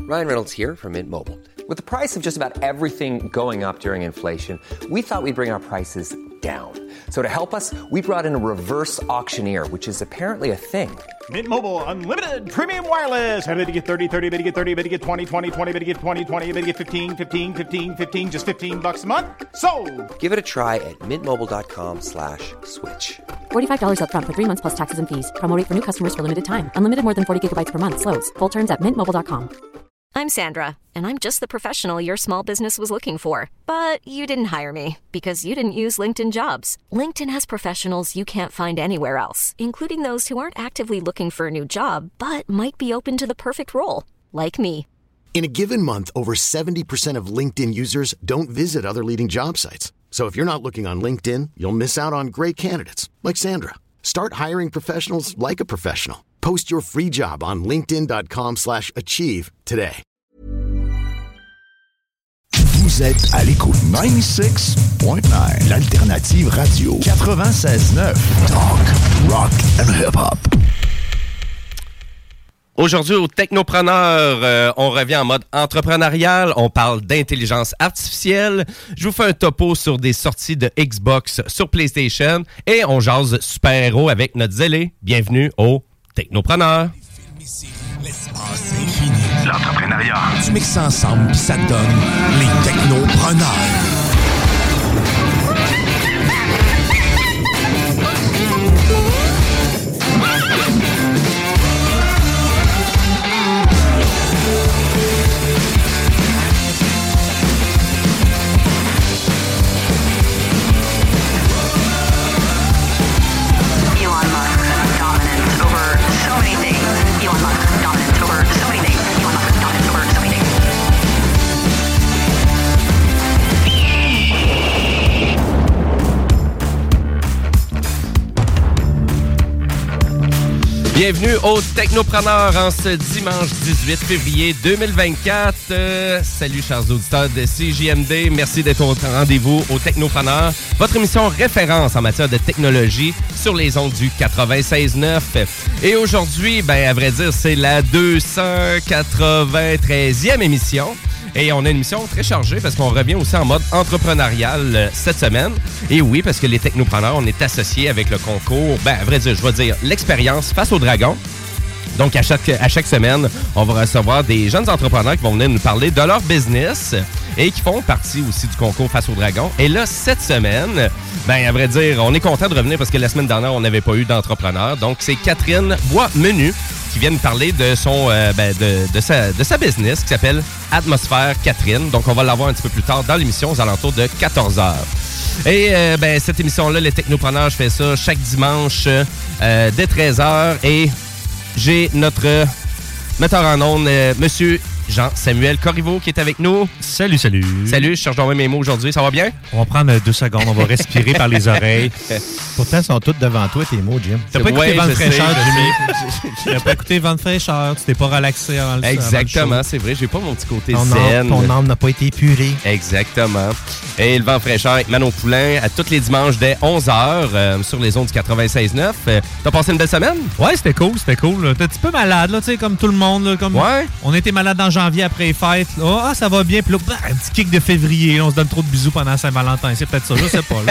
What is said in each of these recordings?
Ryan Reynolds here from Mint Mobile. With the price of just about everything going up during inflation, we thought we'd bring our prices down. So to help us, we brought in a reverse auctioneer, which is apparently a thing. Mint Mobile Unlimited Premium Wireless. How to get 30, 30, bit to get 30, bit to get 20, 20, 20, bit to get 20, 20, bit to get 15, 15, 15, 15, just $15 a month? Sold! Give it a try at mintmobile.com/switch. $45 up front for 3 months plus taxes and fees. Promo rate for new customers for limited time. Unlimited more than 40 gigabytes per month. Slows full terms at mintmobile.com. I'm Sandra, and I'm just the professional your small business was looking for. But you didn't hire me because you didn't use LinkedIn Jobs. LinkedIn has professionals you can't find anywhere else, including those who aren't actively looking for a new job, but might be open to the perfect role, like me. In a given month, over 70% of LinkedIn users don't visit other leading job sites. So if you're not looking on LinkedIn, you'll miss out on great candidates like Sandra. Start hiring professionals like a professional. Post your free job on linkedin.com/achieve today. Vous êtes à l'écoute 96.9, l'alternative radio 96.9, talk, rock and hip-hop. Aujourd'hui, au Technopreneur, on revient en mode entrepreneurial. On parle d'intelligence artificielle. Je vous fais un topo sur des sorties de Xbox sur PlayStation. Et on jase super-héros avec notre zélé. Bienvenue au Technopreneur. L'espace infini. L'entrepreneuriat. Tu mixes ça ensemble, puis ça te donne les Technopreneurs. Bienvenue au Technopreneur en ce dimanche 18 février 2024. Salut chers auditeurs de CJMD, merci d'être au rendez-vous au Technopreneur, votre émission référence en matière de technologie sur les ondes du 96.9. Et aujourd'hui, à vrai dire, c'est la 293e émission. Et on a une émission très chargée parce qu'on revient aussi en mode entrepreneurial cette semaine. Et oui, parce que les Technopreneurs, on est associés avec le concours, à vrai dire, je vais dire l'expérience face au dragon. Donc, à chaque semaine, on va recevoir des jeunes entrepreneurs qui vont venir nous parler de leur business et qui font partie aussi du concours Face au Dragon. Et là, cette semaine, à vrai dire, on est content de revenir parce que la semaine dernière, on n'avait pas eu d'entrepreneur. Donc, c'est Catherine Bois-Menu qui vient nous parler de son de sa business qui s'appelle Atmosphère Catherine. Donc, on va l'avoir un petit peu plus tard dans l'émission aux alentours de 14h. Et cette émission-là, les Technopreneurs, je fais ça chaque dimanche dès 13h. Et j'ai notre metteur en ondes, Monsieur Jean-Samuel Corriveau, qui est avec nous. Salut, salut. Salut, je cherche donc mes mots aujourd'hui. Ça va bien? On va prendre 2 secondes. On va respirer par les oreilles. Pourtant, ils sont tous devant toi, tes mots, Jim. T'as pas écouté Vent de fraîcheur, Jimmy. T'as pas écouté Vent de fraîcheur. Tu t'es pas relaxé avant le Exactement, c'est vrai. J'ai pas mon petit côté ton zen. Ton âme n'a pas été épurée. Exactement. Et le Vent fraîcheur avec Manon Poulain à tous les dimanches dès 11h sur les ondes du 96.9. T'as passé une belle semaine? Ouais, c'était cool. T'es un petit peu malade, là, tu sais, comme tout le monde. Là, comme ouais. On était malade dans janvier après les fêtes. Là. Ça va bien. Puis là, un petit kick de février. Là, on se donne trop de bisous pendant Saint-Valentin. C'est peut-être ça, je sais pas. Là.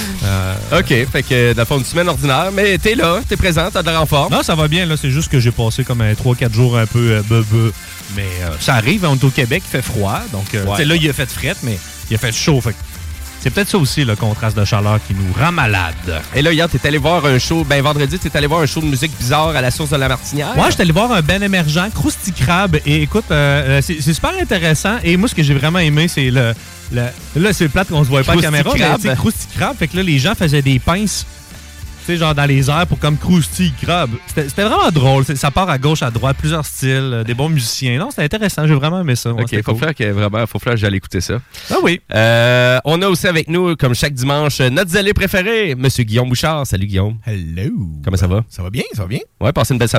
OK, fait que dans le fond, une semaine ordinaire, mais t'es là, t'es présent, t'as de l'air en forme. Non, ça va bien. Là, c'est juste que j'ai passé comme 3-4 jours un peu mais ça arrive, on est au Québec, il fait froid. Donc, là, il a fait fret, mais il a fait chaud. Fait c'est peut-être ça aussi, le contraste de chaleur qui nous rend malade. Et là, hier, t'es allé voir un show, vendredi, t'es allé voir un show de musique bizarre à la Source de la Martinière. Ouais, j'étais allé voir un band émergent, Krusty Krab. Et écoute, c'est super intéressant. Et moi, ce que j'ai vraiment aimé, c'est là, c'est plate qu'on se voit pas à la caméra, mais tu sais, Krusty Krab. Fait que là, les gens faisaient des pinces, tu sais, genre dans les airs pour comme Krusty Krab. C'était vraiment drôle. Ça part à gauche, à droite, plusieurs styles, des bons musiciens. Non, c'était intéressant. J'ai vraiment aimé ça. OK, faut faire que j'aille écouter ça. Ah oui. On a aussi avec nous, comme chaque dimanche, notre zélé préféré, Monsieur Guillaume Bouchard. Salut Guillaume. Hello. Comment ça va? Ça va bien, ça va bien. Ouais, passez une belle semaine.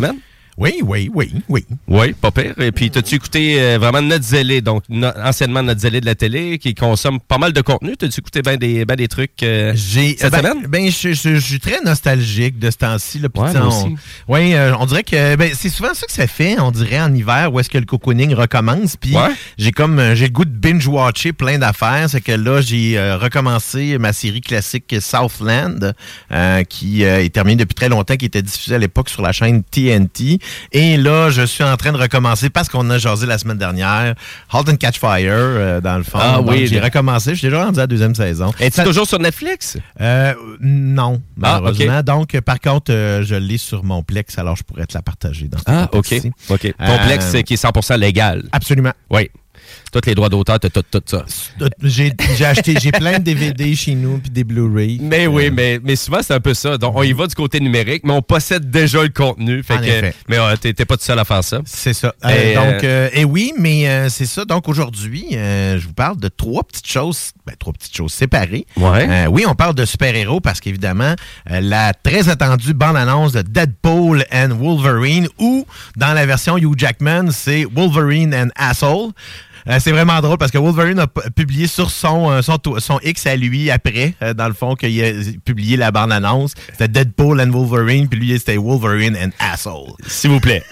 Oui. Oui, pas pire. Et puis, t'as-tu écouté vraiment notre zélé, donc anciennement notre zélé de la télé, qui consomme pas mal de contenu? T'as-tu écouté bien des trucs cette semaine? Je suis très nostalgique de ce temps-ci. Là, moi aussi. Oui, on dirait que c'est souvent ça que ça fait, on dirait, en hiver, où est-ce que le cocooning recommence. Puis j'ai le goût de binge-watcher plein d'affaires. C'est que là, j'ai recommencé ma série classique Southland, qui est terminée depuis très longtemps, qui était diffusée à l'époque sur la chaîne TNT. Et là, je suis en train de recommencer, parce qu'on a jasé la semaine dernière, Halt and Catch Fire, dans le fond. Ah oui. J'ai recommencé, je suis déjà rendu à la 2e saison. Es-tu toujours sur Netflix? Non, malheureusement. Okay. Donc, par contre, je l'ai sur mon Plex, alors je pourrais te la partager dans ce OK. Ton Plex qui est 100% légal. Absolument. Oui. Tous les droits d'auteur, t'as tout ça. J'ai plein de DVD chez nous puis des Blu-ray. Mais oui, mais souvent, c'est un peu ça. Donc, on y va du côté numérique, mais on possède déjà le contenu. Mais t'es pas tout seul à faire ça. C'est ça. Oui, mais c'est ça. Donc, aujourd'hui, je vous parle de trois petites choses séparées. Ouais. Oui, on parle de super-héros parce qu'évidemment, la très attendue bande-annonce de Deadpool and Wolverine, ou dans la version Hugh Jackman, c'est Wolverine and Asshole. C'est vraiment drôle parce que Wolverine a publié sur son X à lui après, dans le fond, qu'il a publié la bande-annonce. C'était Deadpool and Wolverine, puis lui, c'était Wolverine and Asshole. S'il vous plaît.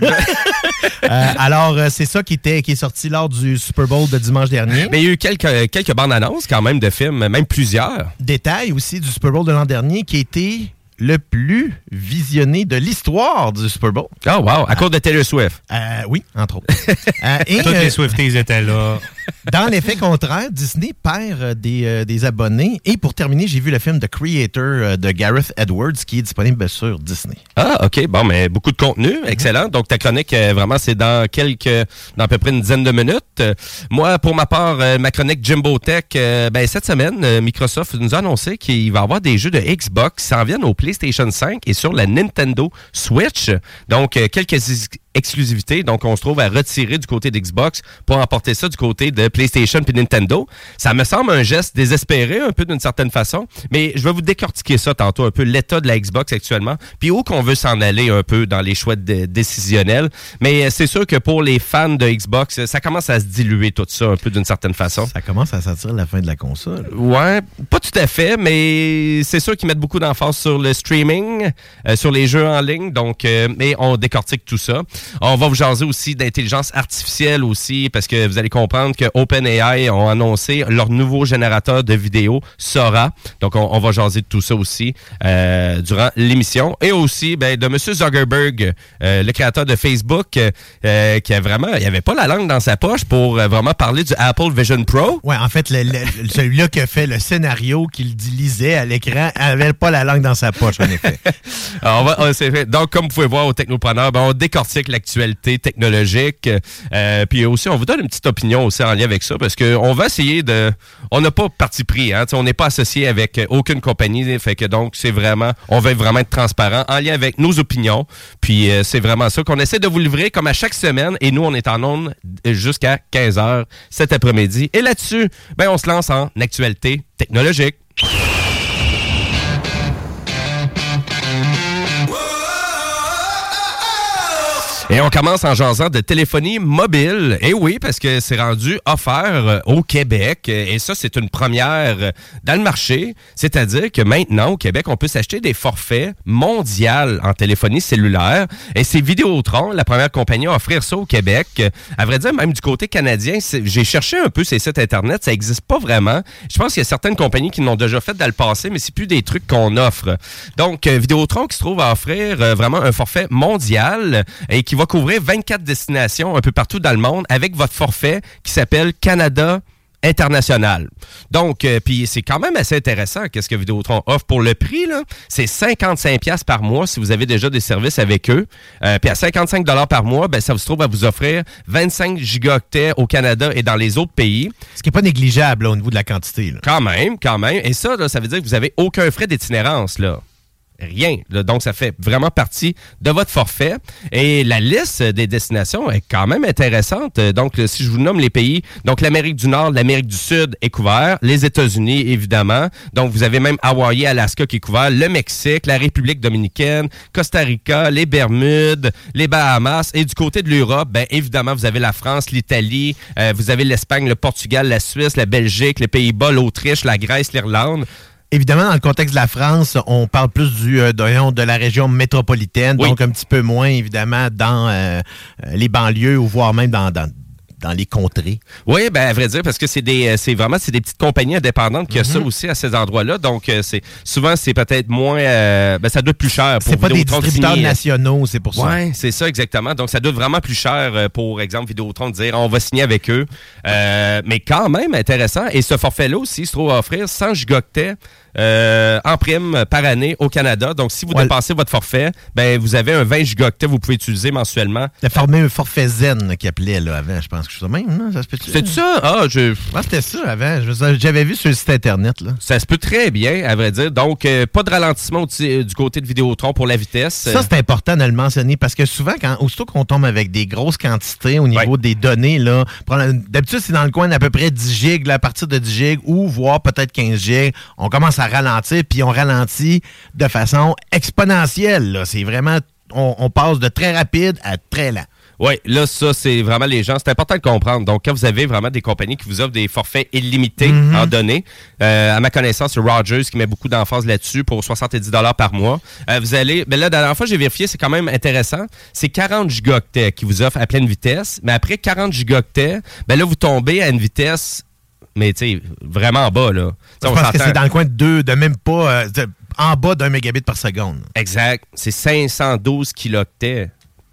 Alors, c'est ça qui est sorti lors du Super Bowl de dimanche dernier. Mais il y a eu quelques bandes-annonces quand même de films, même plusieurs. Détail aussi du Super Bowl de l'an dernier qui était le plus visionné de l'histoire du Super Bowl. Oh wow, à cause de Taylor Swift. Oui, entre autres. Tous les Swifties étaient là. Dans l'effet contraire, Disney perd des abonnés. Et pour terminer, j'ai vu le film The Creator de Gareth Edwards qui est disponible sur Disney. Ah, OK. Bon, mais beaucoup de contenu. Excellent. Donc, ta chronique, vraiment, c'est dans à peu près une dizaine de minutes. Moi, pour ma part, ma chronique Jimbo Tech, cette semaine, Microsoft nous a annoncé qu'il va y avoir des jeux de Xbox qui s'en viennent au PlayStation 5 et sur la Nintendo Switch. Donc, quelques exclusivités. Donc, on se trouve à retirer du côté d'Xbox pour emporter ça du côté de PlayStation puis Nintendo. Ça me semble un geste désespéré, un peu d'une certaine façon, mais je vais vous décortiquer ça tantôt, un peu l'état de la Xbox actuellement, puis où qu'on veut s'en aller un peu dans les choix décisionnels. Mais c'est sûr que pour les fans de Xbox, ça commence à se diluer tout ça un peu d'une certaine façon. Ça commence à sentir la fin de la console. Ouais, pas tout à fait, mais c'est sûr qu'ils mettent beaucoup d'emphase sur le streaming, sur les jeux en ligne, donc mais on décortique tout ça. On va vous jaser aussi d'intelligence artificielle aussi, parce que vous allez comprendre que OpenAI ont annoncé leur nouveau générateur de vidéos, Sora. Donc, on va jaser de tout ça aussi durant l'émission. Et aussi de M. Zuckerberg, le créateur de Facebook, qui a vraiment, il avait pas la langue dans sa poche pour vraiment parler du Apple Vision Pro. Ouais, en fait, celui-là qui a fait le scénario qu'il lisait à l'écran avait pas la langue dans sa poche, en effet. Alors, c'est fait. Donc, comme vous pouvez voir au Technopreneur, on décortique l'actualité technologique. Puis aussi, on vous donne une petite opinion aussi en lien avec ça, parce qu'on va essayer de... On n'a pas parti pris, hein? On n'est pas associé avec aucune compagnie, fait que donc, c'est vraiment... On veut vraiment être transparent en lien avec nos opinions. Puis c'est vraiment ça qu'on essaie de vous livrer comme à chaque semaine. Et nous, on est en ondes jusqu'à 15h cet après-midi. Et là-dessus, on se lance en actualité technologique. Et on commence en jasant de téléphonie mobile. Et oui, parce que c'est rendu offert au Québec. Et ça, c'est une première dans le marché. C'est-à-dire que maintenant, au Québec, on peut s'acheter des forfaits mondiaux en téléphonie cellulaire. Et c'est Vidéotron, la première compagnie à offrir ça au Québec. À vrai dire, même du côté canadien, j'ai cherché un peu ces sites Internet. Ça n'existe pas vraiment. Je pense qu'il y a certaines compagnies qui l'ont déjà fait dans le passé, mais c'est plus des trucs qu'on offre. Donc, Vidéotron qui se trouve à offrir vraiment un forfait mondial et qui va couvrir 24 destinations un peu partout dans le monde avec votre forfait qui s'appelle Canada International. Donc, puis c'est quand même assez intéressant qu'est-ce que Vidéotron offre pour le prix, là. C'est 55$ par mois si vous avez déjà des services avec eux. Puis à 55$ par mois, ça se trouve à vous offrir 25 gigaoctets au Canada et dans les autres pays. Ce qui n'est pas négligeable là, au niveau de la quantité. Là. Quand même. Et ça, là, ça veut dire que vous n'avez aucun frais d'itinérance, là. rien. Là. Donc, ça fait vraiment partie de votre forfait. Et la liste des destinations est quand même intéressante. Donc, si je vous nomme les pays, donc l'Amérique du Nord, l'Amérique du Sud est couvert, les États-Unis, évidemment. Donc, vous avez même Hawaï, Alaska qui est couvert, le Mexique, la République dominicaine, Costa Rica, les Bermudes, les Bahamas. Et du côté de l'Europe, bien évidemment, vous avez la France, l'Italie, vous avez l'Espagne, le Portugal, la Suisse, la Belgique, les Pays-Bas, l'Autriche, la Grèce, l'Irlande. Évidemment, dans le contexte de la France, on parle plus de la région métropolitaine, donc un petit peu moins, évidemment, dans les banlieues ou voire même dans les contrées. Oui, ben à vrai dire, parce que c'est des petites compagnies indépendantes qui ont ça aussi à ces endroits-là. Donc, souvent, c'est peut-être moins... ça doit être plus cher. C'est pas des distributeurs nationaux, c'est pour ça. Oui, c'est ça, exactement. Donc, ça doit être vraiment plus cher, pour exemple, Vidéotron, de dire on va signer avec eux. Mais quand même intéressant. Et ce forfait-là aussi, il se trouve à offrir 100 gigaoctets en prime par année au Canada. Donc, si vous dépassez votre forfait, ben vous avez un 20 gigaoctets que vous pouvez utiliser mensuellement. Le fameux forfait Zen qui appelait là, avant, je pense que c'est ça même. Non? Ça se peut-tu? C'est ça? Ah, c'était ça avant. J'avais vu sur le site Internet. Là. Ça se peut très bien, à vrai dire. Donc, pas de ralentissement du côté de Vidéotron pour la vitesse. Ça, c'est important de le mentionner parce que souvent, aussitôt qu'on tombe avec des grosses quantités au niveau des données, là, d'habitude, c'est dans le coin d'à peu près 10 gigs, là, à partir de 10 gigs ou voire peut-être 15 gigs, on commence à ralentir, puis on ralentit de façon exponentielle. Là. C'est vraiment, on passe de très rapide à très lent. Oui, là, ça, c'est vraiment les gens. C'est important de comprendre. Donc, quand vous avez vraiment des compagnies qui vous offrent des forfaits illimités en données, à ma connaissance, c'est Rogers qui met beaucoup d'emphase là-dessus pour 70 $ par mois. Vous allez... Ben là, la dernière fois, j'ai vérifié, c'est quand même intéressant. C'est 40 gigaoctets qui vous offrent à pleine vitesse. Mais après 40 gigaoctets, ben là, vous tombez à une vitesse... Mais tu sais, vraiment en bas, là. Je pense que c'est dans le coin de même pas... en bas d'1 mégabit par seconde. Exact. C'est 512 kilooctets.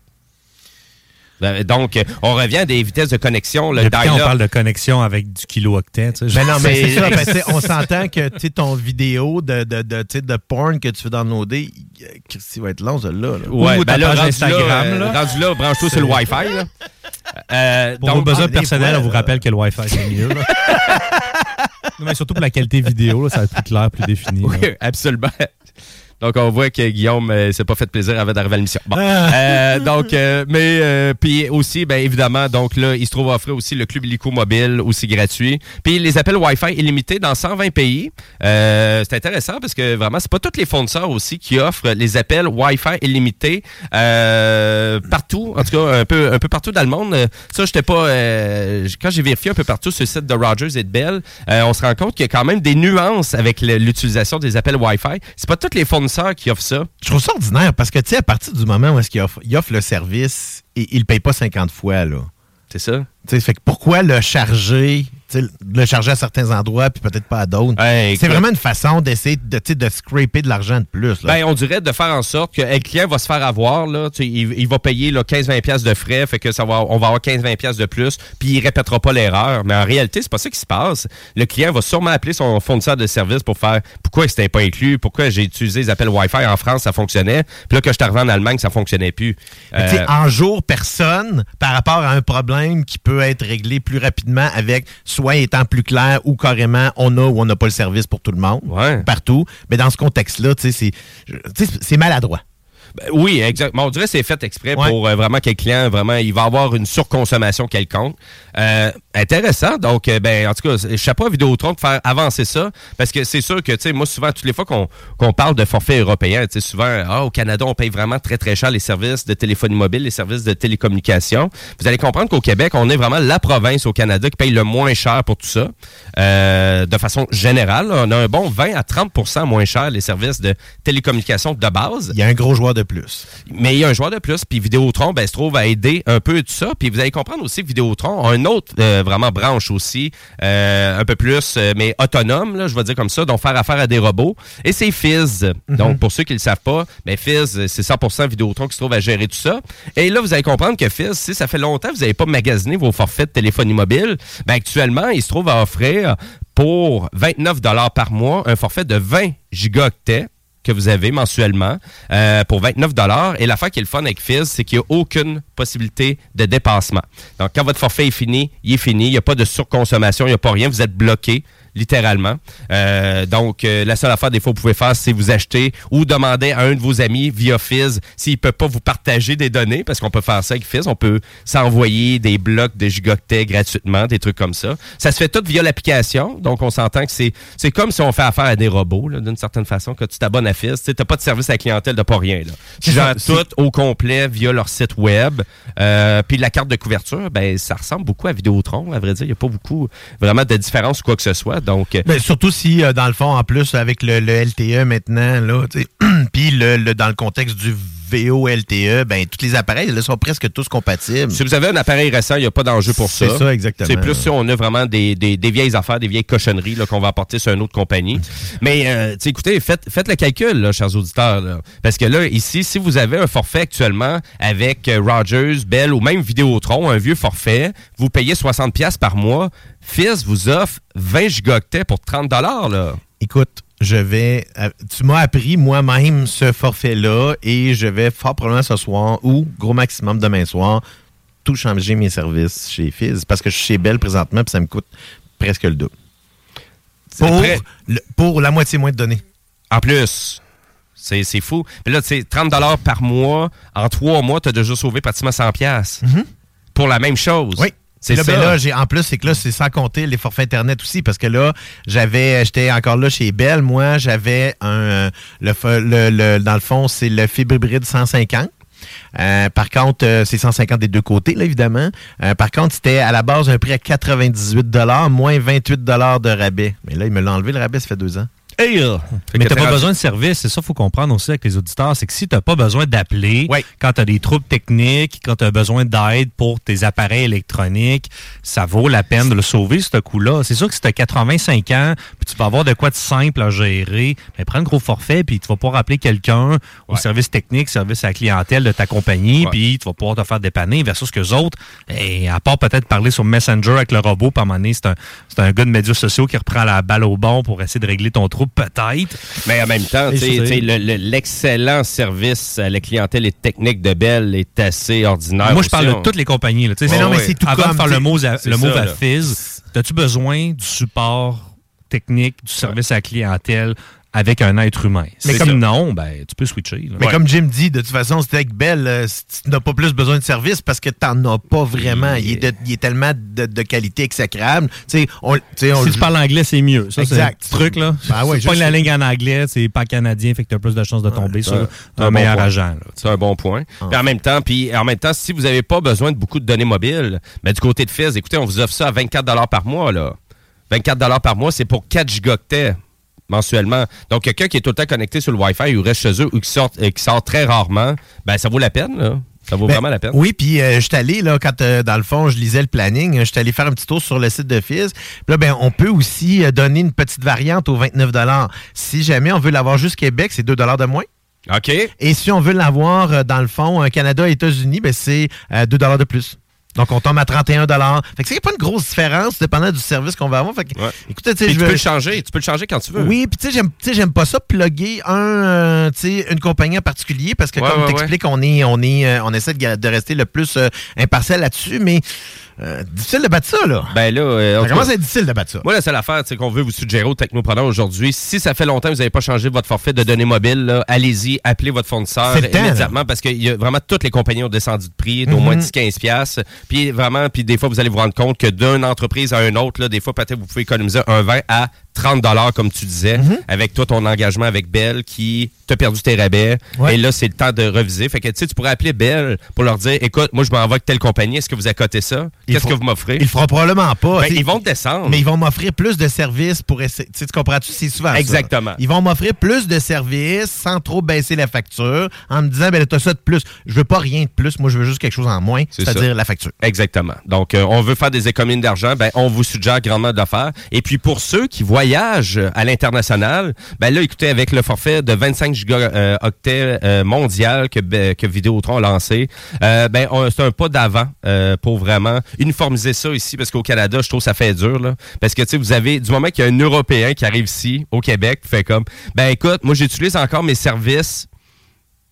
Donc, on revient à des vitesses de connexion. Quand on parle de connexion avec du kilooctet, tu sais. Ben non, mais c'est ça. Ben, on s'entend que ton vidéo de porn que tu fais downloader, il va être long, celle-là. Ouais, ben là, rendu là, branche-toi sur le Wi-Fi. Là. Pour vos besoins personnels, on vous rappelle que le Wi-Fi, c'est mieux. Là. Non, mais surtout pour la qualité vidéo, là, ça va être plus clair, plus défini. Oui, absolument. Donc, on voit que Guillaume s'est pas fait plaisir avant d'arriver à l'émission. Bon. Puis aussi, ben évidemment, donc là, il se trouve à offrir aussi le Club Illico Mobile, aussi gratuit. Puis les appels Wi-Fi illimités dans 120 pays. C'est intéressant parce que vraiment, c'est pas tous les fournisseurs aussi qui offrent les appels Wi-Fi illimités partout. En tout cas, un peu partout dans le monde. Ça, j'étais pas... quand j'ai vérifié un peu partout sur le site de Rogers et de Bell, on se rend compte qu'il y a quand même des nuances avec l'utilisation des appels Wi-Fi. C'est pas tous les fournisseurs qui offrent ça. Je trouve ça ordinaire parce que, tu sais, à partir du moment où est-ce qu'il offre le service, il ne paye pas 50 fois, là. C'est ça. Tu sais, fait que pourquoi le charger à certains endroits puis peut-être pas à d'autres? Hey, c'est vraiment une façon d'essayer de scraper de l'argent de plus. Là. Ben, on dirait de faire en sorte que le client va se faire avoir. Là, il va payer 15-20$ de frais, fait que on va avoir 15-20$ de plus, puis il répétera pas l'erreur. Mais en réalité, c'est pas ça qui se passe. Le client va sûrement appeler son fournisseur de service pour faire pourquoi c'était pas inclus, pourquoi j'ai utilisé les appels Wi-Fi en France, ça fonctionnait, puis là, que je suis arrivé en Allemagne, ça fonctionnait plus. En jour, personne, par rapport à un problème qui peut être réglé plus rapidement avec soit étant plus clair ou carrément on a ou on n'a pas le service pour tout le monde, partout. Mais dans ce contexte-là, c'est maladroit. Ben, oui, exactement. On dirait que c'est fait exprès pour vraiment que le client, vraiment, il va avoir une surconsommation quelconque. Intéressant. Donc, en tout cas, chapeau à Vidéotron de faire avancer ça. Parce que c'est sûr que, tu sais, moi, souvent, toutes les fois qu'on parle de forfait européen, tu sais, souvent, au Canada, on paye vraiment très, très cher les services de téléphonie mobile, les services de télécommunication. Vous allez comprendre qu'au Québec, on est vraiment la province au Canada qui paye le moins cher pour tout ça. De façon générale, on a un bon 20 à 30% moins cher les services de télécommunication de base. Il y a un gros joueur de plus. Mais il y a un joueur de plus, puis Vidéotron se trouve à aider un peu tout ça. Puis vous allez comprendre aussi que Vidéotron a une autre vraiment branche aussi, un peu plus, mais autonome, là, je vais dire comme ça, donc faire affaire à des robots. Et c'est Fizz. Donc pour ceux qui ne le savent pas, Fizz, c'est 100% Vidéotron qui se trouve à gérer tout ça. Et là, vous allez comprendre que Fizz, si ça fait longtemps que vous n'avez pas magasiné vos forfaits de téléphonie mobile, actuellement, il se trouve à offrir pour 29 $ par mois un forfait de 20 gigaoctets que vous avez mensuellement pour 29 $. Et l'affaire qui est le fun avec Fizz, c'est qu'il n'y a aucune possibilité de dépassement. Donc, quand votre forfait est fini, il est fini. Il n'y a pas de surconsommation, il n'y a pas rien. Vous êtes bloqué littéralement. Donc, la seule affaire, des fois, vous pouvez faire, c'est vous acheter ou demander à un de vos amis via Fizz s'il ne peut pas vous partager des données, parce qu'on peut faire ça avec Fizz. On peut s'envoyer des blocs de gigaoctets gratuitement, des trucs comme ça. Ça se fait tout via l'application. Donc, on s'entend que c'est comme si on fait affaire à des robots, là, d'une certaine façon, que tu t'abonnes à Fizz. Tu n'as pas de service à la clientèle de pas rien. Là. Tu gères tout au complet via leur site web. Puis la carte de couverture, ben ça ressemble beaucoup à Vidéotron, à vrai dire. Il n'y a pas beaucoup vraiment de différence ou quoi que ce soit. Donc, surtout si, dans le fond, en plus, avec le LTE maintenant, là, puis dans le contexte du VO-LTE, ben tous les appareils là, sont presque tous compatibles. Si vous avez un appareil récent, il n'y a pas d'enjeu pour ça. C'est ça, exactement. C'est plus si on a vraiment des vieilles affaires, des vieilles cochonneries là, qu'on va apporter sur une autre compagnie. Mais écoutez, faites le calcul, là, chers auditeurs. Là. Parce que là, ici, si vous avez un forfait actuellement avec Rogers, Bell ou même Vidéotron, un vieux forfait, vous payez 60$ par mois, Fizz vous offre 20 gigaoctets pour 30$. Là. Écoute, tu m'as appris moi-même ce forfait-là et je vais fort probablement ce soir ou gros maximum demain soir tout changer mes services chez Fizz parce que je suis chez Bell présentement et ça me coûte presque le double. Pour la moitié moins de données. En plus, c'est fou. Puis là, tu sais, 30$ par mois, en 3 mois, tu as déjà sauvé pratiquement 100$. Mm-hmm. Pour la même chose. Oui. C'est là, ça. Ben là, en plus, c'est que là, c'est sans compter les forfaits Internet aussi, parce que là, j'étais encore là chez Bell. Moi, j'avais dans le fond, c'est le fibre hybride 150. Par contre, c'est 150 des deux côtés, là, évidemment. Par contre, c'était à la base un prix à 98$, moins 28$ de rabais. Mais là, il me l'a enlevé, le rabais, ça fait 2 ans. Hey, mais t'as pas besoin de service, c'est ça qu'il faut comprendre aussi avec les auditeurs, c'est que si t'as pas besoin d'appeler, quand t'as des troubles techniques, quand t'as besoin d'aide pour tes appareils électroniques, ça vaut la peine de le sauver, ce coup-là. C'est sûr que si t'as 85 ans, puis tu vas avoir de quoi de simple à gérer, mais prends le gros forfait, puis tu vas pouvoir appeler quelqu'un au service technique, service à la clientèle de ta compagnie, puis tu vas pouvoir te faire dépanner versus qu'eux autres, à part peut-être parler sur Messenger avec le robot, par un moment donné, c'est un gars de médias sociaux qui reprend la balle au bon pour essayer de régler ton trouble. Peut-être. Mais en même temps, l'excellent service à la clientèle et technique de Bell est assez ordinaire. Moi, je parle de toutes les compagnies. Là. Mais non, mais c'est tout avant comme... de faire le mot à Fizz, as-tu besoin du support technique, du service à la clientèle avec un être humain? Mais non, tu peux switcher. Là. Mais comme Jim dit, de toute façon, c'est avec Bell, tu n'as pas plus besoin de service parce que tu n'en as pas vraiment. Il est tellement de qualité exécrable. Si tu parles anglais, c'est mieux. Ça, exact. C'est un truc, là. C'est pas la ligne en anglais, c'est pas canadien, fait que tu as plus de chances de tomber sur un meilleur agent. C'est un bon point. Puis en même temps, si vous n'avez pas besoin de beaucoup de données mobiles, du côté de Fizz, écoutez, on vous offre ça à 24$ par mois. Là. 24$ par mois, c'est pour 4 gigaoctets. Mensuellement. Donc, quelqu'un qui est tout le temps connecté sur le Wi-Fi ou reste chez eux ou qui sort très rarement, ça vaut la peine, là. Ça vaut vraiment la peine. Oui, puis je suis allé, là, quand, dans le fond, je lisais le planning, je suis allé faire un petit tour sur le site de Fizz. Puis là, on peut aussi donner une petite variante aux 29$. Si jamais on veut l'avoir juste Québec, c'est 2$ de moins. OK. Et si on veut l'avoir, dans le fond, Canada et États-Unis, c'est 2$ de plus. Donc, on tombe à 31$. Fait que c'est pas une grosse différence dépendant du service qu'on va avoir. Fait que, écoutez, tu peux le changer. Tu peux le changer quand tu veux. Oui, puis tu sais, j'aime pas ça plugger une compagnie en particulier parce que comme t'expliques, on essaie de rester le plus impartial là-dessus, mais difficile de battre ça, là. Ça commence à être difficile de battre ça. Moi, la seule affaire qu'on veut vous suggérer aux technopreneurs aujourd'hui, si ça fait longtemps que vous n'avez pas changé votre forfait de données mobiles, là, allez-y, appelez votre fournisseur immédiatement parce que y a vraiment toutes les compagnies ont descendu de prix d'au moins 10-15$. Puis des fois, vous allez vous rendre compte que d'une entreprise à une autre, là, des fois, peut-être vous pouvez économiser un 20 à 30$, comme tu disais, avec toi, ton engagement avec Bell qui t'a perdu tes rabais. Et là, c'est le temps de reviser. Fait que tu pourrais appeler Bell pour leur dire, écoute, moi, je m'en vais avec telle compagnie. Est-ce que vous accotez ça? Qu'est-ce que vous m'offrez? Ils le feront probablement pas. Ils vont te descendre. Mais ils vont m'offrir plus de services pour essayer. Tu comprends-tu? C'est souvent exactement. Ça. Ils vont m'offrir plus de services sans trop baisser la facture en me disant, t'as ça de plus. Je veux pas rien de plus. Moi, je veux juste quelque chose en moins, c'est-à-dire la facture. Exactement. Donc, on veut faire des économies d'argent. On vous suggère grandement de le faire. Et puis, pour ceux qui voyagent à l'international, là, écoutez, avec le forfait de 25 gigaoctets mondial que Vidéotron a lancé, c'est un pas d'avant pour vraiment uniformiser ça ici, parce qu'au Canada, je trouve que ça fait dur, là. Parce que, tu sais, vous avez, du moment qu'il y a un Européen qui arrive ici, au Québec, fait comme, écoute, moi, j'utilise encore mes services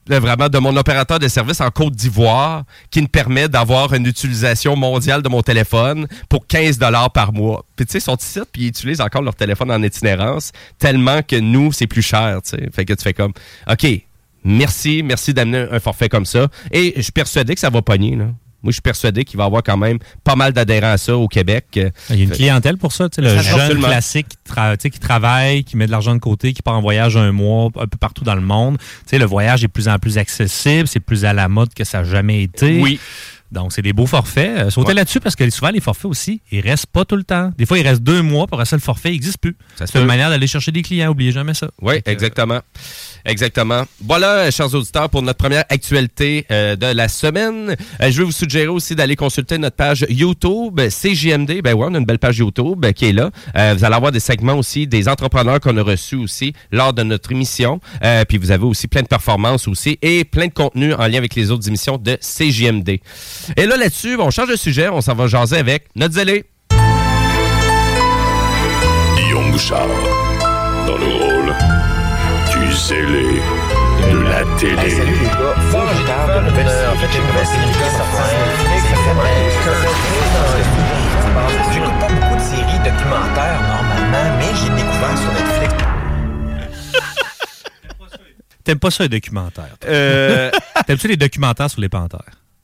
vraiment de mon opérateur de service en Côte d'Ivoire qui me permet d'avoir une utilisation mondiale de mon téléphone pour 15 $ par mois. Puis tu sais, ils sont ici, puis ils utilisent encore leur téléphone en itinérance tellement que nous, c'est plus cher, tu sais. Fait que tu fais comme, OK, merci d'amener un forfait comme ça. Et je suis persuadé que ça va pogner, là. Moi, je suis persuadé qu'il va y avoir quand même pas mal d'adhérents à ça au Québec. Il y a une clientèle pour ça, tu sais, le jeune classique qui travaille, qui met de l'argent de côté, qui part en voyage un mois un peu partout dans le monde. Tu sais, le voyage est de plus en plus accessible, c'est plus à la mode que ça n'a jamais été. Oui. Donc, c'est des beaux forfaits. Sautez là-dessus parce que souvent, les forfaits aussi, ils restent pas tout le temps. Des fois, il reste 2 mois, pour ça, le forfait n'existe plus. C'est une manière d'aller chercher des clients. N'oubliez jamais ça. Oui, exactement. Exactement. Voilà, chers auditeurs, pour notre première actualité de la semaine. Je vais vous suggérer aussi d'aller consulter notre page YouTube, CJMD. Ben ouais, on a une belle page YouTube qui est là. Vous allez avoir des segments aussi, des entrepreneurs qu'on a reçus aussi lors de notre émission. Puis vous avez aussi plein de performances aussi et plein de contenu en lien avec les autres émissions de CJMD. Et là-dessus, on change de sujet, on s'en va jaser avec notre zélé. Guillaume Bouchard, dans le rôle du zélé de la télé. Hey, salut les gars, formidable. En fait, j'ai une nouvelle série qui sort. J'écoute pas beaucoup de séries documentaires normalement, mais j'ai découvert sur Netflix. T'aimes pas ça les documentaires? T'aimes-tu les documentaires sur les panthères?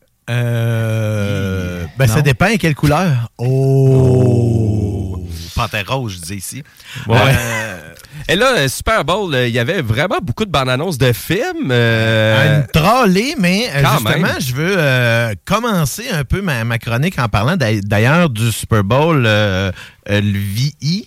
Ben ça dépend à quelle couleur. Oh! Panthère rose, je disais ici. Ouais. Et là, Super Bowl, il y avait vraiment beaucoup de bandes-annonces de films. Une trollée, mais justement, même. je veux commencer un peu ma chronique en parlant d'ailleurs du Super Bowl LVI.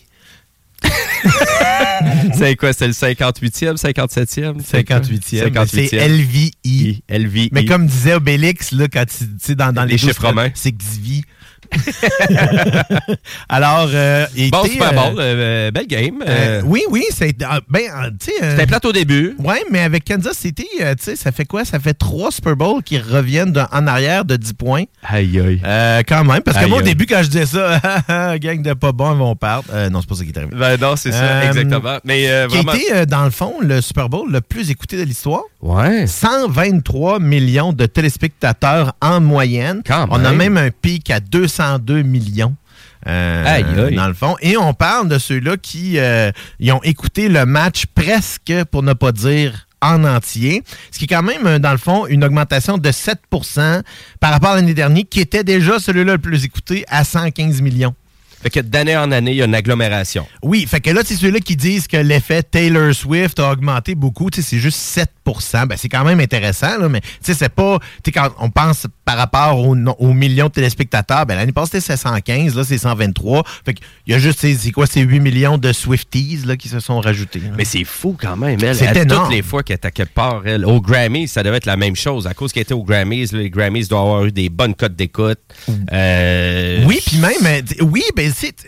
C'est quoi? C'est le 58e, 57e? 58e. C'est LVI. LVI. Mais comme disait Obélix, là, quand tu sais, dans les chiffres romains, c'est Xivi. Alors, bon Super Bowl, belle game. Oui, c'est c'était plate au début. Oui, mais avec Kansas City, ça fait quoi? Ça fait 3 Super Bowls qui reviennent en arrière de 10 points. Aïe. Quand même, parce que moi, au début, quand je disais ça, gang de pas bons, ils vont perdre. Non, c'est pas ça qui est arrivé. Ben non, c'est ça, exactement. Mais, qui a été, dans le fond, le Super Bowl le plus écouté de l'histoire. Ouais. 123 millions de téléspectateurs en moyenne. On a même un pic à 202 millions. Dans le fond. Et on parle de ceux-là qui ils ont écouté le match presque, pour ne pas dire en entier. Ce qui est quand même, dans le fond, une augmentation de 7% par rapport à l'année dernière, qui était déjà celui-là le plus écouté à 115 millions. Fait que d'année en année, il y a une agglomération. Oui, fait que là, c'est ceux-là qui disent que l'effet Taylor Swift a augmenté beaucoup, c'est juste 7%. Ben, c'est quand même intéressant, là, mais c'est pas... Quand on pense par rapport aux millions de téléspectateurs, ben, l'année passée, c'était 115, là, c'est 123. Fait qu'il y a juste, c'est quoi, c'est 8 millions de Swifties là, qui se sont rajoutés. Là. Mais c'est fou quand même, elle. C'est énorme. Toutes les fois qu'elle est à quelque part, elle. Au Grammys, ça devait être la même chose. À cause qu'elle était aux Grammys, les Grammys doivent avoir eu des bonnes cotes d'écoute. Oui, puis même... oui, ben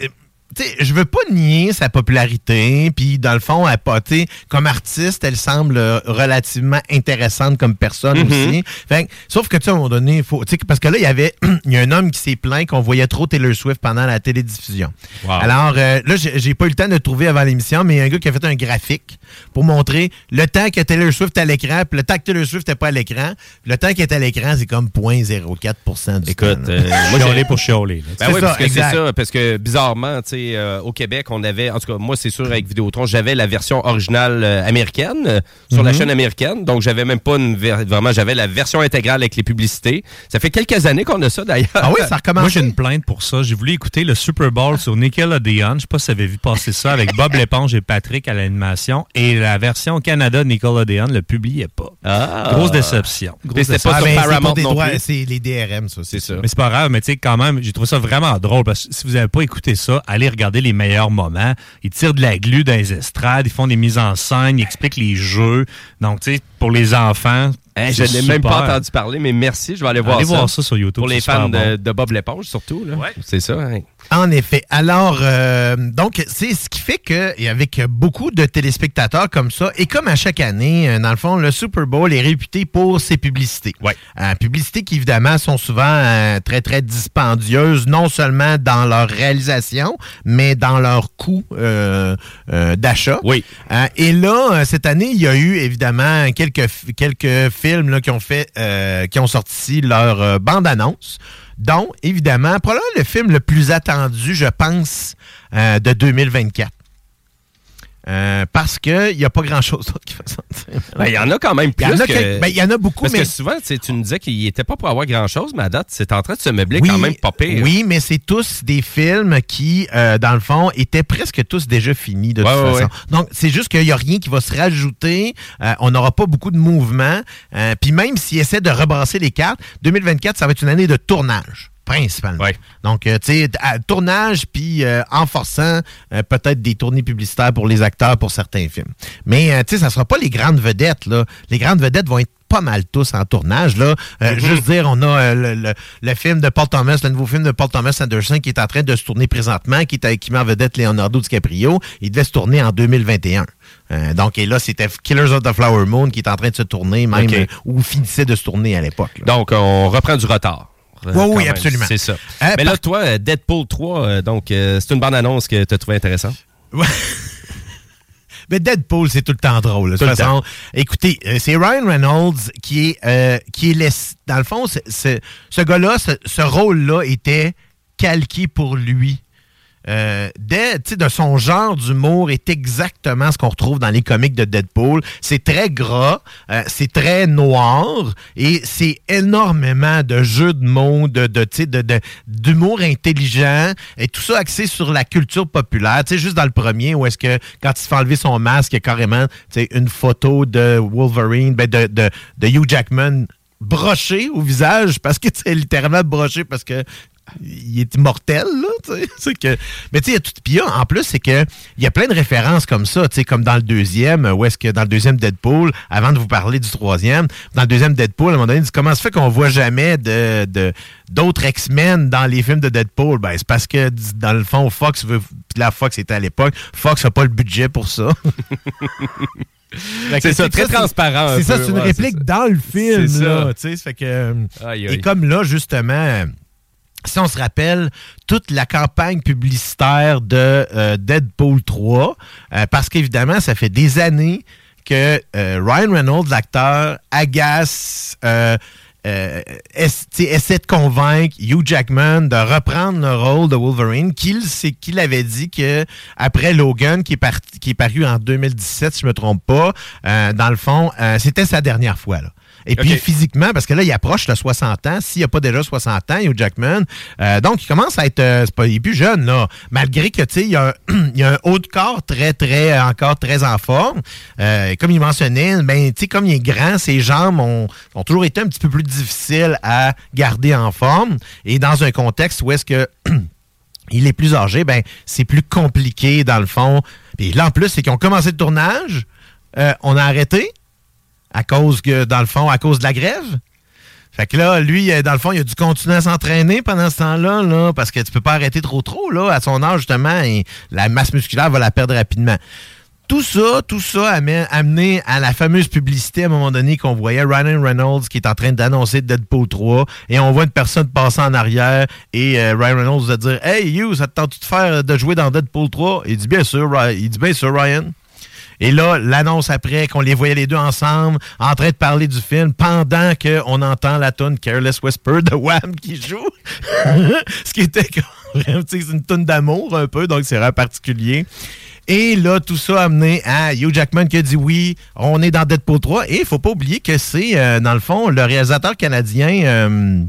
je veux pas nier sa popularité, puis dans le fond, comme artiste, elle semble relativement intéressante comme personne aussi. Fait, sauf que, à un moment donné, parce que là, il y a un homme qui s'est plaint qu'on voyait trop Taylor Swift pendant la télédiffusion. Wow. Alors, là, j'ai pas eu le temps de le trouver avant l'émission, mais il y a un gars qui a fait un graphique pour montrer le temps que Taylor Swift est à l'écran, puis le temps que Taylor Swift n'est pas à l'écran. Le temps qui est à l'écran, c'est comme 0.04% du temps. Écoute, moi, chialer pour chialer. Ben oui, parce que c'est ça, parce que bizarrement, tu sais, au Québec, on avait, en tout cas, moi, c'est sûr, avec Vidéotron, j'avais la version originale américaine sur la chaîne américaine. Donc, j'avais même pas vraiment, j'avais la version intégrale avec les publicités. Ça fait quelques années qu'on a ça, d'ailleurs. Ah oui, ça recommence. Moi, j'ai une plainte pour ça. J'ai voulu écouter le Super Bowl sur Nickelodeon. Je sais pas si vous avez vu passer ça avec Bob Léponge et Patrick à l'animation. Et la version Canada de Nickelodeon le publiait pas. Grosse déception. C'était pas sur Paramount non plus. C'est les DRM, ça. C'est ça. Mais c'est pas grave. Mais tu sais, quand même, j'ai trouvé ça vraiment drôle. Parce que si vous n'avez pas écouté ça, allez regarder les meilleurs moments. Ils tirent de la glu dans les estrades, ils font des mises en scène, ils expliquent les jeux. Donc, tu sais, pour les enfants... je n'ai même pas entendu parler, mais merci, je vais aller voir ça. Allez voir ça sur YouTube. Pour les fans de Bob Léponge, surtout. Là. Ouais. C'est ça. Hein. En effet. Alors, donc, c'est ce qui fait qu'avec beaucoup de téléspectateurs comme ça, et comme à chaque année, dans le fond, le Super Bowl est réputé pour ses publicités. Ouais. Publicités qui, évidemment, sont souvent très, très dispendieuses, non seulement dans leur réalisation, mais dans leur coût d'achat. Oui. Et là, cette année, il y a eu, évidemment, quelques quelques films là, qui ont sorti leur bande-annonce, dont, évidemment, probablement le film le plus attendu, je pense, de 2024. Parce qu'il n'y a pas grand-chose d'autre qui va sortir. Il y en a quand même plus. Il y en a beaucoup. Parce que souvent, tu nous disais qu'il n'était pas pour avoir grand-chose, mais à date, c'est en train de se meubler quand même pas pire. Oui, mais c'est tous des films qui, dans le fond, étaient presque tous déjà finis de toute façon. Ouais. Donc, c'est juste qu'il n'y a rien qui va se rajouter. On n'aura pas beaucoup de mouvements. Puis même s'ils essaient de rebrasser les cartes, 2024, ça va être une année de tournage. Principalement. Ouais. Donc, tu sais, tournage, puis en forçant peut-être des tournées publicitaires pour les acteurs pour certains films. Mais, tu sais, ça ne sera pas les grandes vedettes, là. Les grandes vedettes vont être pas mal tous en tournage, là. Juste dire, on a le film de Paul Thomas, le nouveau film de Paul Thomas Anderson qui est en train de se tourner présentement, qui met en vedette Leonardo DiCaprio. Il devait se tourner en 2021. Donc, et là, c'était Killers of the Flower Moon qui est en train de se tourner, même, ou finissait de se tourner à l'époque. Là. Donc, on reprend du retard. Oui, absolument. C'est ça. Mais là, toi, Deadpool 3, donc, c'est une bande-annonce que tu as trouvé intéressante? Ouais. Mais Deadpool, c'est tout le temps drôle. De toute façon, écoutez, c'est Ryan Reynolds qui est dans le fond, ce gars-là, ce rôle-là était calqué pour lui. De son genre d'humour est exactement ce qu'on retrouve dans les comics de Deadpool. C'est très gras, c'est très noir et c'est énormément de jeux de mots, d'humour intelligent et tout ça axé sur la culture populaire. Tu sais, juste dans le premier où est-ce que quand il se fait enlever son masque, il y a carrément une photo de Wolverine, de Hugh Jackman broché au visage parce que c'est littéralement broché parce que il est immortel, là, tu sais. Mais tu sais, puis en plus, c'est que il y a plein de références comme ça, tu sais, comme dans le deuxième, où est-ce que dans le deuxième Deadpool, avant de vous parler du troisième, dans le deuxième Deadpool, à un moment donné, comment se fait qu'on voit jamais d'autres X-Men dans les films de Deadpool? Ben, c'est parce que, dans le fond, Fox veut, puis la Fox était à l'époque, Fox n'a pas le budget pour ça. C'est ça, très transparent. C'est ça, c'est une réplique dans le film, là, tu sais, ça fait que... Et comme là, justement... Si on se rappelle, toute la campagne publicitaire de Deadpool 3, parce qu'évidemment, ça fait des années que Ryan Reynolds, l'acteur, agace, essaie de convaincre Hugh Jackman de reprendre le rôle de Wolverine, qu'il avait dit que après Logan, qui est paru en 2017, si je me trompe pas, dans le fond, c'était sa dernière fois, là. Et puis physiquement, parce que là, il approche de 60 ans, s'il n'y a pas déjà 60 ans, Hugh Jackman. Donc, il commence à être... il est plus jeune, là. Malgré que, tu sais, il y a un haut de corps encore très en forme. Comme il mentionnait, ben, tu sais, comme il est grand, ses jambes ont toujours été un petit peu plus difficiles à garder en forme. Et dans un contexte où est-ce que... il est plus âgé, ben c'est plus compliqué, dans le fond. Puis là, en plus, c'est qu'ils ont commencé le tournage. On a arrêté. À cause de la grève. Fait que là, lui, dans le fond, il a dû continuer à s'entraîner pendant ce temps-là, là, parce que tu peux pas arrêter trop, là. À son âge, justement, et la masse musculaire va la perdre rapidement. Tout ça a amené à la fameuse publicité à un moment donné qu'on voyait Ryan Reynolds qui est en train d'annoncer Deadpool 3 et on voit une personne passer en arrière et Ryan Reynolds va dire « Hey, you, ça te tente de jouer dans Deadpool 3? » Il dit « Bien sûr, Ryan. » Et là, l'annonce après qu'on les voyait les deux ensemble, en train de parler du film, pendant qu'on entend la tune Careless Whisper de Wham qui joue. Ce qui était c'est une tune d'amour un peu, donc c'est vraiment particulier. Et là, tout ça a amené à Hugh Jackman qui a dit oui, on est dans Deadpool 3. Et il faut pas oublier que c'est, dans le fond, le réalisateur canadien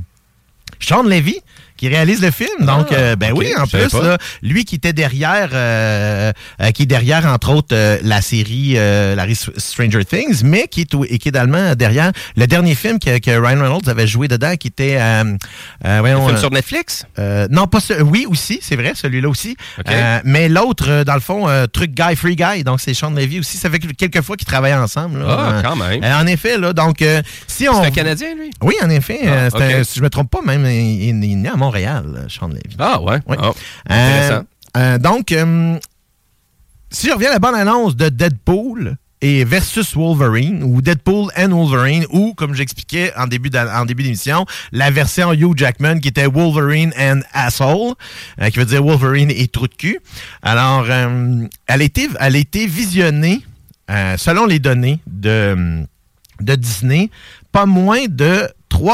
Sean Levy qui réalise le film. Donc, oui, en plus, là, lui qui était derrière, qui est derrière, entre autres, la série Stranger Things, mais qui est également derrière le dernier film que Ryan Reynolds avait joué dedans, qui était... le film sur Netflix? Non, pas ce... Oui, aussi, c'est vrai, celui-là aussi. Okay. Mais l'autre, dans le fond, Truc Guy, Free Guy, donc c'est Sean Levy aussi. Ça fait quelques fois qu'ils travaillent ensemble. Là. Quand même. En effet, là, donc... si on... C'est un Canadien, lui? Oui, en effet. Si je me trompe pas, même, il est né à Montréal, Sean Levy. Ah, ouais? Oui. Oh, intéressant. Donc, si je reviens à la bande-annonce de Deadpool et versus Wolverine, ou Deadpool and Wolverine, ou, comme j'expliquais en début d'émission, la version Hugh Jackman qui était Wolverine and Asshole, qui veut dire Wolverine et trou de cul. Alors, elle a été visionnée, selon les données de de Disney, pas moins de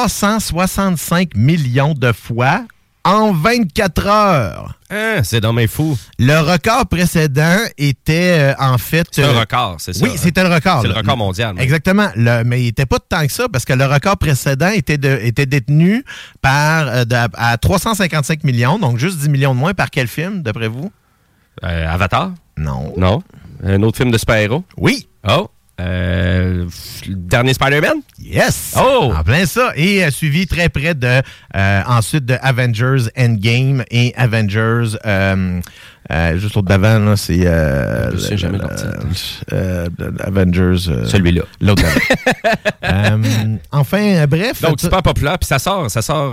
365 millions de fois en 24 heures. C'est dans mes fous. Le record précédent était en fait... C'est un record, c'est ça? Oui, c'était le record. C'est le record mondial. Exactement. Mais il n'était pas tant que ça parce que le record précédent était détenu à 355 millions, donc juste 10 millions de moins. Par quel film, d'après vous? Avatar? Non. Non? Un autre film de super-héros? Oui. Oh! Le dernier Spider-Man? Yes! Oh! En plein ça. Et suivi très près ensuite de Avengers Endgame et Avengers... juste l'autre d'avant, là, c'est... je sais jamais Avengers... celui-là. L'autre d'avant. Enfin, bref... Donc, c'est pas populaire, puis ça sort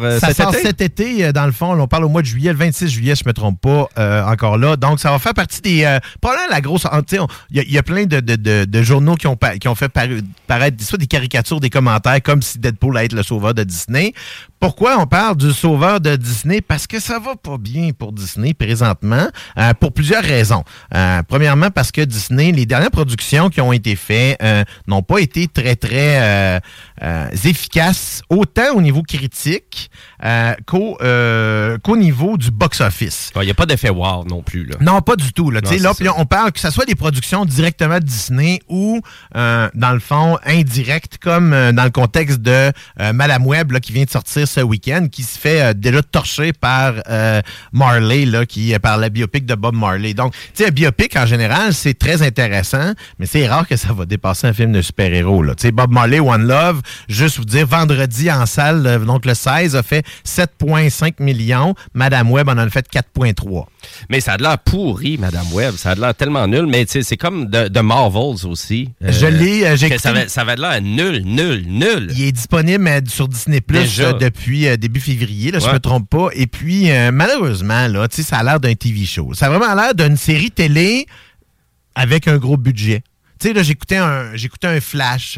cet été, dans le fond. On parle au mois de juillet, le 26 juillet, je ne me trompe pas, encore là. Donc, ça va faire partie des... probablement la grosse... Il y a plein de journaux qui ont fait paraître soit des caricatures, des commentaires, comme si Deadpool allait être le sauveur de Disney. Pourquoi on parle du sauveur de Disney? Parce que ça va pas bien pour Disney présentement, pour plusieurs raisons. Premièrement, parce que Disney, les dernières productions qui ont été faites n'ont pas été très, très efficaces, autant au niveau critique qu'au niveau du box-office. Il n'y a pas d'effet wow non plus. Là. Non, pas du tout. Là, non, là on parle que ce soit des productions directement de Disney ou, dans le fond, indirectes, comme dans le contexte de Madame Web, là, qui vient de sortir ce week-end, qui se fait déjà torcher par Marley, là, par la biopic de Bob Marley. Donc, tu sais, un biopic, en général, c'est très intéressant, mais c'est rare que ça va dépasser un film de super-héros. Tu sais, Bob Marley, One Love, juste vous dire, vendredi en salle, donc le 16, a fait 7,5 millions. Madame Web en a fait 4,3. Mais ça a de l'air pourri, Madame Web. Ça a de l'air tellement nul, mais tu sais, c'est comme de Marvels aussi. J'ai ça avait de l'air nul. Il est disponible sur Disney Plus depuis début février, là, je me trompe pas. Et puis, malheureusement, là, ça a l'air d'un TV show. Ça a vraiment l'air d'une série télé avec un gros budget. Tu sais, là, j'écoutais un Flash,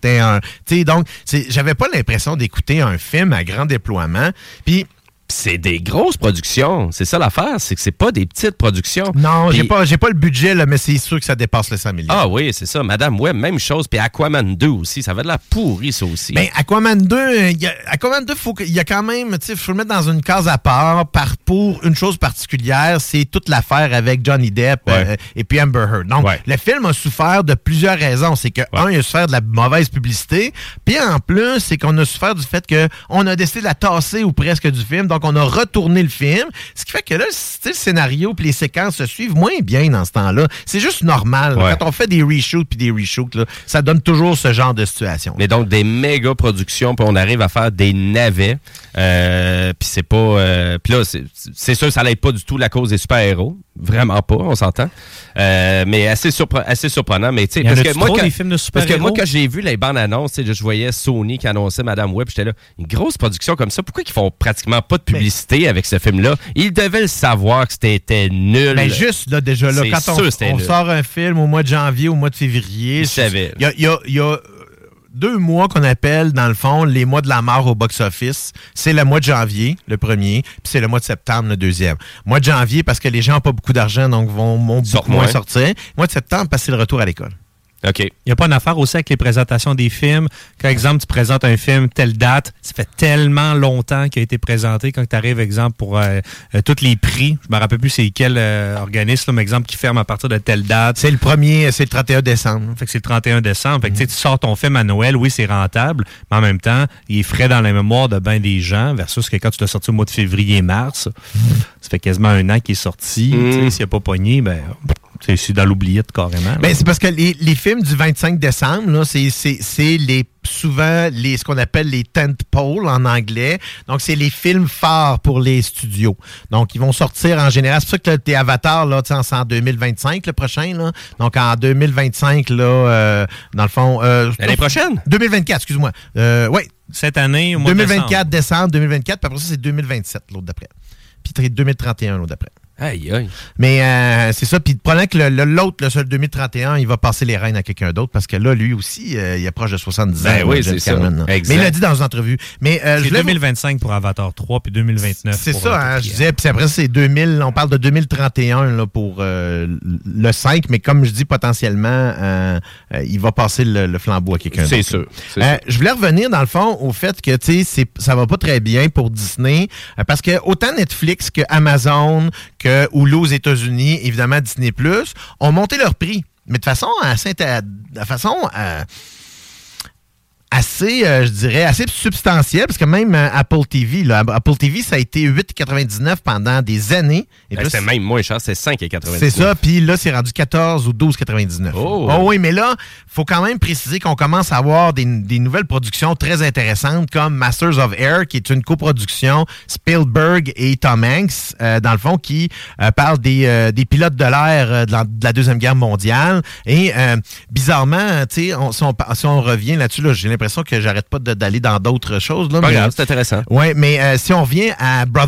donc, j'avais pas l'impression d'écouter un film à grand déploiement. Puis, c'est des grosses productions. C'est ça l'affaire, c'est que c'est pas des petites productions. Non, j'ai pas le budget, là, mais c'est sûr que ça dépasse les 100 millions. Ah oui, c'est ça. Madame Web, même chose. Puis Aquaman 2 aussi. Ça va de la pourrie, ça aussi. Ben, Aquaman 2, il y a quand même, il faut le mettre dans une case à part pour une chose particulière, c'est toute l'affaire avec Johnny Depp et puis Amber Heard. Donc, le film a souffert de plusieurs raisons. C'est que, il a souffert de la mauvaise publicité, puis en plus, c'est qu'on a souffert du fait qu'on a décidé de la tasser ou presque du film. Donc, on a retourné le film. Ce qui fait que là, le scénario et les séquences se suivent moins bien dans ce temps-là. C'est juste normal. Ouais. Quand on fait des reshoots puis des reshoots, là, ça donne toujours ce genre de situation. Mais donc, des méga productions, puis on arrive à faire des navets. Puis c'est pas... puis là, c'est sûr que ça n'aide pas du tout la cause des super-héros. Vraiment pas, on s'entend. Mais assez surprenant. Mais tu sais, parce que moi, quand j'ai vu les bandes annonces, je voyais Sony qui annonçait Madame Web, j'étais là, une grosse production comme ça, pourquoi ils font pratiquement pas de publicité avec ce film-là? Ils devaient le savoir que c'était nul. Mais juste là, déjà là, quand on sort un film au mois de janvier, au mois de février, il y a 2 mois qu'on appelle, dans le fond, les mois de la mort au box-office. C'est le mois de janvier, le premier, puis c'est le mois de septembre, le deuxième. Mois de janvier, parce que les gens n'ont pas beaucoup d'argent, donc vont beaucoup moins sortir. Mois de septembre, parce que c'est le retour à l'école. OK. Il n'y a pas une affaire aussi avec les présentations des films. Par exemple, tu présentes un film, telle date, ça fait tellement longtemps qu'il a été présenté. Quand tu arrives, exemple, pour tous les prix, je me rappelle plus c'est quel organisme, mais exemple, qui ferme à partir de telle date. C'est le 31 décembre. Fait que c'est le 31 décembre. Fait que tu sors ton film à Noël, oui, c'est rentable, mais en même temps, il est frais dans la mémoire de bien des gens, versus que quand tu l'as sorti au mois de février-mars, ça fait quasiment 1 an qu'il est sorti. S'il n'a pas pogné, ben... C'est dans l'oubliette carrément. Ben, c'est parce que les films du 25 décembre, là, c'est souvent ce qu'on appelle les tentpoles en anglais. Donc, c'est les films phares pour les studios. Donc, ils vont sortir en général. C'est pour ça que tes Avatar, là, c'est en 2025, le prochain. Là. Donc, en 2025, là, dans le fond... l'année prochaine? 2024, excuse-moi. Oui. Cette année, au mois de 2024, décembre 2024. Puis après ça, c'est 2027, l'autre d'après. Puis 2031, l'autre d'après. Aïe, aïe. Mais c'est ça. Puis le problème que l'autre, le 2031, il va passer les rênes à quelqu'un d'autre parce que là, lui aussi, il approche de 70 ans. Oui, c'est Cameron, ça. Mais il l'a dit dans une entrevue. Mais, c'est 2025 pour Avatar 3 puis 2029 c'est pour ça, je disais. Puis après, c'est 2000. On parle de 2031 là, pour le 5. Mais comme je dis, potentiellement, il va passer le flambeau à quelqu'un d'autre. C'est sûr. Je voulais revenir, dans le fond, au fait que ça va pas très bien pour Disney parce que autant Netflix que Amazon que Hulu aux États-Unis, évidemment Disney+, ont monté leur prix. Mais de façon assez, je dirais, assez substantielle, parce que même Apple TV, ça a été 8,99 pendant des années. C'est même moins cher, c'est 5,99. C'est ça, puis là, c'est rendu 14 ou 12,99. Oh oui, mais là, il faut quand même préciser qu'on commence à avoir des nouvelles productions très intéressantes, comme Masters of Air, qui est une coproduction Spielberg et Tom Hanks, dans le fond, qui parle des pilotes de l'air de la Deuxième Guerre mondiale. Et bizarrement, tu sais, si on revient là-dessus, là, j'ai l'impression que j'arrête pas d'aller dans d'autres choses. Là, pas grave, c'est intéressant. Oui, mais si on revient à Band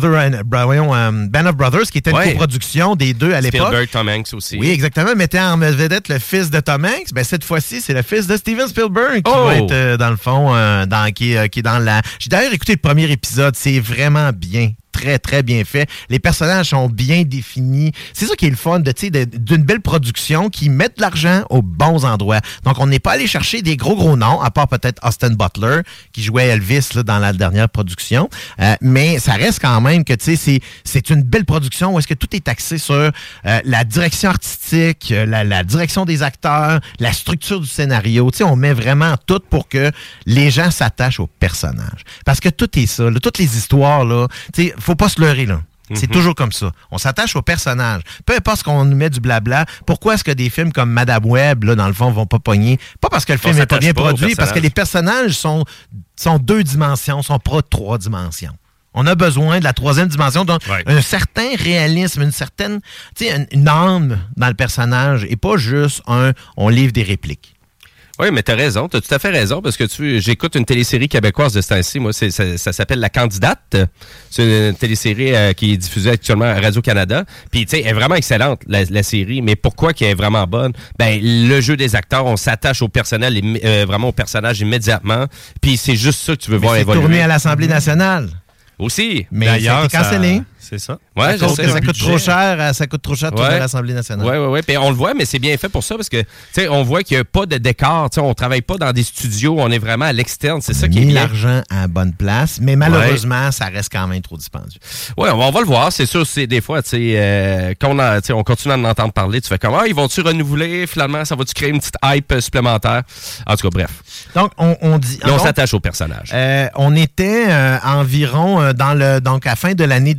of Brothers, qui était une coproduction des deux à l'époque. Spielberg, Tom Hanks aussi. Oui, exactement. Mettait en vedette le fils de Tom Hanks. Ben, cette fois-ci, c'est le fils de Steven Spielberg qui va être, dans le fond, qui est dans la... J'ai d'ailleurs écouté le premier épisode. C'est vraiment bien. Très, très bien fait. Les personnages sont bien définis. C'est ça qui est le fun d'une belle production qui met de l'argent aux bons endroits. Donc, on n'est pas allé chercher des gros noms, à part peut-être Austin Butler, qui jouait Elvis là, dans la dernière production. Mais ça reste quand même que c'est une belle production où est-ce que tout est axé sur la direction artistique, la direction des acteurs, la structure du scénario. On met vraiment tout pour que les gens s'attachent aux personnages. Parce que tout est ça. Là, toutes les histoires, là, faut pas se leurrer, là. C'est toujours comme ça. On s'attache aux personnages. Peu importe ce qu'on nous met du blabla, pourquoi est-ce que des films comme Madame Web, là, dans le fond, vont pas pogner? Pas parce que le film n'est pas bien produit, parce que les personnages sont 2 dimensions, sont pas 3 dimensions. On a besoin de la 3e dimension, donc un certain réalisme, une certaine, une âme dans le personnage, et pas juste on livre des répliques. Oui, mais t'as raison, t'as tout à fait raison, parce que j'écoute une télésérie québécoise de ce temps-ci, moi, ça s'appelle La Candidate. C'est une télésérie qui est diffusée actuellement à Radio-Canada. Puis, tu sais, elle est vraiment excellente, la série, mais pourquoi qu'elle est vraiment bonne? Ben, le jeu des acteurs, on s'attache au personnel, vraiment au personnage immédiatement, puis c'est juste ça que tu veux voir évoluer. C'est tourné à l'Assemblée nationale. Aussi. Mais d'ailleurs, ça a été cancellé. C'est ça. Ouais, ça coûte trop cher. Ça coûte trop cher de tourner à l'Assemblée nationale. Oui. Puis on le voit, mais c'est bien fait pour ça parce que, tu sais, on voit qu'il n'y a pas de décor. On ne travaille pas dans des studios. On est vraiment à l'externe. C'est ça qui est bien. L'argent à la bonne place, mais malheureusement, ça reste quand même trop dispendieux. Oui, on va le voir. C'est sûr, c'est des fois, tu sais, quand on continue à en entendre parler, tu fais comme, ils vont-tu renouveler? Finalement, ça va-tu créer une petite hype supplémentaire? En tout cas, bref. Donc, on dit. Là, on s'attache au personnage. On était environ donc à la fin de l'année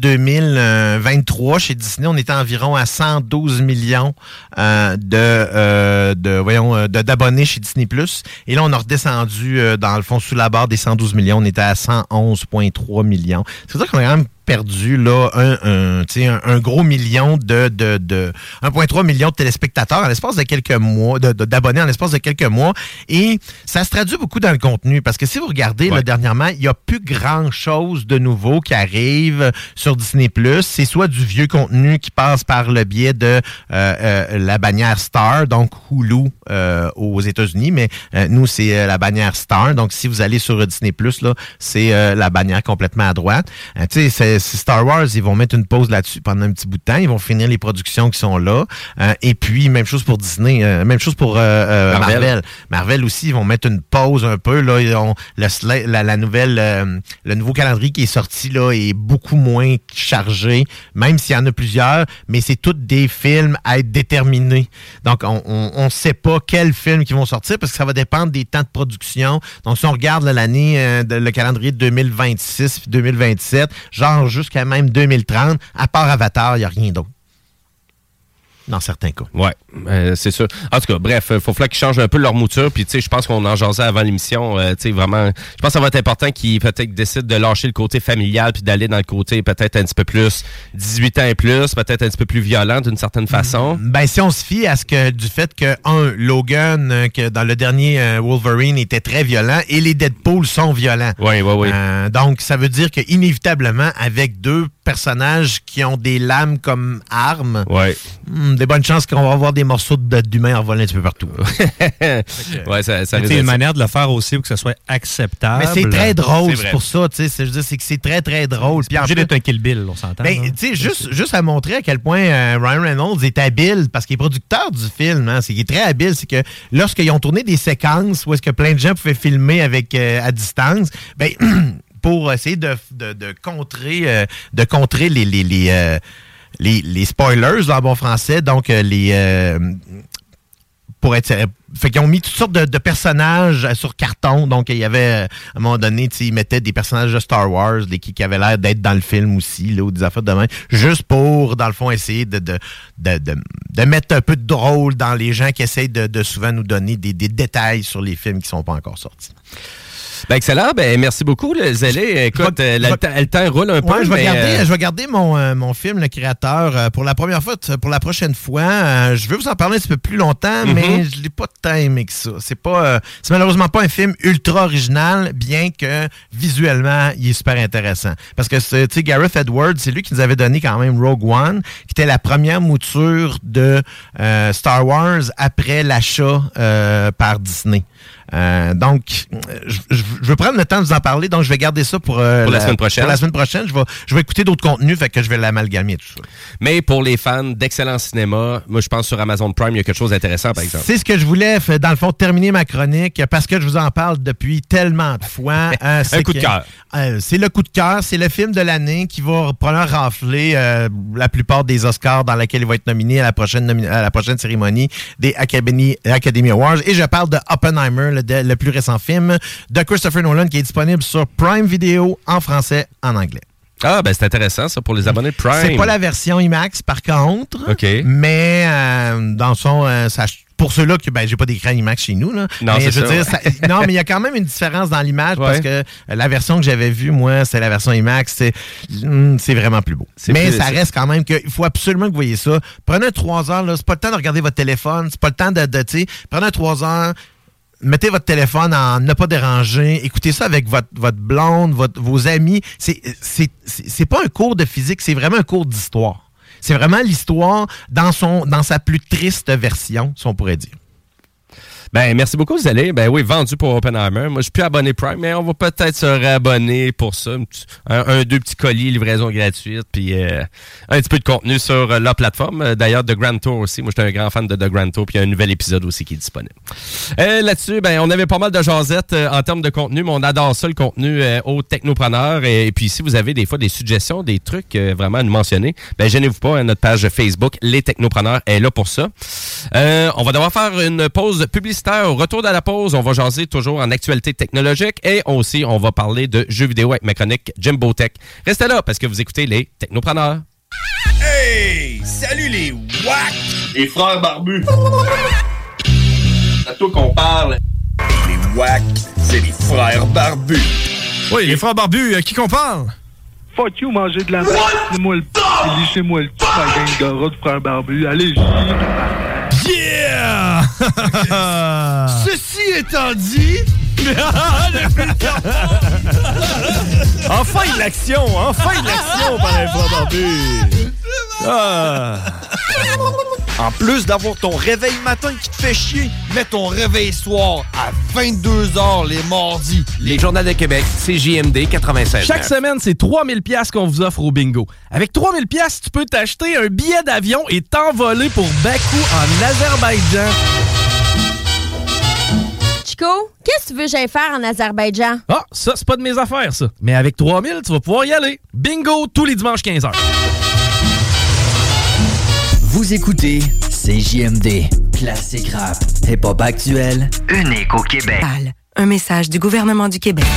2023 chez Disney, on était environ à 112 millions d'abonnés chez Disney+. Et là, on a redescendu dans le fond sous la barre des 112 millions. On était à 111,3 millions. C'est ça qu'on a quand même perdu là un gros million 1,3 million de téléspectateurs en l'espace de quelques mois, d'abonnés en l'espace de quelques mois. Et ça se traduit beaucoup dans le contenu parce que si vous regardez là, dernièrement, il n'y a plus grand-chose de nouveau qui arrive sur Disney+. C'est soit du vieux contenu qui passe par le biais de la bannière Star, donc Hulu aux États-Unis, mais nous, c'est la bannière Star. Donc, si vous allez sur Disney+, là, c'est la bannière complètement à droite. Tu sais, c'est Star Wars, ils vont mettre une pause là-dessus pendant un petit bout de temps. Ils vont finir les productions qui sont là. Et puis, même chose pour Disney. Même chose pour Marvel. Marvel aussi, ils vont mettre une pause un peu. Là, ils ont le nouveau calendrier qui est sorti là est beaucoup moins chargé, même s'il y en a plusieurs, mais c'est tous des films à être déterminés. Donc, on ne sait pas quels films qui vont sortir parce que ça va dépendre des temps de production. Donc, si on regarde là, l'année, le calendrier de 2026 et 2027, genre jusqu'à même 2030, à part Avatar, il n'y a rien d'autre. Dans certains cas. Ouais, c'est sûr. En tout cas, bref, il faut falloir qu'ils changent un peu leur mouture. Puis, tu sais, je pense qu'on en jasait avant l'émission. Tu sais, vraiment, je pense que ça va être important qu'ils peut-être décident de lâcher le côté familial puis d'aller dans le côté peut-être un petit peu plus 18 ans et plus, peut-être un petit peu plus violent d'une certaine façon. Ben, si on se fie à du fait que, Logan, que dans le dernier Wolverine, était très violent et les Deadpool sont violents. Oui. Donc, ça veut dire qu'inévitablement, avec deux personnages qui ont des lames comme armes, des bonnes chances qu'on va avoir des morceaux d'humains envolés un petit peu partout. Ouais, ça c'est une manière de le faire aussi pour que ça soit acceptable. Mais c'est très drôle, c'est pour ça. Je veux dire, c'est que c'est très, très drôle. C'est obligé d'être un Kill Bill, on s'entend. Ben, tu sais, juste à montrer à quel point Ryan Reynolds est habile, parce qu'il est producteur du film. Hein, il est très habile. C'est que lorsqu'ils ont tourné des séquences où est-ce que plein de gens pouvaient filmer avec à distance, ben pour essayer de contrer les spoilers en bon français, donc pour être fait qu'ils ont mis toutes sortes de personnages sur carton. Donc, il y avait, à un moment donné, ils mettaient des personnages de Star Wars qui avaient l'air d'être dans le film aussi, là, ou des affaires de même, juste pour, dans le fond, essayer de mettre un peu de drôle dans les gens qui essayent de souvent nous donner des détails sur les films qui sont pas encore sortis. Ben excellent. Ben merci beaucoup, Zélé. Écoute, le temps roule un peu. Ouais, je vais garder mon film, Le Créateur, pour la première fois, pour la prochaine fois. Je vais vous en parler un petit peu plus longtemps, mais je l'ai pas tant aimé que ça. C'est malheureusement pas un film ultra original, bien que visuellement, il est super intéressant. Parce que, tu sais, Gareth Edwards, c'est lui qui nous avait donné quand même Rogue One, qui était la première mouture de Star Wars après l'achat par Disney. Donc, je veux prendre le temps de vous en parler, donc je vais garder ça pour la semaine prochaine. Pour la semaine prochaine, je vais écouter d'autres contenus, fait que je vais l'amalgamer tout ça. Mais pour les fans d'excellent cinéma, moi je pense sur Amazon Prime, il y a quelque chose d'intéressant, par exemple. C'est ce que je voulais, dans le fond, terminer ma chronique, parce que je vous en parle depuis tellement de fois. Un coup de cœur. C'est le coup de cœur, c'est le film de l'année qui va probablement rafler la plupart des Oscars dans lesquels il va être nominé à la prochaine cérémonie des Academy Awards. Et je parle de Oppenheimer, le plus récent film de Christopher Nolan qui est disponible sur Prime Video en français, en anglais. Ah, ben c'est intéressant ça pour les abonnés de Prime. C'est pas la version IMAX par contre, mais dans son pour ceux-là que j'ai pas d'écran IMAX chez nous là. Non, mais c'est ça. Non, mais il y a quand même une différence dans l'image parce que la version que j'avais vue moi, c'est la version IMAX, c'est vraiment plus beau. Mais ça reste quand même qu'il faut absolument que vous voyez ça. Prenez 3 heures là, c'est pas le temps de regarder votre téléphone, c'est pas le temps de tu sais, prenez 3 heures. Mettez votre téléphone en ne pas déranger. Écoutez ça avec votre blonde, vos amis. C'est pas un cours de physique, c'est vraiment un cours d'histoire. C'est vraiment l'histoire dans sa plus triste version, si on pourrait dire. Ben, merci beaucoup, Zélé. Ben oui, vendu pour Oppenheimer. Moi, je suis plus abonné Prime, mais on va peut-être se réabonner pour ça. Deux petits colis, livraison gratuite, puis un petit peu de contenu sur la plateforme. D'ailleurs, The Grand Tour aussi. Moi, j'étais un grand fan de The Grand Tour, puis il y a un nouvel épisode aussi qui est disponible. Là-dessus, ben, on avait pas mal de jasettes en termes de contenu, mais on adore ça, le contenu aux technopreneurs. Et puis, si vous avez des fois des suggestions, des trucs vraiment à nous mentionner, ben, gênez-vous pas. Notre page Facebook, Les Technopreneurs, est là pour ça. On va devoir faire une pause publicitaire. Au retour de la pause, on va jaser toujours en actualité technologique et aussi, on va parler de jeux vidéo avec ma chronique Jimbo Tech. Restez là parce que vous écoutez Les Technopreneurs. Hey! Salut les WAC! Les frères barbus! C'est à toi qu'on parle. Les WAC, c'est les frères barbus. Oui, les frères barbus, à qui qu'on parle? Fuck you, manger de la merde. Lissez-moi le p***, lissez-moi le p***, ma gang de rats de frères barbus. Allez, Yeah! Ceci étant dit... Enfin de l'action par les frères barbus. En plus d'avoir ton réveil matin qui te fait chier, mets ton réveil soir à 22h les mardis. Les Journaux de Québec, CJMD 96. Chaque semaine, c'est 3000 $ qu'on vous offre au bingo. Avec 3000 $, tu peux t'acheter un billet d'avion et t'envoler pour Bakou en Azerbaïdjan. Chico, qu'est-ce que tu veux que j'aille faire en Azerbaïdjan? Ah, ça, c'est pas de mes affaires, ça. Mais avec 3000, tu vas pouvoir y aller. Bingo, tous les dimanches 15h. Vous écoutez CJMD, classique rap, hip-hop actuel, unique au Québec. Un message du gouvernement du Québec.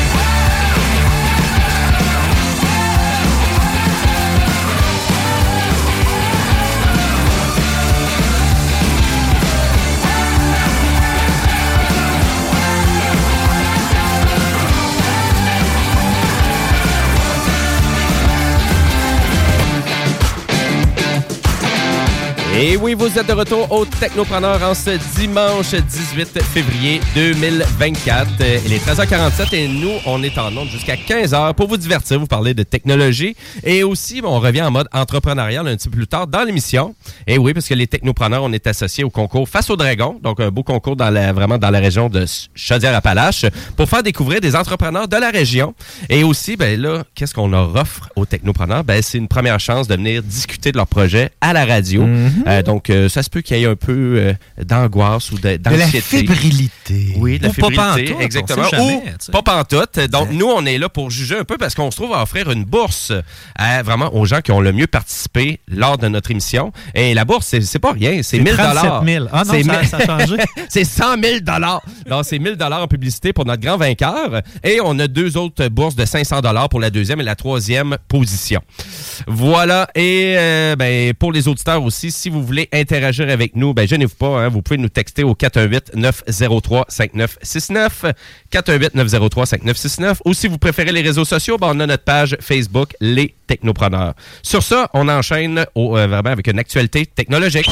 Et oui, vous êtes de retour au Technopreneur en ce dimanche 18 février 2024. Il est 13h47 et nous, on est en onde jusqu'à 15h pour vous divertir, vous parler de technologie. Et aussi, on revient en mode entrepreneurial un petit peu plus tard dans l'émission. Et oui, parce que les Technopreneurs, on est associés au concours Face au Dragon, donc un beau concours vraiment dans la région de Chaudière-Appalaches pour faire découvrir des entrepreneurs de la région. Et aussi, ben là, qu'est-ce qu'on leur offre aux Technopreneurs? Ben, c'est une première chance de venir discuter de leur projet à la radio. Donc, ça se peut qu'il y ait un peu d'angoisse ou d'anxiété. De la fébrilité. Oui, de la fébrilité, pantoute, exactement. Jamais, ou pas pantoute. Donc, nous, on est là pour juger un peu parce qu'on se trouve à offrir une bourse vraiment aux gens qui ont le mieux participé lors de notre émission. Et la bourse, c'est pas rien, c'est 1 000 37 000. Ah non, ça a changé. C'est 100 000 Donc, c'est 1 000 en publicité pour notre grand vainqueur. Et on a 2 autres bourses de 500 pour la 2e et la 3e position. Voilà. Et ben, pour les auditeurs aussi, si vous voulez interagir avec nous, ben gênez-vous pas, hein, vous pouvez nous texter au 418-903-5969, 418-903-5969, ou si vous préférez les réseaux sociaux, ben, on a notre page Facebook, Les Technopreneurs. Sur ça, on enchaîne vraiment avec une actualité technologique.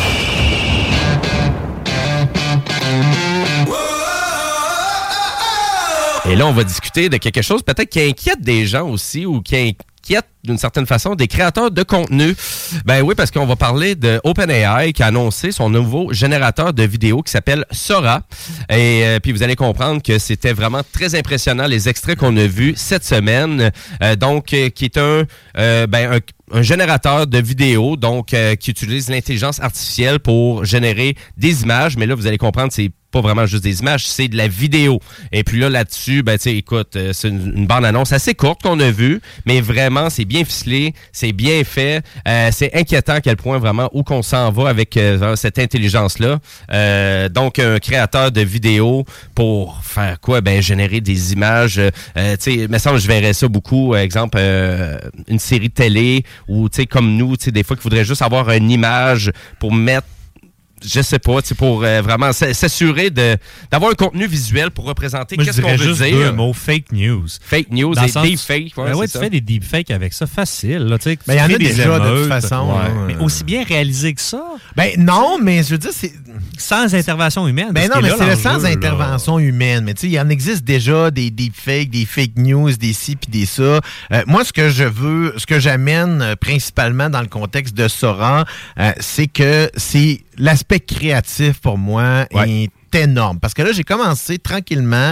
Et là, on va discuter de quelque chose peut-être qui inquiète des gens aussi ou qui inquiète d'une certaine façon des créateurs de contenu. Ben oui, parce qu'on va parler de OpenAI qui a annoncé son nouveau générateur de vidéos qui s'appelle Sora. Et puis vous allez comprendre que c'était vraiment très impressionnant les extraits qu'on a vus cette semaine. Qui est un générateur de vidéos donc qui utilise l'intelligence artificielle pour générer des images. Mais là, vous allez comprendre, c'est pas vraiment juste des images, c'est de la vidéo. Et puis là-dessus, ben tu sais, écoute, c'est une bande-annonce assez courte qu'on a vue, mais vraiment, c'est bien ficelé, c'est bien fait. C'est inquiétant à quel point vraiment où qu'on s'en va avec cette intelligence-là. Donc, un créateur de vidéos pour faire quoi? Ben, générer des images. Tu sais, il me semble que je verrais ça beaucoup, exemple, une série télé ou, tu sais, comme nous, tu sais, des fois qu'il faudrait juste avoir une image pour mettre je sais pas, pour vraiment s'assurer d'avoir un contenu visuel pour représenter qu'est-ce qu'on veut dire. Deux mots, fake news. Fake news et deepfake. Ouais, tu fais des deepfakes avec ça, facile. Là, il y en a déjà de toute façon. Ouais. Mais aussi bien réalisé que ça. Ben non, mais je veux dire, c'est... Sans intervention humaine. Ben non, mais c'est le sans intervention humaine. Mais tu sais, il y en existe déjà des deepfakes, des fake news, des ci puis des ça. Moi, ce que j'amène principalement dans le contexte de Sora, c'est que c'est l'aspect créatif pour moi est énorme. Parce que là, je commence tranquillement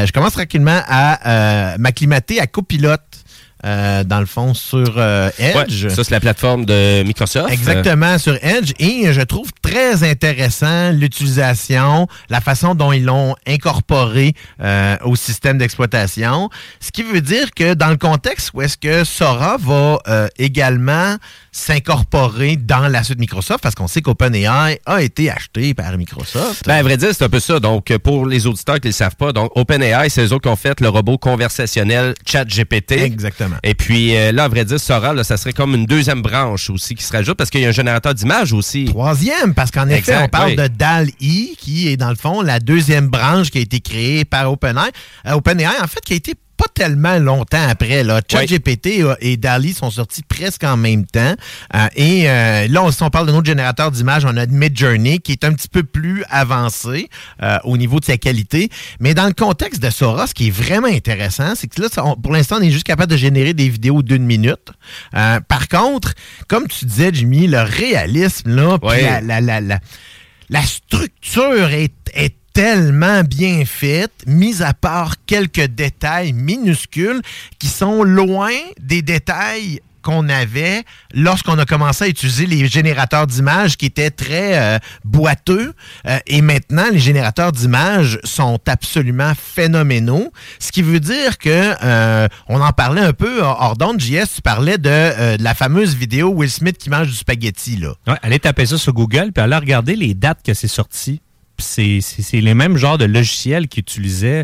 à m'acclimater à Copilote. Dans le fond, sur Edge. Ouais, ça, c'est la plateforme de Microsoft. Exactement, sur Edge. Et je trouve très intéressant l'utilisation, la façon dont ils l'ont incorporé au système d'exploitation. Ce qui veut dire que dans le contexte où est-ce que Sora va également s'incorporer dans la suite Microsoft, parce qu'on sait qu'OpenAI a été acheté par Microsoft. Ben, à vrai dire, c'est un peu ça. Donc, pour les auditeurs qui ne le savent pas, donc OpenAI, c'est eux autres qui ont fait le robot conversationnel ChatGPT. Exactement. Et puis là, à vrai dire, Sora, là, ça serait comme une deuxième branche aussi qui se rajoute parce qu'il y a un générateur d'images aussi. Troisième, parce qu'en effet, on parle de DALL-E qui est dans le fond la deuxième branche qui a été créée par OpenAI. OpenAI, en fait, qui a été pas tellement longtemps après. ChatGPT et DALL-E sont sortis presque en même temps. Là, si on parle de notre générateur d'images, on a Midjourney qui est un petit peu plus avancé au niveau de sa qualité. Mais dans le contexte de Sora, ce qui est vraiment intéressant, c'est que là, pour l'instant, on est juste capable de générer des vidéos d'1 minute. Par contre, comme tu disais, Jimmy, le réalisme, là, puis la structure est tellement bien faite, mis à part quelques détails minuscules qui sont loin des détails qu'on avait lorsqu'on a commencé à utiliser les générateurs d'images qui étaient très boiteux. Et maintenant, les générateurs d'images sont absolument phénoménaux. Ce qui veut dire que, on en parlait un peu hors d'onde, JS, tu parlais de la fameuse vidéo Will Smith qui mange du spaghetti. Là. Ouais, allez taper ça sur Google puis allez regarder les dates que c'est sorti. C'est les mêmes genres de logiciels qu'ils utilisaient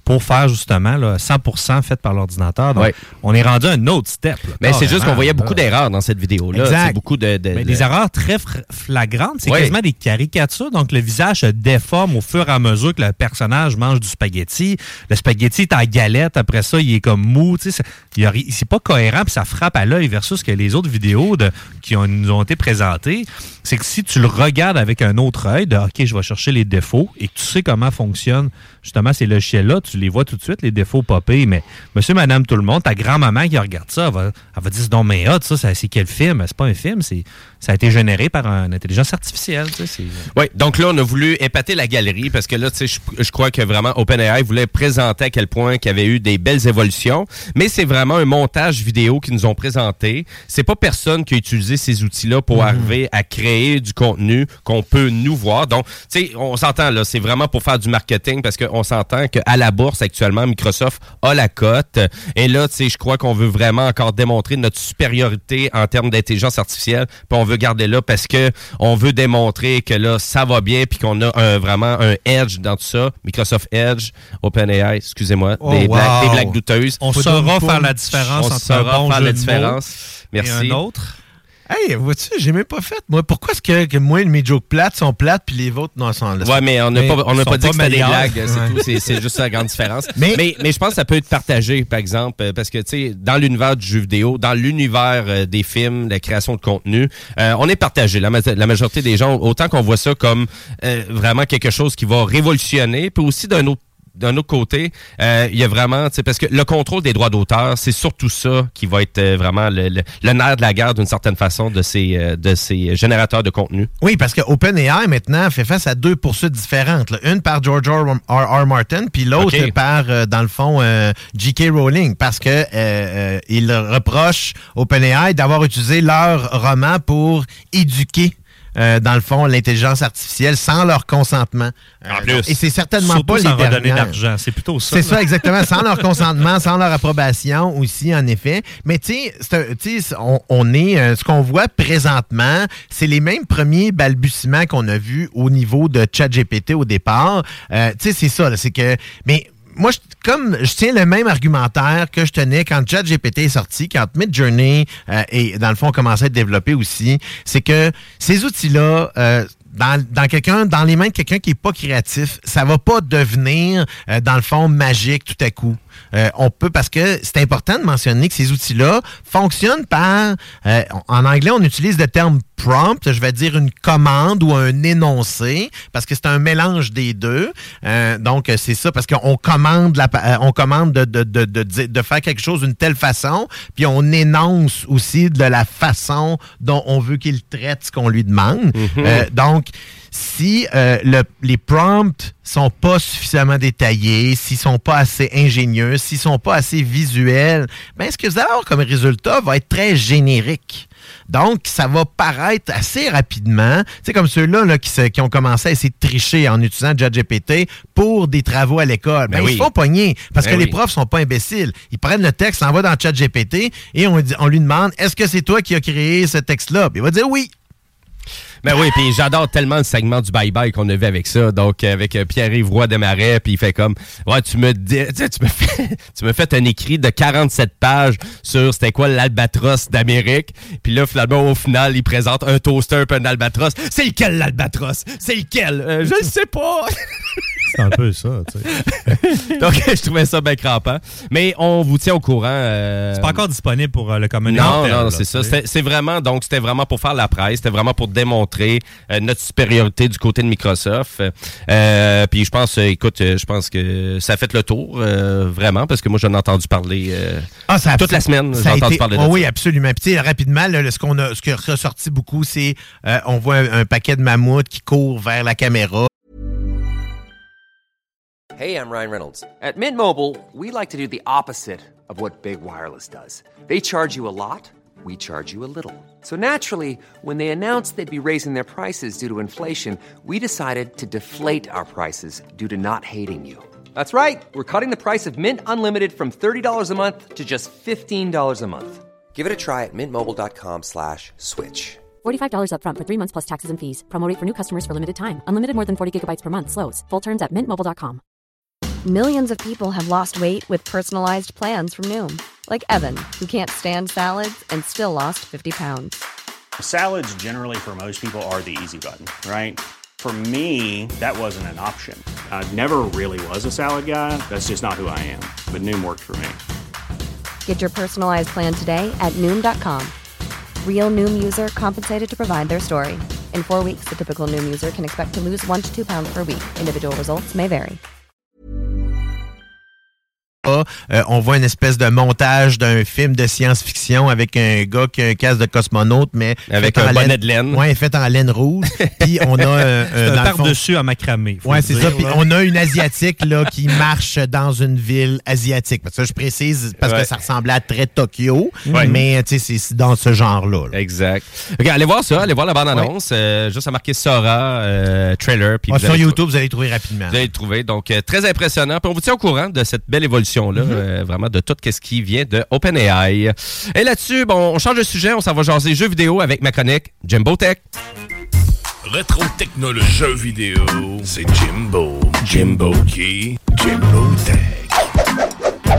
pour faire justement là, 100% fait par l'ordinateur. Donc, on est rendu à un autre step. Là, mais c'est juste qu'on voyait beaucoup d'erreurs dans cette vidéo-là. Exact. C'est beaucoup des erreurs très flagrantes. C'est quasiment des caricatures. Donc, le visage se déforme au fur et à mesure que le personnage mange du spaghetti. Le spaghetti est en galette. Après ça, il est comme mou. C'est pas cohérent puis ça frappe à l'œil versus que les autres vidéos qui nous ont été présentées. C'est que si tu le regardes avec un autre œil, OK, je vais chercher les défauts et que tu sais comment fonctionne justement ces logiciels-là, tu les vois tout de suite, les défauts popés, mais monsieur, madame, tout le monde, ta grand-maman qui regarde ça, elle va dire, non, mais c'est quel film? C'est pas un film, ça a été généré par une intelligence artificielle. Oui, donc là, on a voulu épater la galerie parce que là, tu sais, je crois que vraiment OpenAI voulait présenter à quel point qu'il y avait eu des belles évolutions, mais c'est vraiment un montage vidéo qu'ils nous ont présenté. C'est pas personne qui a utilisé ces outils-là pour arriver à créer du contenu qu'on peut nous voir. Donc, tu sais, on s'entend là, c'est vraiment pour faire du marketing parce qu'on s'entend qu'à la bourse actuellement, Microsoft a la cote. Et là, tu sais, je crois qu'on veut vraiment encore démontrer notre supériorité en termes d'intelligence artificielle. Puis on veut garder là parce que on veut démontrer que là, ça va bien puis qu'on a vraiment un edge dans tout ça. Microsoft Edge, OpenAI, excusez-moi, des blagues douteuses. On saura faire la différence entre un bon jeu de mots Merci. Et un autre. Hey, vois-tu, j'ai même pas fait. Moi, pourquoi est-ce que moi, mes jokes plates sont plates puis les vôtres, non, sont là? Ouais, mais on n'a pas dit que c'était des blagues, c'est tout. C'est juste la grande différence. Mais je pense que ça peut être partagé, par exemple, parce que, tu sais, dans l'univers du jeu vidéo, dans l'univers des films, la création de contenu, on est partagé. La majorité des gens, autant qu'on voit ça comme vraiment quelque chose qui va révolutionner, puis aussi d'un autre côté, il y a vraiment, parce que le contrôle des droits d'auteur, c'est surtout ça qui va être vraiment le nerf de la guerre d'une certaine façon de ces générateurs de contenu. Oui, parce que OpenAI maintenant fait face à deux poursuites différentes. Là. Une par George R. Martin, puis l'autre par, dans le fond, J.K. Rowling, parce que il reproche OpenAI d'avoir utilisé leur roman pour éduquer dans le fond, l'intelligence artificielle sans leur consentement. En plus. Et c'est certainement surtout pas les sans redonner dernières. d'argent. C'est plutôt ça. C'est ça, exactement. Sans leur consentement, sans leur approbation aussi, en effet. Mais tu sais, on est... ce qu'on voit présentement, c'est les mêmes premiers balbutiements qu'on a vus au niveau de ChatGPT au départ. Tu sais, c'est ça. Là, c'est que... Mais moi, je tiens le même argumentaire que je tenais quand ChatGPT est sorti, quand Midjourney et dans le fond, commençait à être développé aussi, c'est que ces outils-là, dans les mains de quelqu'un qui n'est pas créatif, ça va pas devenir, dans le fond, magique tout à coup. On peut, parce que c'est important de mentionner que ces outils-là fonctionnent par, en anglais, on utilise le terme prompt, je vais dire une commande ou un énoncé, parce que c'est un mélange des deux. Donc, c'est ça, parce qu'on commande on commande de faire quelque chose d'une telle façon, puis on énonce aussi de la façon dont on veut qu'il traite ce qu'on lui demande. Donc, si les prompts sont pas suffisamment détaillés, s'ils sont pas assez ingénieux, s'ils sont pas assez visuels, ben ce que vous allez avoir comme résultat va être très générique. Donc, ça va paraître assez rapidement. Tu sais, comme ceux-là là, qui ont commencé à essayer de tricher en utilisant ChatGPT pour des travaux à l'école. Ben, ils se font pogner parce que les profs sont pas imbéciles. Ils prennent le texte, l'envoient dans ChatGPT et on lui demande « Est-ce que c'est toi qui as créé ce texte-là? » Puis il va dire « Oui. » Ben oui, puis j'adore tellement le segment du bye-bye qu'on a vu avec ça. Donc, avec Pierre-Yves Roy Desmarais, puis il fait comme, ouais, tu me fais un écrit de 47 pages sur c'était quoi l'albatros d'Amérique. Puis là, finalement, au final, il présente un toaster puis un albatros. C'est lequel l'albatros? C'est lequel? Je ne sais pas. C'est un peu ça, tu sais. Donc, je trouvais ça bien crampant. Mais on vous tient au courant. C'est pas encore disponible pour le commun. Non, c'est ça. C'était vraiment pour faire la presse. C'était vraiment pour démontrer notre supériorité du côté de Microsoft. Puis je pense que ça a fait le tour, vraiment, parce que moi, j'en ai entendu parler toute la semaine. J'ai entendu parler de ça. Oui, absolument. Puis rapidement, là, ce qui est ressorti beaucoup, c'est on voit un paquet de mammouths qui courent vers la caméra. Hey, I'm Ryan Reynolds. At Mint Mobile, we like to do the opposite of what Big Wireless does. They charge you a lot, we charge you a little. So naturally, when they announced they'd be raising their prices due to inflation, we decided to deflate our prices due to not hating you. That's right. We're cutting the price of Mint Unlimited from $30 a month to just $15 a month. Give it a try at mintmobile.com/switch. $45 up front for 3 months plus taxes and fees. Promo rate for new customers for limited time. Unlimited more than 40 gigabytes per month slows. Full terms at mintmobile.com. Millions of people have lost weight with personalized plans from Noom. Like Evan, who can't stand salads and still lost 50 pounds. Salads generally for most people are the easy button, right? For me, that wasn't an option. I never really was a salad guy. That's just not who I am. But Noom worked for me. Get your personalized plan today at Noom.com. Real Noom user compensated to provide their story. In 4 weeks, the typical Noom user can expect to lose 1 to 2 pounds per week. Individual results may vary. On voit une espèce de montage d'un film de science-fiction avec un gars qui a un casque de cosmonaute, mais avec un bonnet de laine. Oui, fait en laine rouge. Puis on a un par-dessus à macramé. Oui, c'est ça. Puis on a une Asiatique là, qui marche dans une ville asiatique. Ça, je précise parce que ça ressemblait à très Tokyo, mais c'est dans ce genre-là. Là. Exact. Okay, allez voir ça, allez voir la bande-annonce. Juste à marquer Sora, trailer. Puis sur YouTube, vous allez le trouver rapidement. Vous allez le trouver. Donc, très impressionnant. Puis on vous tient au courant de cette belle évolution. Vraiment de tout ce qui vient de OpenAI. Et là-dessus, on change de sujet, on s'en va jaser jeux vidéo avec ma chronique Jimbo Tech. Rétro technologie jeux vidéo, c'est Jimbo. Jimbo qui? Jimbo Tech.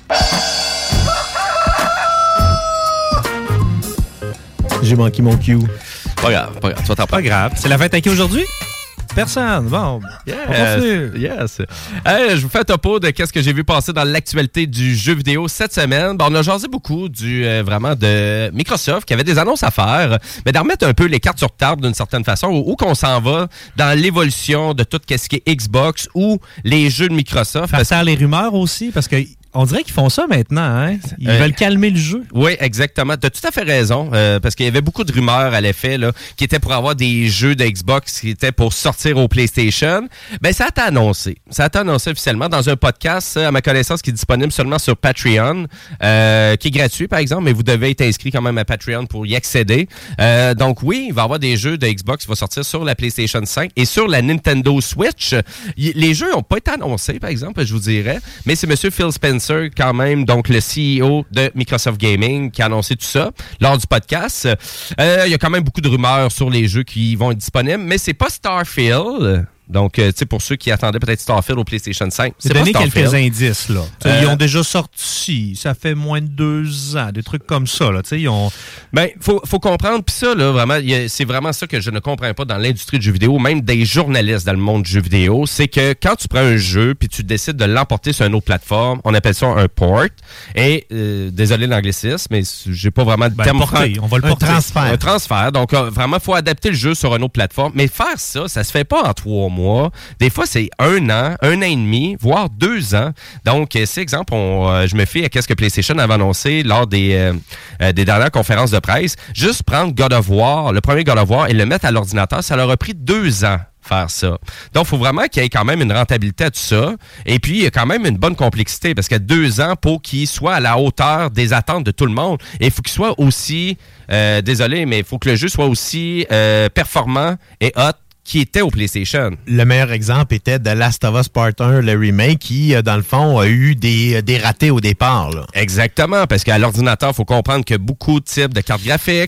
J'ai manqué mon cue. Pas grave. Tu vas t'en pas grave. C'est la fête à qui aujourd'hui? Personne. Bon, on continue. Yes. Je vous fais un topo de qu'est-ce que j'ai vu passer dans l'actualité du jeu vidéo cette semaine. On a jasé beaucoup vraiment de Microsoft qui avait des annonces à faire, mais d'en remettre un peu les cartes sur table d'une certaine façon, où qu'on s'en va dans l'évolution de tout ce qui est Xbox ou les jeux de Microsoft. Ça sert les rumeurs aussi, parce que on dirait qu'ils font ça maintenant, hein? Ils veulent calmer le jeu. Oui, exactement. Tu as tout à fait raison, parce qu'il y avait beaucoup de rumeurs à l'effet là, qui étaient pour avoir des jeux de Xbox qui étaient pour sortir au PlayStation. Ben, ça a été annoncé. Ça a été annoncé officiellement dans un podcast, à ma connaissance, qui est disponible seulement sur Patreon, qui est gratuit, par exemple, mais vous devez être inscrit quand même à Patreon pour y accéder. Donc oui, il va y avoir des jeux de Xbox qui vont sortir sur la PlayStation 5 et sur la Nintendo Switch. Les jeux n'ont pas été annoncés, par exemple, je vous dirais, mais c'est M. Phil Spencer quand même, donc le CEO de Microsoft Gaming, qui a annoncé tout ça lors du podcast. Il y a quand même beaucoup de rumeurs sur les jeux qui vont être disponibles, mais c'est pas Starfield. Donc, tu sais, pour ceux qui attendaient peut-être Starfield au PlayStation 5, c'est donné quelques indices, là. Ils ont déjà sorti, ça fait moins de 2 ans, des trucs comme ça, là. Tu sais, ils ont... Ben, faut comprendre, puis ça, là, vraiment, c'est vraiment ça que je ne comprends pas dans l'industrie du jeu vidéo, même des journalistes dans le monde du jeu vidéo, c'est que quand tu prends un jeu puis tu décides de l'emporter sur une autre plateforme, on appelle ça un port, et, désolé l'anglicisme, mais j'ai pas vraiment de terme. On va le porter. Un transfert. Donc, vraiment, faut adapter le jeu sur une autre plateforme, mais faire ça se fait pas en 3 mois. Des fois, c'est 1 an, 1 an et demi, voire 2 ans. Donc, c'est exemple, je me fie à ce que PlayStation avait annoncé lors des dernières conférences de presse. Juste prendre God of War, le premier God of War, et le mettre à l'ordinateur, ça leur a pris 2 ans. Faire ça. Donc, il faut vraiment qu'il y ait quand même une rentabilité à tout ça. Et puis, il y a quand même une bonne complexité parce qu'il y a 2 ans pour qu'il soit à la hauteur des attentes de tout le monde. Et il faut qu'il soit aussi, désolé, mais il faut que le jeu soit aussi performant et hot qui était au PlayStation. Le meilleur exemple était The Last of Us Part 1, le remake, qui, dans le fond, a eu des ratés au départ. Là. Exactement, parce qu'à l'ordinateur, il faut comprendre que beaucoup de types de cartes graphiques,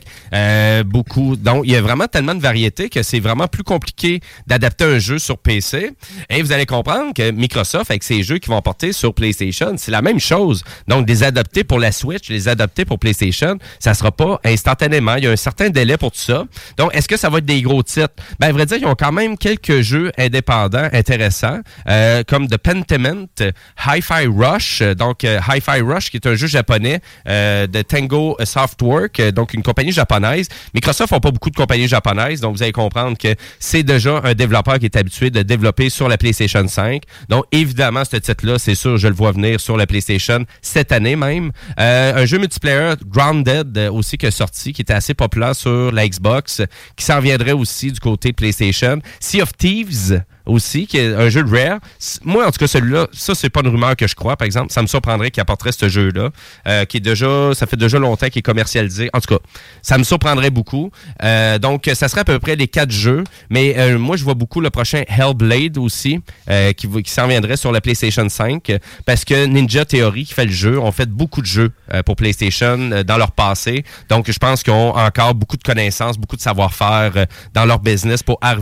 donc il y a vraiment tellement de variétés que c'est vraiment plus compliqué d'adapter un jeu sur PC. Et vous allez comprendre que Microsoft, avec ses jeux qui vont porter sur PlayStation, c'est la même chose. Donc, les adapter pour la Switch, les adapter pour PlayStation, ça sera pas instantanément. Il y a un certain délai pour tout ça. Donc, est-ce que ça va être des gros titres? Ben, à vrai dire, ils ont quand même quelques jeux indépendants intéressants, comme The Pentiment, Hi-Fi Rush, donc Hi-Fi Rush qui est un jeu japonais de Tango Softwork, donc une compagnie japonaise. Microsoft n'a pas beaucoup de compagnies japonaises, donc vous allez comprendre que c'est déjà un développeur qui est habitué de développer sur la PlayStation 5. Donc évidemment, ce titre-là, c'est sûr, je le vois venir sur la PlayStation cette année même. Un jeu multiplayer, Grounded, aussi qui est sorti, qui était assez populaire sur la Xbox, qui s'en viendrait aussi du côté de PlayStation. Sea of Thieves aussi, qui est un jeu de Rare. Moi, en tout cas, celui-là, ça, c'est pas une rumeur que je crois, par exemple. Ça me surprendrait qu'il apporterait ce jeu-là, qui est déjà, ça fait déjà longtemps qu'il est commercialisé. En tout cas, ça me surprendrait beaucoup. Donc, ça serait à peu près les 4 jeux. Mais moi, je vois beaucoup le prochain Hellblade aussi, qui s'en viendrait sur la PlayStation 5, parce que Ninja Theory, qui fait le jeu, ont fait beaucoup de jeux pour PlayStation dans leur passé. Donc, je pense qu'ils ont encore beaucoup de connaissances, beaucoup de savoir-faire dans leur business pour arriver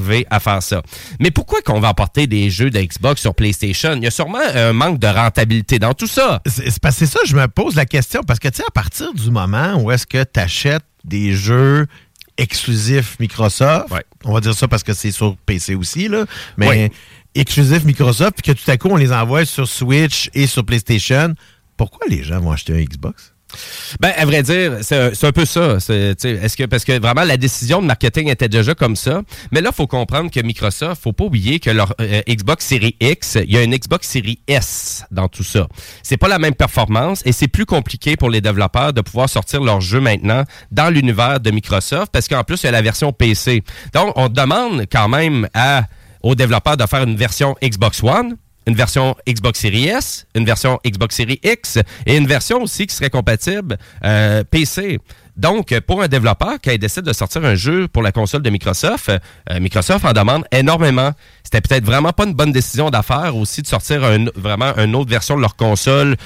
arriver à faire ça. Mais pourquoi qu'on va apporter des jeux de Xbox sur PlayStation? Il y a sûrement un manque de rentabilité dans tout ça. C'est parce que c'est ça, je me pose la question, parce que tu sais, à partir du moment où est-ce que tu achètes des jeux exclusifs Microsoft, on va dire ça parce que c'est sur PC aussi, là, mais exclusifs Microsoft, puis que tout à coup, on les envoie sur Switch et sur PlayStation, pourquoi les gens vont acheter un Xbox? Ben, à vrai dire, c'est un peu ça. Parce que vraiment, la décision de marketing était déjà comme ça. Mais là, il faut comprendre que Microsoft, faut pas oublier que leur Xbox Series X, il y a une Xbox Series S dans tout ça. C'est pas la même performance et c'est plus compliqué pour les développeurs de pouvoir sortir leurs jeux maintenant dans l'univers de Microsoft parce qu'en plus, il y a la version PC. Donc, on demande quand même aux développeurs de faire une version Xbox One, une version Xbox Series S, une version Xbox Series X et une version aussi qui serait compatible PC. Donc, pour un développeur, quand il décide de sortir un jeu pour la console de Microsoft, Microsoft en demande énormément. C'était peut-être vraiment pas une bonne décision d'affaires aussi de sortir vraiment une autre version de leur console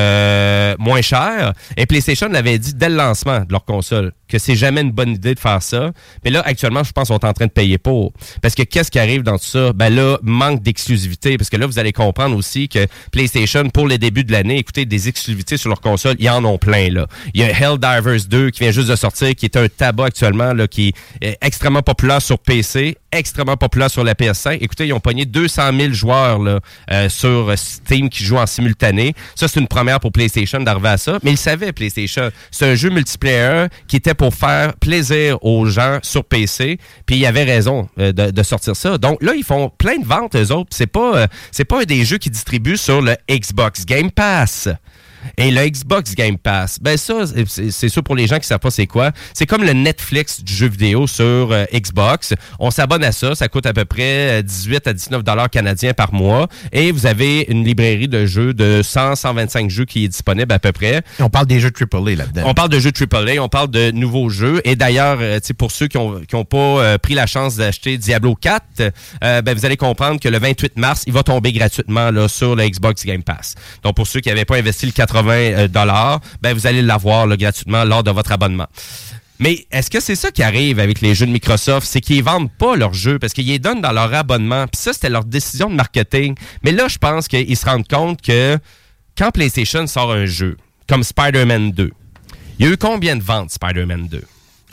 moins chère. Et PlayStation l'avait dit dès le lancement de leur console que c'est jamais une bonne idée de faire ça. Mais là, actuellement, je pense qu'on est en train de payer pour. Parce que qu'est-ce qui arrive dans tout ça? Ben là, manque d'exclusivité. Parce que là, vous allez comprendre aussi que PlayStation, pour les débuts de l'année, écoutez, des exclusivités sur leur console, ils en ont plein, là. Il y a Helldivers 2 qui vient juste de sortir, qui est un tabac actuellement, là, qui est extrêmement populaire sur PC, extrêmement populaire sur la PS5. Écoutez, ils ont pogné 200 000 joueurs là, sur Steam qui jouent en simultané. Ça, c'est une première pour PlayStation d'arriver à ça. Mais ils savaient, PlayStation. C'est un jeu multiplayer qui était pour faire plaisir aux gens sur PC. Puis ils avaient raison de sortir ça. Donc là, ils font plein de ventes, eux autres. C'est pas un des jeux qui distribuent sur le Xbox Game Pass. Et le Xbox Game Pass, ben ça, c'est sûr pour les gens qui ne savent pas c'est quoi. C'est comme le Netflix du jeu vidéo sur Xbox. On s'abonne à ça. Ça coûte à peu près 18 à 19 $ canadiens par mois. Et vous avez une librairie de jeux de 125 jeux qui est disponible à peu près. Et on parle des jeux AAA là-dedans. On parle de jeux AAA, on parle de nouveaux jeux. Et d'ailleurs, pour ceux qui ont pas pris la chance d'acheter Diablo 4, ben vous allez comprendre que le 28 mars, il va tomber gratuitement là, sur le Xbox Game Pass. Donc pour ceux qui n'avaient pas investi le 80 $, ben vous allez l'avoir là, gratuitement lors de votre abonnement. Mais est-ce que c'est ça qui arrive avec les jeux de Microsoft? C'est qu'ils vendent pas leurs jeux parce qu'ils les donnent dans leur abonnement. Puis ça, c'était leur décision de marketing. Mais là, je pense qu'ils se rendent compte que quand PlayStation sort un jeu, comme Spider-Man 2, il y a eu combien de ventes Spider-Man 2?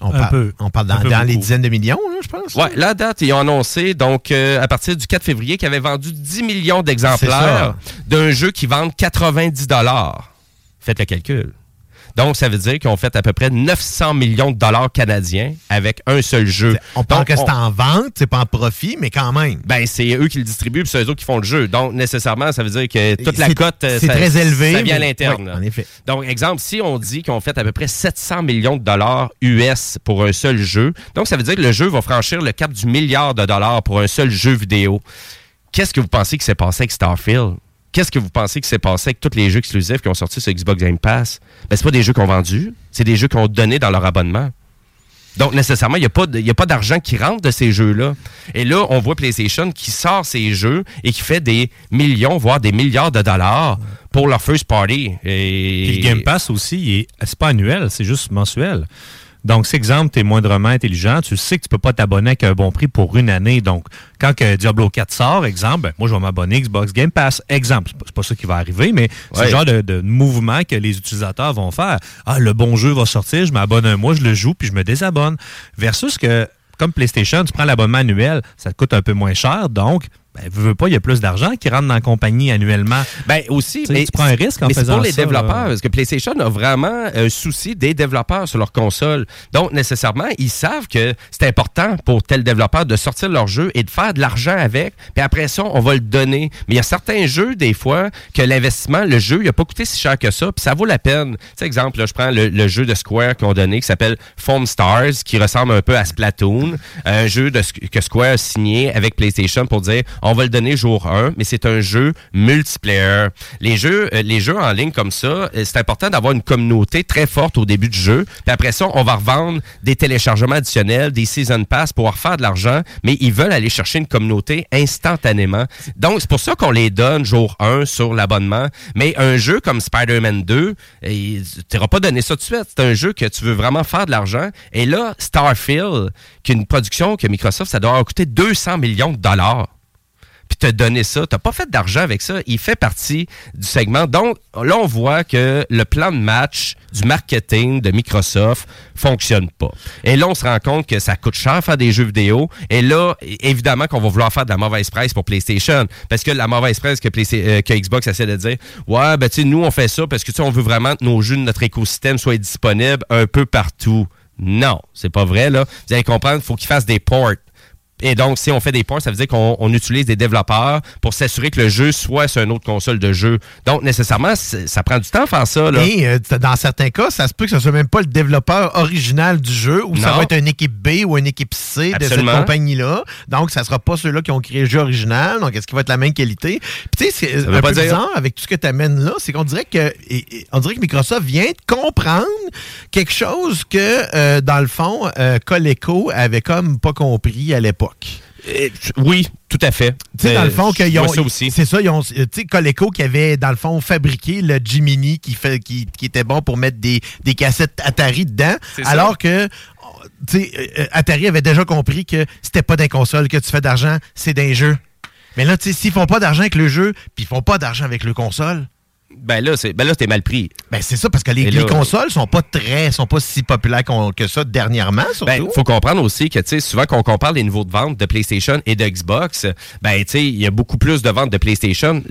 On parle dans les dizaines de millions, là, je pense. Oui, la date, ils ont annoncé, donc, à partir du 4 février, qu'ils avaient vendu 10 millions d'exemplaires d'un jeu qui vend 90 $. Faites le calcul. Donc, ça veut dire qu'ils ont fait à peu près 900 millions de dollars canadiens avec un seul jeu. On parle que c'est en vente, c'est pas en profit, mais quand même. Ben, c'est eux qui le distribuent, puis c'est eux autres qui font le jeu. Donc, nécessairement, ça veut dire que toute la cote, c'est très élevé. Ça vient à l'interne. Oui, en effet. Donc, exemple, si on dit qu'ils ont fait à peu près 700 millions de dollars US pour un seul jeu, donc ça veut dire que le jeu va franchir le cap du milliard de dollars pour un seul jeu vidéo. Qu'est-ce que vous pensez qui s'est passé avec Starfield? Qu'est-ce que vous pensez qui s'est passé avec tous les jeux exclusifs qui ont sorti sur Xbox Game Pass? Ben, c'est pas des jeux qu'on vendus, c'est des jeux qu'on donné dans leur abonnement. Donc, nécessairement, il n'y a pas d'argent qui rentre de ces jeux-là. Et là, on voit PlayStation qui sort ces jeux et qui fait des millions, voire des milliards de dollars pour leur first party. Et le Game Pass aussi, c'est pas annuel, c'est juste mensuel. Donc, si, exemple, tu es moindrement intelligent, tu sais que tu peux pas t'abonner avec un bon prix pour une année. Donc, quand que Diablo 4 sort, exemple, ben, moi, je vais m'abonner Xbox Game Pass. Exemple, c'est pas ça qui va arriver, mais c'est le genre de mouvement que les utilisateurs vont faire. Ah, le bon jeu va sortir, je m'abonne un mois, je le joue, puis je me désabonne. Versus que, comme PlayStation, tu prends l'abonnement annuel, ça te coûte un peu moins cher, donc... Ben, veux pas, il y a plus d'argent qui rentre dans la compagnie annuellement. Ben, aussi. Mais tu prends un risque en faisant ça. Mais c'est pour les développeurs, parce que PlayStation a vraiment un souci des développeurs sur leur console. Donc, nécessairement, ils savent que c'est important pour tel développeur de sortir leur jeu et de faire de l'argent avec. Puis après ça, on va le donner. Mais il y a certains jeux, des fois, que l'investissement, le jeu, il n'a pas coûté si cher que ça, puis ça vaut la peine. Tu sais, exemple, là, je prends le jeu de Square qu'ils ont donné, qui s'appelle Foam Stars, qui ressemble un peu à Splatoon. Un jeu que Square a signé avec PlayStation pour dire... on va le donner jour 1, mais c'est un jeu multiplayer. Les jeux en ligne comme ça, c'est important d'avoir une communauté très forte au début du jeu. Puis après ça, on va revendre des téléchargements additionnels, des Season Pass pour refaire de l'argent, mais ils veulent aller chercher une communauté instantanément. Donc, c'est pour ça qu'on les donne jour 1 sur l'abonnement. Mais un jeu comme Spider-Man 2, tu n'auras pas donné ça tout de suite. C'est un jeu que tu veux vraiment faire de l'argent. Et là, Starfield, qui est une production que Microsoft, ça doit avoir coûté 200 millions de dollars. Puis te donner ça, t'as pas fait d'argent avec ça. Il fait partie du segment. Donc, là, on voit que le plan de match du marketing de Microsoft fonctionne pas. Et là, on se rend compte que ça coûte cher faire des jeux vidéo. Et là, évidemment qu'on va vouloir faire de la mauvaise presse pour PlayStation. Parce que la mauvaise presse que Xbox essaie de dire, ouais, ben tu sais, nous, on fait ça parce que tu sais, on veut vraiment que nos jeux de notre écosystème soient disponibles un peu partout. Non, c'est pas vrai, là. Vous allez comprendre, il faut qu'ils fassent des ports. Et donc, si on fait des ports, ça veut dire qu'on utilise des développeurs pour s'assurer que le jeu soit sur une autre console de jeu. Donc, nécessairement, ça prend du temps à faire ça. Là. Et dans certains cas, ça se peut que ce soit même pas le développeur original du jeu ou ça va être une équipe B ou une équipe C de cette compagnie-là. Donc, ça sera pas ceux-là qui ont créé le jeu original. Donc, est-ce qu'il va être la même qualité? Puis, tu sais, c'est un peu bizarre avec tout ce que tu amènes là. C'est qu'on dirait que Microsoft vient de comprendre quelque chose que, dans le fond, Coleco avait comme pas compris à l'époque. Oui, tout à fait. Tu sais, dans le fond, c'est ça, ils ont, tu sais, Coleco qui avait, dans le fond, fabriqué le Jiminy qui était bon pour mettre des cassettes Atari dedans, alors que, tu sais, Atari avait déjà compris que c'était pas des consoles que tu fais d'argent, c'est des jeux. Mais là, tu sais, s'ils font pas d'argent avec le jeu, puis ils font pas d'argent avec le console... Ben là, t'es mal pris. Ben c'est ça, parce que les consoles sont pas si populaires que ça dernièrement, surtout. Ben, faut comprendre aussi que, tu sais, souvent qu'on compare les niveaux de vente de PlayStation et de Xbox, ben, tu sais, il y a beaucoup plus de ventes de PlayStation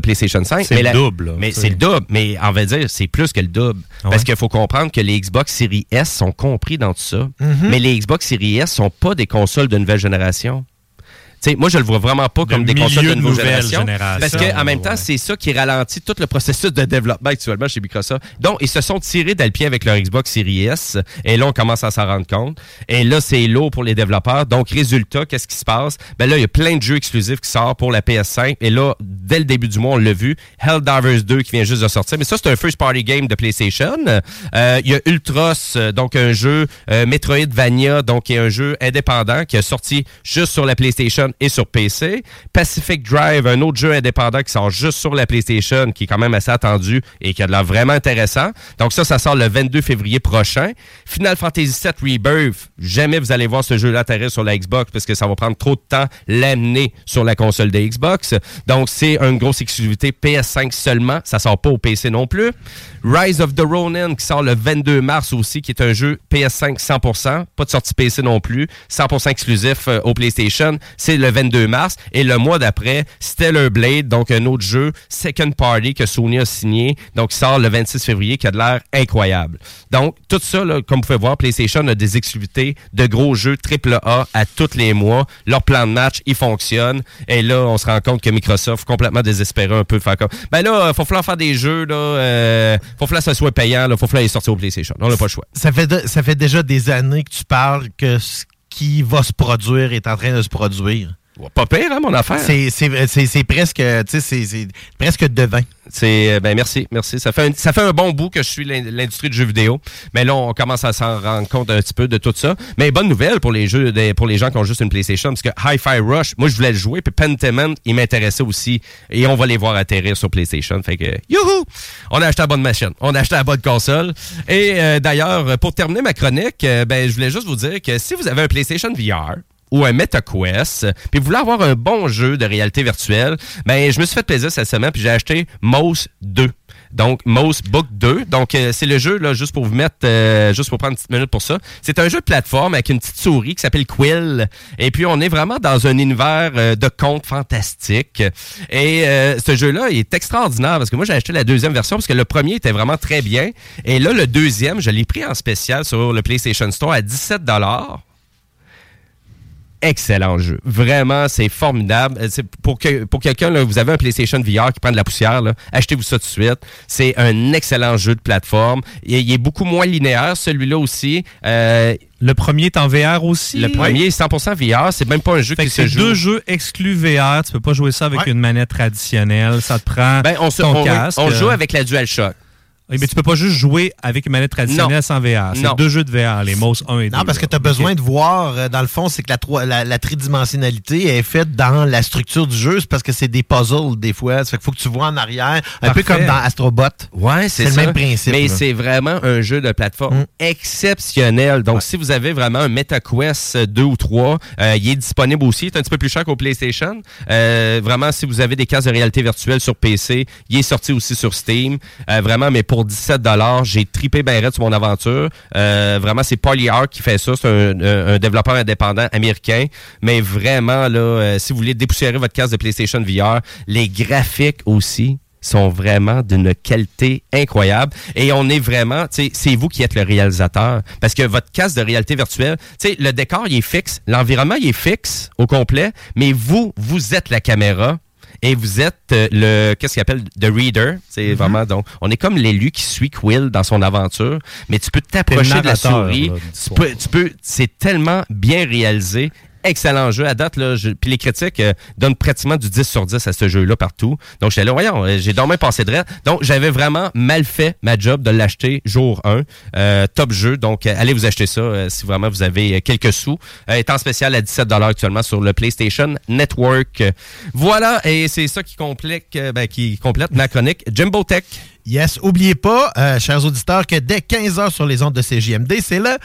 5. C'est le double. Mais c'est le double. Mais on va dire, c'est plus que le double. Ouais. Parce qu'il faut comprendre que les Xbox Series S sont compris dans tout ça. Mm-hmm. Mais les Xbox Series S sont pas des consoles de nouvelle génération. T'sais, moi, je le vois vraiment pas comme des consoles de nouvelle génération. Parce qu'en même temps, c'est ça qui ralentit tout le processus de développement actuellement chez Microsoft. Donc, ils se sont tirés dans le pied avec leur Xbox Series S. Et là, on commence à s'en rendre compte. Et là, c'est lourd pour les développeurs. Donc, résultat, qu'est-ce qui se passe? Ben là, il y a plein de jeux exclusifs qui sortent pour la PS5. Et là, dès le début du mois, on l'a vu. Helldivers 2 qui vient juste de sortir. Mais ça, c'est un first-party game de PlayStation. Il y a Ultros, donc un jeu Metroidvania, donc qui est un jeu indépendant qui a sorti juste sur la PlayStation et sur PC. Pacific Drive, un autre jeu indépendant qui sort juste sur la PlayStation, qui est quand même assez attendu et qui a de l'air vraiment intéressant. Donc ça sort le 22 février prochain. Final Fantasy VII Rebirth, jamais vous allez voir ce jeu-là atterrir sur la Xbox parce que ça va prendre trop de temps l'amener sur la console de Xbox. Donc c'est une grosse exclusivité PS5 seulement. Ça sort pas au PC non plus. Rise of the Ronin qui sort le 22 mars aussi, qui est un jeu PS5 100%. Pas de sortie PC non plus. 100% exclusif au PlayStation. C'est le 22 mars. Et le mois d'après, Stellar Blade, donc un autre jeu Second Party que Sony a signé. Donc, il sort le 26 février, qui a de l'air incroyable. Donc, tout ça, là, comme vous pouvez voir, PlayStation a des exclusivités de gros jeux AAA à tous les mois. Leur plan de match, il fonctionne. Et là, on se rend compte que Microsoft, complètement désespéré un peu de faire comme... Ben là, il faut falloir faire des jeux, là. Faut falloir que ça soit payant, là. Faut falloir les sortir au PlayStation. On n'a pas le choix. Ça fait déjà des années que tu parles que ce qui va se produire est en train de se produire. Pas pire, hein, mon affaire? C'est presque, tu sais, c'est presque devin. Merci. Ça fait un bon bout que je suis l'industrie du jeu vidéo. Mais là, on commence à s'en rendre compte un petit peu de tout ça. Mais bonne nouvelle pour les jeux, pour les gens qui ont juste une PlayStation, parce que Hi-Fi Rush, moi, je voulais le jouer, puis Pentiment, il m'intéressait aussi. Et on va les voir atterrir sur PlayStation. Fait que, youhou! On a acheté la bonne machine. On a acheté la bonne console. Et d'ailleurs, pour terminer ma chronique, je voulais juste vous dire que si vous avez un PlayStation VR, ou un MetaQuest, puis vous voulez avoir un bon jeu de réalité virtuelle, je me suis fait plaisir cette semaine, puis j'ai acheté Mouse 2. Donc, Mouse Book 2. Donc, c'est le jeu, là, juste pour vous mettre, juste pour prendre une petite minute pour ça. C'est un jeu de plateforme avec une petite souris qui s'appelle Quill. Et puis, on est vraiment dans un univers de contes fantastiques. Et ce jeu-là, il est extraordinaire parce que moi, j'ai acheté la deuxième version parce que le premier était vraiment très bien. Et là, le deuxième, je l'ai pris en spécial sur le PlayStation Store à $17. excellent jeu. Vraiment, c'est formidable. C'est pour quelqu'un, là, vous avez un PlayStation VR qui prend de la poussière, là, achetez-vous ça tout de suite. C'est un excellent jeu de plateforme. Il est beaucoup moins linéaire, celui-là aussi. Le premier est en VR aussi? Le premier est 100% VR. C'est même pas un jeu qui se joue. C'est 2 jeux exclus VR. Tu peux pas jouer ça avec une manette traditionnelle. Ça te prend ton casque. On joue avec la DualShock. Oui, mais tu peux pas juste jouer avec une manette traditionnelle sans VR. C'est 2 jeux de VR, les Moss 1 et 2. Non, parce que tu as besoin de voir, dans le fond, c'est que la tridimensionnalité est faite dans la structure du jeu. C'est parce que c'est des puzzles, des fois. Ça fait qu'il faut que tu vois en arrière, un peu comme dans Astrobot. Ouais, c'est le même principe. Mais là. c'est vraiment un jeu de plateforme exceptionnel. Donc, si vous avez vraiment un MetaQuest 2 ou 3, il est disponible aussi. Il est un petit peu plus cher qu'au PlayStation. Vraiment, si vous avez des casques de réalité virtuelle sur PC, il est sorti aussi sur Steam. Vraiment, mais pour 17$, j'ai tripé ben raide sur mon aventure. Vraiment, c'est PolyArc qui fait ça. C'est un développeur indépendant américain. Mais vraiment, là, si vous voulez dépoussiérer votre casque de PlayStation VR, les graphiques aussi sont vraiment d'une qualité incroyable. Et on est vraiment, tu sais, c'est vous qui êtes le réalisateur. Parce que votre casque de réalité virtuelle, tu sais, le décor, il est fixe. L'environnement, il est fixe au complet. Mais vous êtes la caméra. Et vous êtes qu'est-ce qu'il appelle The Reader. C'est vraiment, donc, on est comme l'élu qui suit Quill dans son aventure, mais tu peux t'approcher de la souris. Là, c'est tellement bien réalisé. Excellent jeu. À date, là, puis les critiques donnent pratiquement du 10 sur 10 à ce jeu-là partout. Donc, j'étais là, voyons, j'ai dormi passé de rêve. Donc, j'avais vraiment mal fait ma job de l'acheter jour 1. Top jeu. Donc, allez vous acheter ça si vraiment vous avez quelques sous. Étant spécial à 17$ actuellement sur le PlayStation Network. Voilà, et c'est ça qui complète ma chronique Jimbo Tech. Yes, oubliez pas, chers auditeurs, que dès 15h sur les ondes de CJMD, c'est le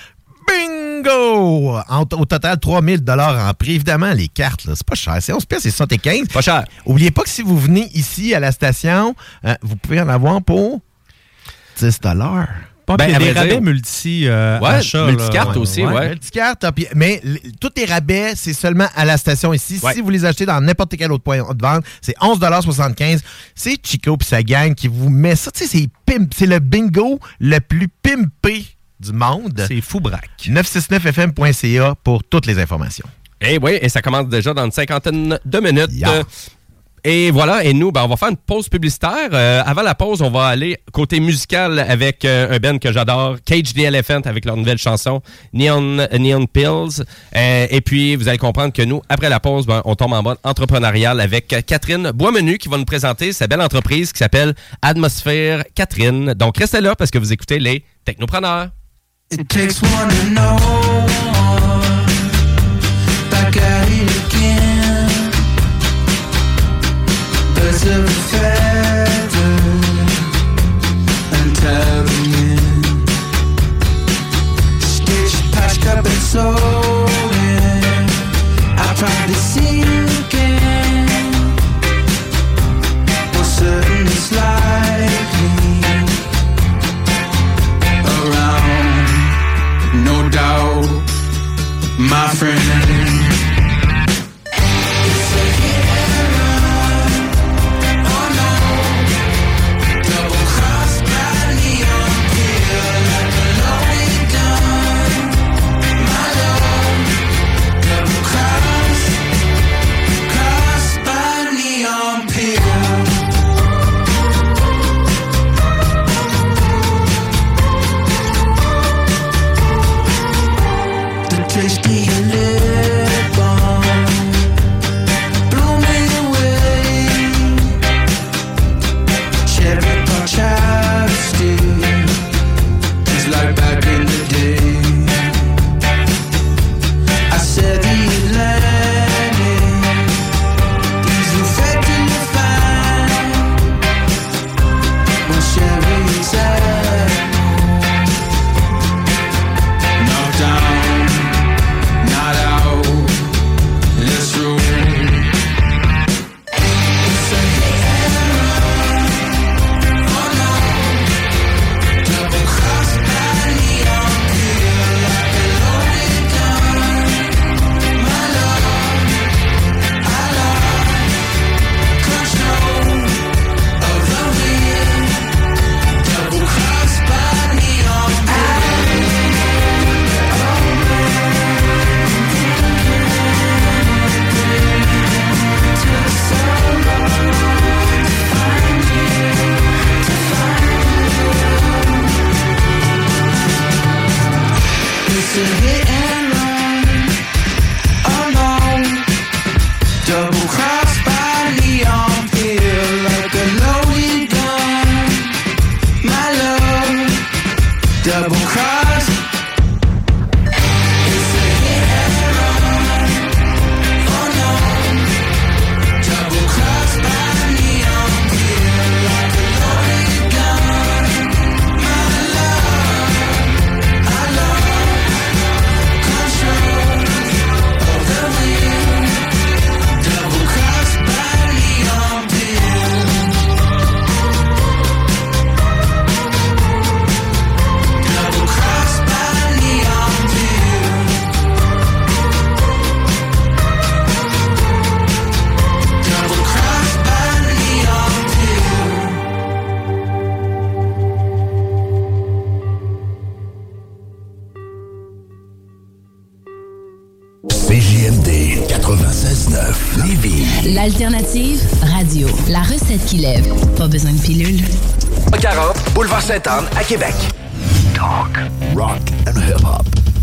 bingo! Au total, 3000$ en prix. Évidemment, les cartes, là, c'est pas cher. C'est 11$, c'est 75$. Pas cher. Oubliez pas que si vous venez ici à la station, vous pouvez en avoir pour 10$. Il y a des rabais multi-achats. Multicartes aussi, ouais. Multicartes, mais tous les rabais, c'est seulement à la station ici. Ouais. Si vous les achetez dans n'importe quel autre point de vente, c'est 11,75$. C'est Chico et sa gang qui vous met ça. Tu sais, c'est le bingo le plus pimpé du monde. C'est fou braque. 969fm.ca pour toutes les informations. Et oui, et ça commence déjà dans une cinquantaine de minutes. Yeah. Et voilà, et nous, on va faire une pause publicitaire. Avant la pause, on va aller côté musical avec un band que j'adore, Cage the Elephant, avec leur nouvelle chanson, Neon Pills. Et puis, vous allez comprendre que nous, après la pause, on tombe en mode entrepreneurial avec Catherine Boismenu qui va nous présenter sa belle entreprise qui s'appelle Atmosphère Catherine. Donc, restez là parce que vous écoutez les Technopreneurs. It takes one to know one. Back at it again. Birds of a feather and telling in. Stitched, patched up and sold in. I tried to see you again. For certain it's likely around. No doubt Lévis. L'alternative radio. La recette qui lève. Pas besoin de pilule. 40, boulevard Sainte-Anne à Québec. Talk, rock and hip-hop.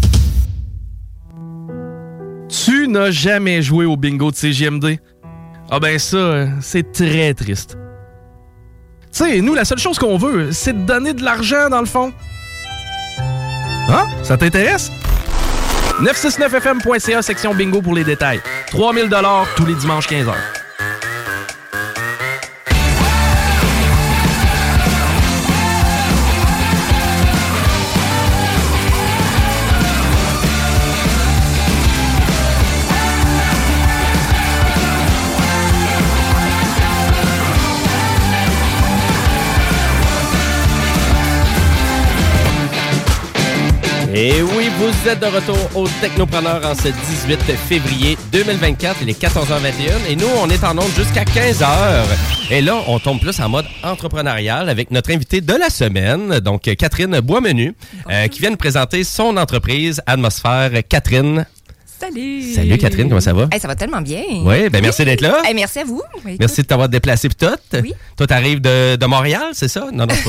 Tu n'as jamais joué au bingo de CJMD? Ah ben ça, c'est très triste. Tu sais, nous, la seule chose qu'on veut, c'est de donner de l'argent, dans le fond. Ah, ça t'intéresse? 969fm.ca, section bingo pour les détails. 3000 $ tous les dimanches 15h. Et oui, vous êtes de retour au Technopreneur en ce 18 février 2024. Il est 14h21 et nous, on est en onde jusqu'à 15h. Et là, on tombe plus en mode entrepreneurial avec notre invitée de la semaine, donc Catherine Boismenu, qui vient nous présenter son entreprise Atmosphère. Catherine. Salut! Salut Catherine, comment ça va? Hey, ça va tellement bien. Oui, ben merci d'être là. Hey, merci à vous. Oui, merci de t'avoir déplacé pis tout. Oui. Toi, t'arrives de Montréal, c'est ça? Non, c'est pas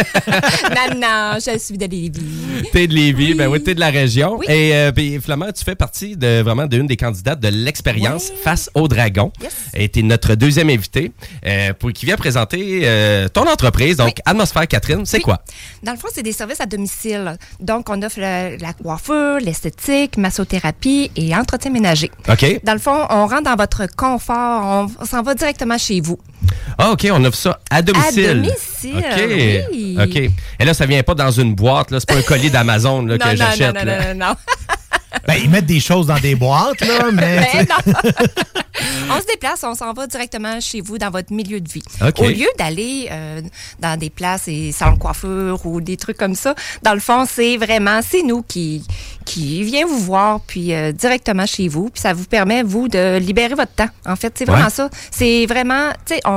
vrai. non, je suis de Lévis. T'es de Lévis, ben oui, t'es de la région. Oui. Et puis Flamand, tu fais partie d'une des candidates de l'expérience Face au Dragon. Yes. Et t'es notre deuxième invité qui vient présenter ton entreprise. Donc, Atmosphère Catherine, c'est quoi? Dans le fond, c'est des services à domicile. Donc, on offre la coiffure, l'esthétique, massothérapie et entretien ménager. OK. Dans le fond, on rentre dans votre confort, on s'en va directement chez vous. Ah, OK, on offre ça à domicile. À domicile, OK. oui. OK. Et là, ça vient pas dans une boîte, là. C'est pas un colis d'Amazon là, que j'achète. Non. Ben, ils mettent des choses dans des boîtes, là, mais... non. On se déplace, on s'en va directement chez vous, dans votre milieu de vie. Okay. Au lieu d'aller dans des places et salons de coiffure ou des trucs comme ça, dans le fond, c'est nous qui vient vous voir, puis directement chez vous, puis ça vous permet, vous, de libérer votre temps. En fait, c'est vraiment ça. C'est vraiment, tu sais,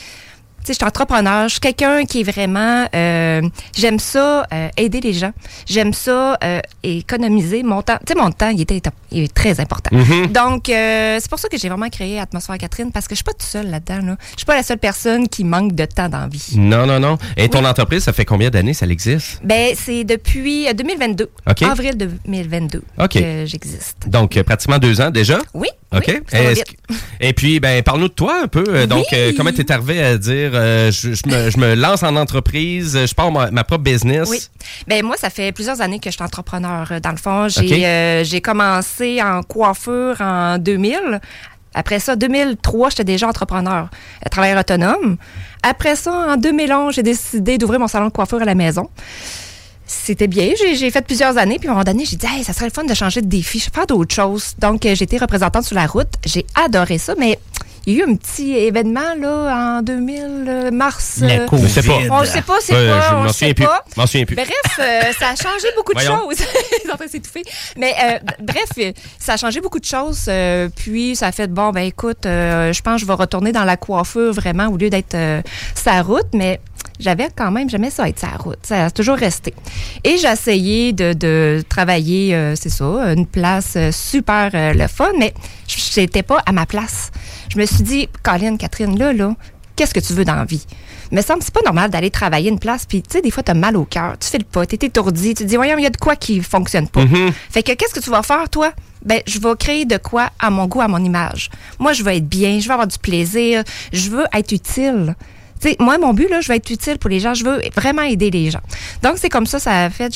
je suis entrepreneur, je suis quelqu'un qui est vraiment... j'aime ça, aider les gens. J'aime ça, économiser mon temps. Tu sais, mon temps, il est très important. Mm-hmm. Donc, c'est pour ça que j'ai vraiment créé Atmosphère Catherine, parce que je suis pas toute seule là-dedans. Là. Je suis pas la seule personne qui manque de temps dans la vie. Non. Et ton entreprise, ça fait combien d'années ça existe? Ben, c'est depuis 2022. OK. Avril 2022 que j'existe. Donc, pratiquement 2 ans déjà? Oui. OK. Oui, ça va vite. Et puis, ben, parle-nous de toi un peu. Donc, comment t'es arrivé à dire je me lance en entreprise, je pars ma propre business? Oui. Ben, moi, ça fait plusieurs années que je suis entrepreneur. Dans le fond, j'ai commencé en coiffure en 2000. Après ça, 2003, j'étais déjà entrepreneur, travailleur autonome. Après ça, en 2011, j'ai décidé d'ouvrir mon salon de coiffure à la maison. C'était bien. J'ai fait plusieurs années. Puis à un moment donné, j'ai dit, hey, ça serait le fun de changer de défi, faire d'autres choses. Donc, j'ai été représentante sur la route. J'ai adoré ça, mais il y a eu un petit événement là en 2000, mars. La COVID. On ne sait pas c'est quoi. Je m'en souviens plus. M'en souviens plus. Bref, ça a changé beaucoup de choses. Ils sont en train de s'étouffer. Mais bref, ça a changé beaucoup de choses. Puis, ça a fait, bon, ben écoute, je pense que je vais retourner dans la coiffure vraiment au lieu d'être sa route. Mais j'avais quand même jamais ça être sa route. Ça a toujours resté. Et j'ai essayé de travailler, c'est ça, une place super le fun, mais j'étais pas à ma place. Je me suis dit, Colin, Catherine, là, qu'est-ce que tu veux dans la vie? Il me semble que c'est pas normal d'aller travailler une place, puis tu sais, des fois, t'as mal au cœur, tu fais le pas, t'es étourdi, tu te dis, voyons, il y a de quoi qui fonctionne pas. Mm-hmm. Fait que qu'est-ce que tu vas faire, toi? Ben, je vais créer de quoi à mon goût, à mon image. Moi, je veux être bien, je veux avoir du plaisir, je veux être utile. Tu sais, moi, mon but, là, je veux être utile pour les gens, je veux vraiment aider les gens. Donc, c'est comme ça a fait,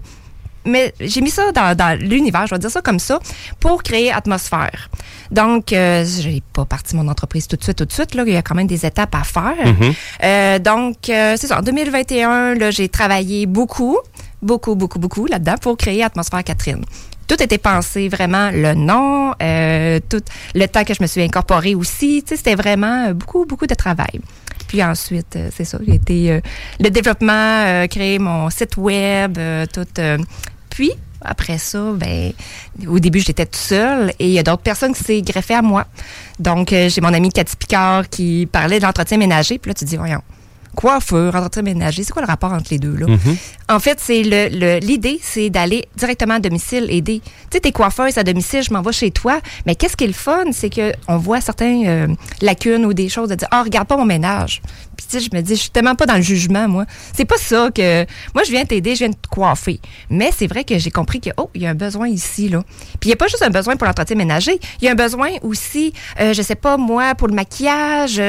mais j'ai mis ça dans l'univers, je vais dire ça comme ça, pour créer Atmosphère. Donc, j'ai pas parti mon entreprise tout de suite. Là, il y a quand même des étapes à faire. Donc, c'est ça. En 2021, là, j'ai travaillé beaucoup là-dedans pour créer Atmosphère Catherine. Tout était pensé, vraiment, le nom, tout le temps que je me suis incorporée aussi. Tu sais, c'était vraiment beaucoup de travail. Puis ensuite, c'est ça, j'ai été le développement, créer mon site web, tout. Puis, après ça, ben, au début, j'étais toute seule et il y a d'autres personnes qui s'est greffées à moi. Donc, j'ai mon amie Cathy Picard qui parlait de l'entretien ménager. Puis là, tu te dis, voyons, Coiffure, entretien ménager, c'est quoi le rapport entre les deux, là? En fait, c'est l'idée, c'est d'aller directement à domicile aider. Tu sais, t'es coiffeuse à domicile, je m'en vais chez toi, mais qu'est-ce qui est le fun, c'est qu'on voit certaines lacunes ou des choses de dire « Ah, regarde pas mon ménage ». Puis tu sais, je me dis, je suis tellement pas dans le jugement, moi. C'est pas ça que... Moi, je viens t'aider, je viens te coiffer. Mais c'est vrai que j'ai compris que, il y a un besoin ici, là. Puis il n'y a pas juste un besoin pour l'entretien ménager, il y a un besoin aussi, je sais pas, moi, pour le maquillage,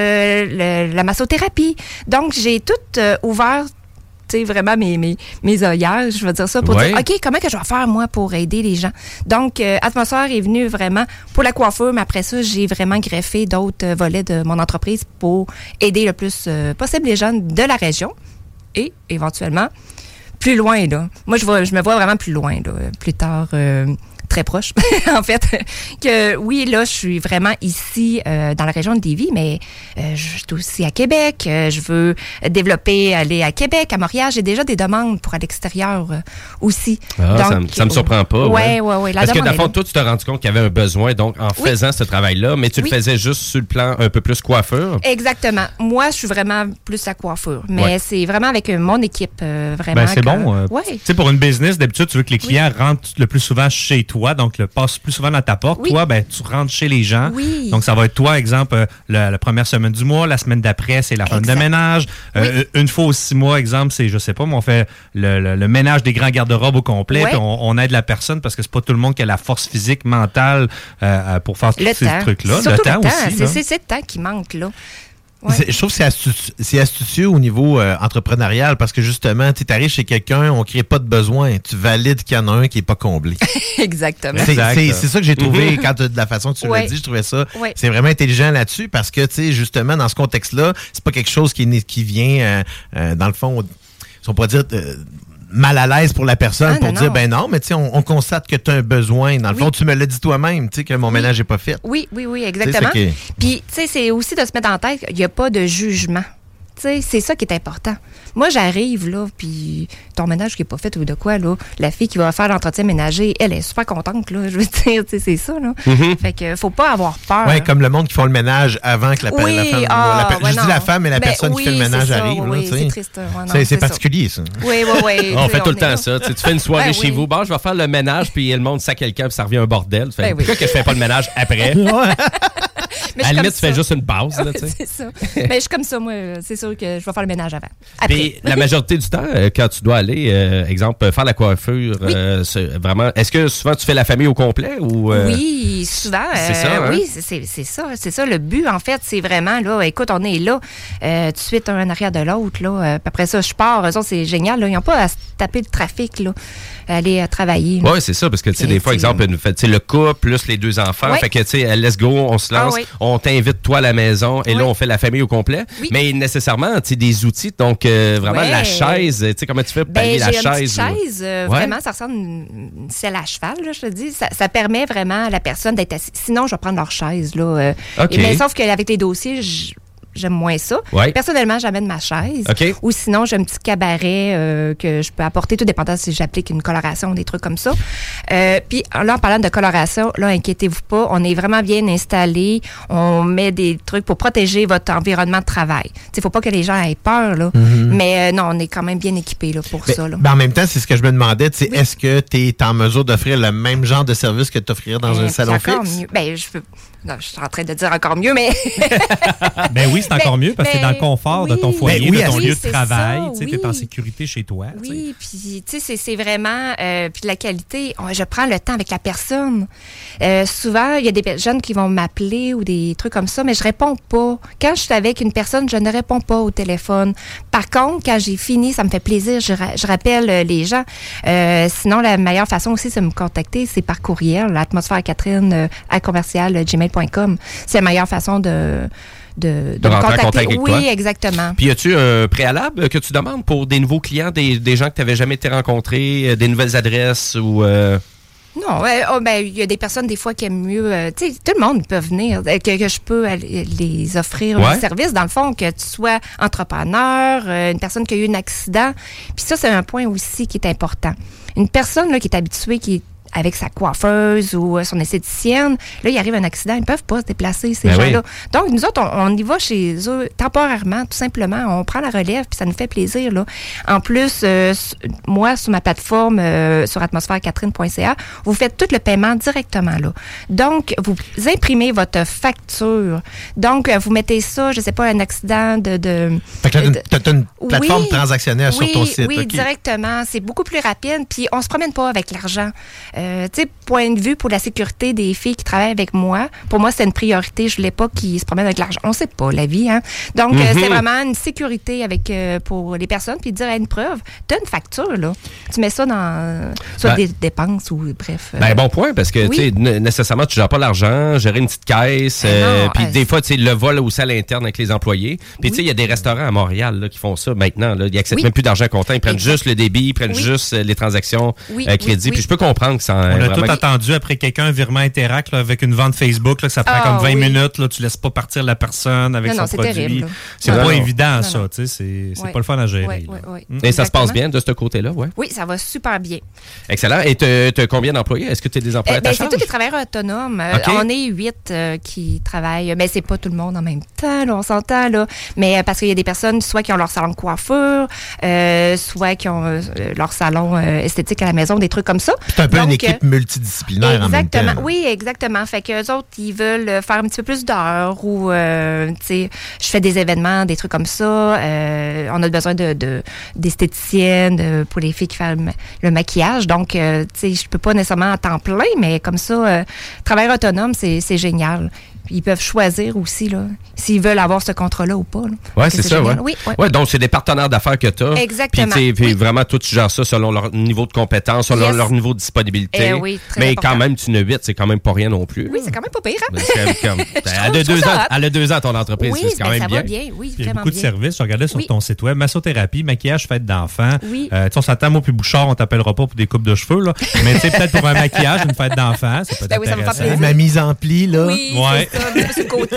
la massothérapie. Donc, j'ai tout ouvert, tu sais, vraiment mes œillères, je vais dire ça, pour dire, OK, comment que je vais faire, moi, pour aider les gens? Donc, Atmosphère est venue vraiment pour la coiffure, mais après ça, j'ai vraiment greffé d'autres volets de mon entreprise pour aider le plus possible les gens de la région et, éventuellement, plus loin, là. Moi, je me vois vraiment plus loin, là, plus tard... très proche, en fait, que oui, là, je suis vraiment ici dans la région de Lévis, mais je suis aussi à Québec. Je veux développer, aller à Québec, à Montréal. J'ai déjà des demandes pour à l'extérieur aussi. Ah, donc, ça me surprend pas. Oui. Parce que, dans le fond, toi, tu t'es rendu compte qu'il y avait un besoin, donc, en faisant ce travail-là, mais tu le faisais juste sur le plan un peu plus coiffure. Exactement. Moi, je suis vraiment plus à coiffure, mais c'est vraiment avec mon équipe, vraiment. Ben, c'est bon. Tu sais, pour une business, d'habitude, tu veux que les clients rentrent le plus souvent chez toi. Donc, passe plus souvent dans ta porte. Toi, ben, tu rentres chez les gens. Donc, ça va être toi, exemple, la première semaine du mois. La semaine d'après, c'est la femme de ménage. Une fois aux 6 mois, exemple, c'est, je sais pas, mais on fait le ménage des grands garde-robes au complet. Puis on aide la personne parce que c'est pas tout le monde qui a la force physique, mentale pour faire tous ces trucs-là. Surtout le temps aussi. C'est le temps qui manque, là. Je trouve que c'est astucieux au niveau entrepreneurial parce que justement, tu arrives chez quelqu'un, on ne crée pas de besoin. Tu valides qu'il y en a un qui n'est pas comblé. Exactement. C'est ça que j'ai trouvé de la façon que tu l'as dit. Je trouvais ça. C'est vraiment intelligent là-dessus parce que, tu sais, justement, dans ce contexte-là, c'est pas quelque chose qui vient, dans le fond, on pourrait dire... mal à l'aise pour la personne dire, ben non, mais tu sais, on constate que tu as un besoin. Dans le fond, tu me l'as dit toi-même, tu sais, que mon ménage n'est pas fait. Oui, exactement. Puis, tu sais, c'est aussi de se mettre en tête qu'il n'y a pas de jugement. Tu sais, c'est ça qui est important. Moi, j'arrive, là, puis ton ménage qui n'est pas fait ou de quoi, là, la fille qui va faire l'entretien ménager, elle est super contente, là, je veux dire, tu sais, c'est ça, là. Fait que faut pas avoir peur. Oui, comme le monde qui font le ménage avant que la femme... je dis la femme, mais la personne qui fait le ménage arrive, là, tu sais. C'est triste. C'est particulier, ça. Oui. On fait tout le temps ça. Tu fais une soirée chez vous, je vais faire le ménage, puis le monde sac quelqu'un, puis ça revient un bordel. Pourquoi que je fais pas le ménage après? À la limite, tu fais juste une pause. Là, c'est ça. Mais je suis comme ça, moi. C'est sûr que je vais faire le ménage avant. Puis la majorité du temps, quand tu dois aller, exemple, faire la coiffure, vraiment, est-ce que souvent tu fais la famille au complet? Ou, Oui, souvent. C'est ça, hein? Oui, c'est ça. C'est ça. Le but, en fait, c'est vraiment, là, écoute, on est là, tout de suite, un en arrière de l'autre. Là. Après ça, je pars. Eux autres, c'est génial. Là. Ils n'ont pas à se taper le trafic, là, aller travailler. Oui, c'est ça. Parce que, tu sais, des fois, exemple, le couple plus les 2 enfants. Fait que, tu sais, let's go, on se lance. On t'invite, toi, à la maison. Et là, on fait la famille au complet. Mais nécessairement, tu sais, des outils. Donc, vraiment, la chaise. Tu sais, comment tu fais pour pallier la chaise? J'ai une chaise. Vraiment, ça ressemble à une selle à cheval, là, je te dis. Ça permet vraiment à la personne d'être assise. Sinon, je vais prendre leur chaise, là. Mais sauf qu'avec les dossiers, j'aime moins ça. Personnellement, j'amène ma chaise. Ou sinon, j'ai un petit cabaret que je peux apporter, tout dépendant si j'applique une coloration, des trucs comme ça. Puis là, en parlant de coloration, là, inquiétez-vous pas, on est vraiment bien installé. On met des trucs pour protéger votre environnement de travail. Il ne faut pas que les gens aient peur, là. Mais non, on est quand même bien équipés là, pour ça. Là. En même temps, c'est ce que je me demandais. Est-ce que tu es en mesure d'offrir le même genre de service que tu offrirais dans un salon fixe? Mieux. Non, je suis en train de dire encore mieux, mais... oui, c'est encore mieux parce que c'est dans le confort de ton foyer, de ton lieu de travail. Tu es en sécurité chez toi. Oui, puis tu sais, c'est vraiment... puis la qualité, je prends le temps avec la personne. Souvent, il y a des jeunes qui vont m'appeler ou des trucs comme ça, mais je réponds pas. Quand je suis avec une personne, je ne réponds pas au téléphone. Par contre, quand j'ai fini, ça me fait plaisir. Je rappelle les gens. Sinon, la meilleure façon aussi de me contacter, c'est par courriel, atmosphère-catherine@commercial-gmail.com. C'est la meilleure façon de rentrer en contact avec toi. Oui, exactement. Puis, as-tu un préalable que tu demandes pour des nouveaux clients, des gens que tu n'avais jamais été rencontrés, des nouvelles adresses ou... Non, il y a des personnes des fois qui aiment mieux... tu sais, tout le monde peut venir, que je peux les offrir un service. Dans le fond, que tu sois entrepreneur, une personne qui a eu un accident. Puis ça, c'est un point aussi qui est important. Une personne là, qui est habituée, qui est avec sa coiffeuse ou son esthéticienne. Là, il arrive un accident, ils ne peuvent pas se déplacer, ces gens-là. Donc, nous autres, on y va chez eux temporairement, tout simplement. On prend la relève, puis ça nous fait plaisir. Là. En plus, moi, sur ma plateforme, sur atmosphère-catherine.ca, vous faites tout le paiement directement là. Donc, vous imprimez votre facture. Donc, vous mettez ça, je ne sais pas, un accident de... Fait que là, tu as une plateforme transactionnelle sur ton site. Oui, directement. C'est beaucoup plus rapide, puis on se promène pas avec l'argent. Tu sais, point de vue pour la sécurité des filles qui travaillent avec moi, pour moi, c'est une priorité. Je voulais pas qu'ils se promènent avec l'argent. On sait pas, la vie, hein. Donc, c'est vraiment une sécurité avec pour les personnes, puis dire, une preuve, tu as une facture, là. Tu mets ça dans soit des dépenses ou bref. Bon point, parce que, tu sais, nécessairement, tu gères pas l'argent, gérer une petite caisse, puis des fois, tu sais, le vol aussi à l'interne avec les employés. Puis, tu sais, il y a des restaurants à Montréal là, qui font ça maintenant. Là. Ils n'acceptent même plus d'argent comptant. Ils prennent juste le débit, ils prennent juste les transactions crédit. Puis je peux comprendre que ça... On a tout attendu après quelqu'un, un virement Interac là, avec une vente Facebook, là, que ça prend comme 20 minutes. Là, tu laisses pas partir la personne avec son produit. Terrible, c'est pas évident, ça. C'est pas le fun à gérer. Et ça se passe bien de ce côté-là? Oui, ça va super bien. Excellent. Et tu as combien d'employés? Est-ce que tu as des employés à ta charge? C'est tous des travailleurs autonomes. On est 8 qui travaillent. Mais c'est pas tout le monde en même temps, là, on s'entend. Là. Mais parce qu'il y a des personnes, soit qui ont leur salon de coiffure, soit qui ont leur salon esthétique à la maison, des trucs comme ça. C'est un peu une équipe multidisciplinaire en même temps. Oui, exactement. Fait qu'eux autres, ils veulent faire un petit peu plus d'heures ou, tu sais, je fais des événements, des trucs comme ça. On a besoin d'esthéticiennes pour les filles qui font le maquillage. Donc, tu sais, je peux pas nécessairement à temps plein, mais comme ça, travail autonome, c'est génial. Ils peuvent choisir aussi, là, s'ils veulent avoir ce contrat-là ou pas. Oui, c'est ça, oui. Ouais, donc, c'est des partenaires d'affaires que tu as. Exactement. Puis vraiment, toi, tu gères ça selon leur niveau de compétence, selon leur niveau de disponibilité. Mais important. Quand même, tu n'as 8, c'est quand même pas rien non plus. Oui, c'est quand même pas pire. Elle a 2 ans, ton entreprise. Oui, c'est quand même ça bien. Va bien. Oui, il y a beaucoup de services. Je regardais sur ton site web. Massothérapie, maquillage, fête d'enfants. Oui. On s'attend, moi puis Bouchard, on t'appellera pas pour des coupes de cheveux. Là. Mais tu sais, peut-être pour un maquillage, une fête d'enfants, ça peut être intéressant. Ma mise en pli, là. Oui, c'est ça, côté.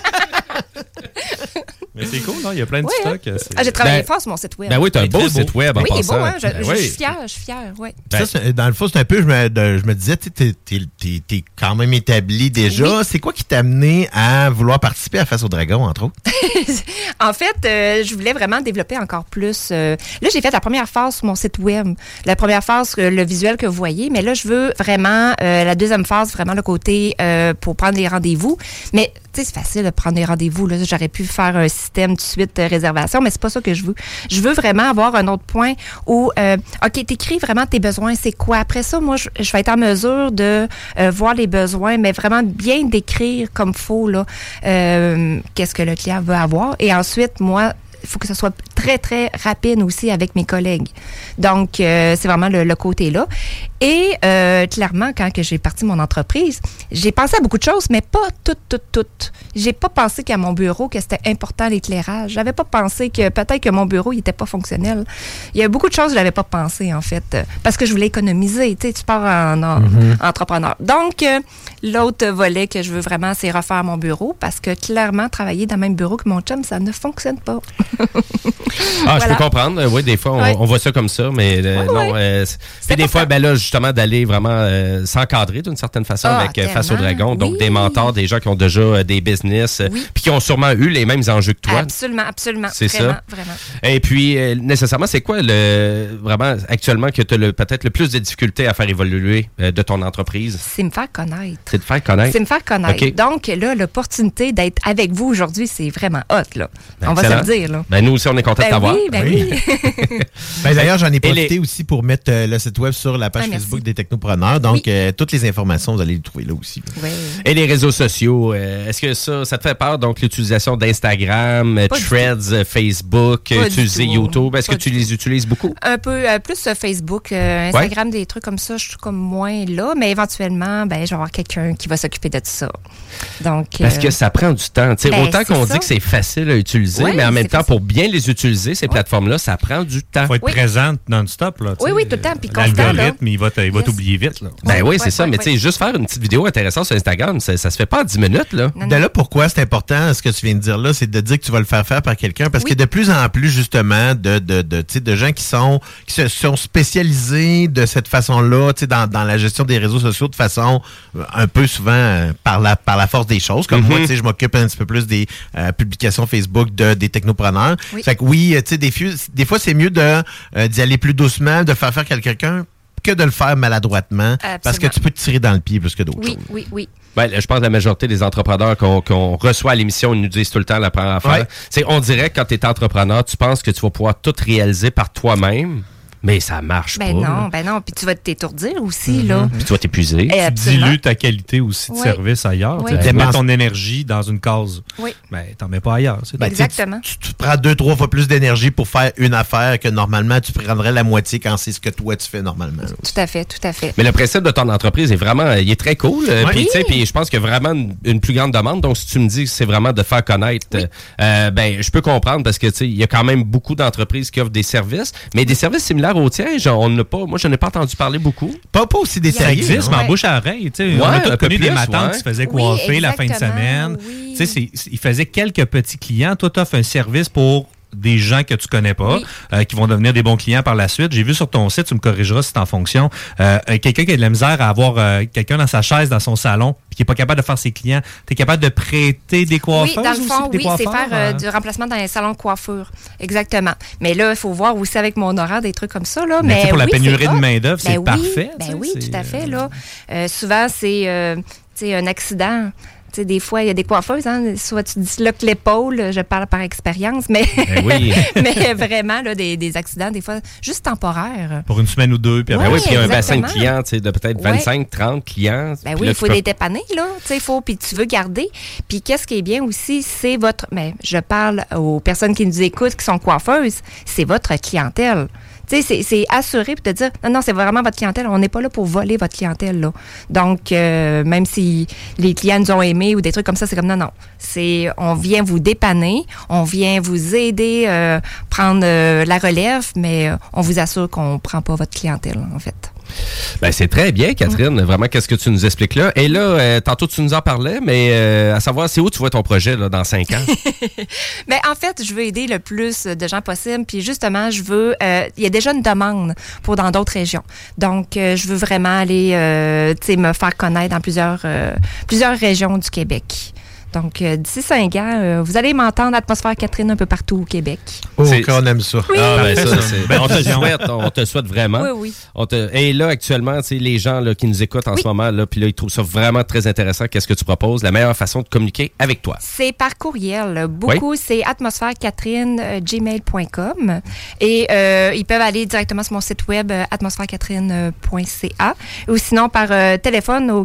Mais c'est cool, non? Il y a plein de stocks. J'ai travaillé fort sur mon site web. Ben oui, t'as un beau site web en passant. Oui, il est beau, hein? Je suis fière, oui. Ça, dans le fond, c'est un peu, je me disais, t'es quand même établi déjà. Oui. C'est quoi qui t'a amené à vouloir participer à Face au Dragon, entre autres? En fait, je voulais vraiment développer encore plus. Là, j'ai fait la première phase sur mon site web. La première phase, le visuel que vous voyez. Mais là, je veux vraiment, la deuxième phase, vraiment le côté pour prendre des rendez-vous. Mais, tu sais, c'est facile de prendre des rendez-vous. Là, j'aurais pu faire un système tout de suite réservation, mais c'est pas ça que je veux. Je veux vraiment avoir un autre point où, OK, t'écris vraiment tes besoins, c'est quoi? Après ça, moi, je vais être en mesure de voir les besoins, mais vraiment bien décrire comme faut, là, qu'est-ce que le client veut avoir. Et ensuite, moi, il faut que ce soit très, très rapide aussi avec mes collègues. Donc, c'est vraiment le côté-là. Et clairement, quand que j'ai parti mon entreprise, j'ai pensé à beaucoup de choses, mais pas toutes. J'ai pas pensé qu'à mon bureau, que c'était important l'éclairage. J'avais pas pensé que peut-être que mon bureau, il était pas fonctionnel. Il y a beaucoup de choses que j'avais pas pensé, en fait, parce que je voulais économiser. Tu sais, tu pars en entrepreneur. Donc, l'autre volet que je veux vraiment, c'est refaire mon bureau, parce que clairement, travailler dans le même bureau que mon chum, ça ne fonctionne pas. Voilà. Je peux comprendre. Oui, des fois, on voit ça comme ça, mais non. Puis des fois, ben là, justement, d'aller vraiment s'encadrer d'une certaine façon avec Face au Dragon. Donc, des mentors, des gens qui ont déjà des business, puis qui ont sûrement eu les mêmes enjeux que toi. Absolument. C'est vraiment, ça. Vraiment. Et puis, nécessairement, c'est quoi vraiment actuellement que tu as peut-être le plus de difficultés à faire évoluer de ton entreprise? C'est me faire connaître. C'est te faire connaître? C'est me faire connaître. Okay. Donc, là, l'opportunité d'être avec vous aujourd'hui, c'est vraiment hot, là. On va se le dire, là. Ben, nous aussi, on est contents de t'avoir. Oui. Ben, d'ailleurs, j'en ai profité aussi pour mettre le site web sur la page Facebook des Technopreneurs. Donc, toutes les informations, vous allez les trouver là aussi. Oui. Et les réseaux sociaux, est-ce que ça te fait peur? Donc, l'utilisation d'Instagram, Threads, Facebook, utiliser YouTube, est-ce que tu les utilises beaucoup? Un peu plus Facebook, Instagram, des trucs comme ça, je suis comme moins là, mais éventuellement, ben, je vais avoir quelqu'un qui va s'occuper de tout ça. Donc, parce que ça prend du temps. Autant qu'on dit que c'est facile à utiliser, mais en même temps, pour bien les utiliser, utiliser ces plateformes-là, ça prend du temps. Il faut être présente non-stop. Là, oui, tout le temps. Puis constant. L'algorithme, il va t'oublier vite. Là. Ben oui, c'est ça. Mais tu sais, juste faire une petite vidéo intéressante sur Instagram, ça se fait pas en 10 minutes. Là. De là, pourquoi c'est important, ce que tu viens de dire là, c'est de dire que tu vas le faire par quelqu'un. Parce que de plus en plus, justement, de gens qui se sont spécialisés de cette façon-là, dans la gestion des réseaux sociaux de façon un peu souvent par la force des choses. Comme moi, je m'occupe un petit peu plus des publications Facebook des technopreneurs. Fait que oui, des fois, c'est mieux d'y aller plus doucement, de faire quelqu'un que de le faire maladroitement. Absolument. Parce que tu peux te tirer dans le pied plus que d'autres choses. Oui. Ben, je pense que la majorité des entrepreneurs qu'on reçoit à l'émission, ils nous disent tout le temps la première affaire. On dirait que quand tu es entrepreneur, tu penses que tu vas pouvoir tout réaliser par toi-même. Mais ça marche pas. Ben non. Puis tu vas t'étourdir aussi, là. Puis tu vas t'épuiser. Tu dilues ta qualité aussi de service ailleurs. Tu mets ton énergie dans une case. Oui. Ben, t'en mets pas ailleurs. Exactement. Tu prends 2-3 fois plus d'énergie pour faire une affaire que normalement, tu prendrais la moitié quand c'est ce que toi, tu fais normalement. Tout à fait. Mais le principe de ton entreprise est vraiment, il est très cool. Puis je pense qu'il y a vraiment une plus grande demande. Donc, si tu me dis que c'est vraiment de faire connaître, je peux comprendre parce que, il y a quand même beaucoup d'entreprises qui offrent des services, mais des services similaires au tien, moi, je n'ai pas entendu parler beaucoup. Pas aussi détaillé. Ça existe, mais en bouche à oreille. On a tous connu des matantes qui se faisaient coiffer la fin de semaine. Ils faisaient quelques petits clients. Toi, tu offres un service pour des gens que tu connais pas, qui vont devenir des bons clients par la suite. J'ai vu sur ton site, tu me corrigeras si c'est en fonction, quelqu'un qui a de la misère à avoir quelqu'un dans sa chaise, dans son salon, puis qui n'est pas capable de faire ses clients. Tu es capable de prêter des coiffeurs? Oui, dans le fond, c'est faire du remplacement dans les salons de coiffure. Exactement. Mais là, il faut voir aussi avec mon horaire des trucs comme ça. Là. Mais pour la pénurie de main-d'œuvre, c'est parfait. Oui, tout à fait. Là. Souvent, c'est un accident. T'sais, des fois, il y a des coiffeuses, soit tu disloques l'épaule, je parle par expérience, mais, mais vraiment, là, des accidents, des fois, juste temporaires. Pour une semaine ou deux. Puis puis il y a un bassin de clients, de peut-être 25, 30 clients. Ben oui, il faut les dépanner, là. Puis tu veux garder. Puis qu'est-ce qui est bien aussi, c'est votre... Mais je parle aux personnes qui nous écoutent, qui sont coiffeuses, c'est votre clientèle. C'est assuré pour te dire, non, c'est vraiment votre clientèle. On n'est pas là pour voler votre clientèle, là. Donc, même si les clients nous ont aimés ou des trucs comme ça, c'est comme, non. On vient vous dépanner, on vient vous aider, prendre la relève, mais on vous assure qu'on ne prend pas votre clientèle, en fait. Ben, c'est très bien, Catherine. Vraiment, qu'est-ce que tu nous expliques là? Et là, tantôt, tu nous en parlais, mais à savoir, c'est où tu vois ton projet là, dans 5 ans? Ben, en fait, je veux aider le plus de gens possible. Puis justement, je veux... il y a déjà une demande pour dans d'autres régions. Donc, je veux vraiment aller me faire connaître dans plusieurs régions du Québec. Donc, d'ici 5 ans, vous allez m'entendre Atmosphère Catherine un peu partout au Québec. Oh, qu'on aime ça. Oui. On te souhaite vraiment. Oui. Et là, actuellement, les gens là, qui nous écoutent en ce moment, là, puis là, ils trouvent ça vraiment très intéressant. Qu'est-ce que tu proposes? La meilleure façon de communiquer avec toi? C'est par courriel. Beaucoup, c'est atmosphèrecatherine@gmail.com. Et ils peuvent aller directement sur mon site web atmosphèrecatherine.ca ou sinon par téléphone au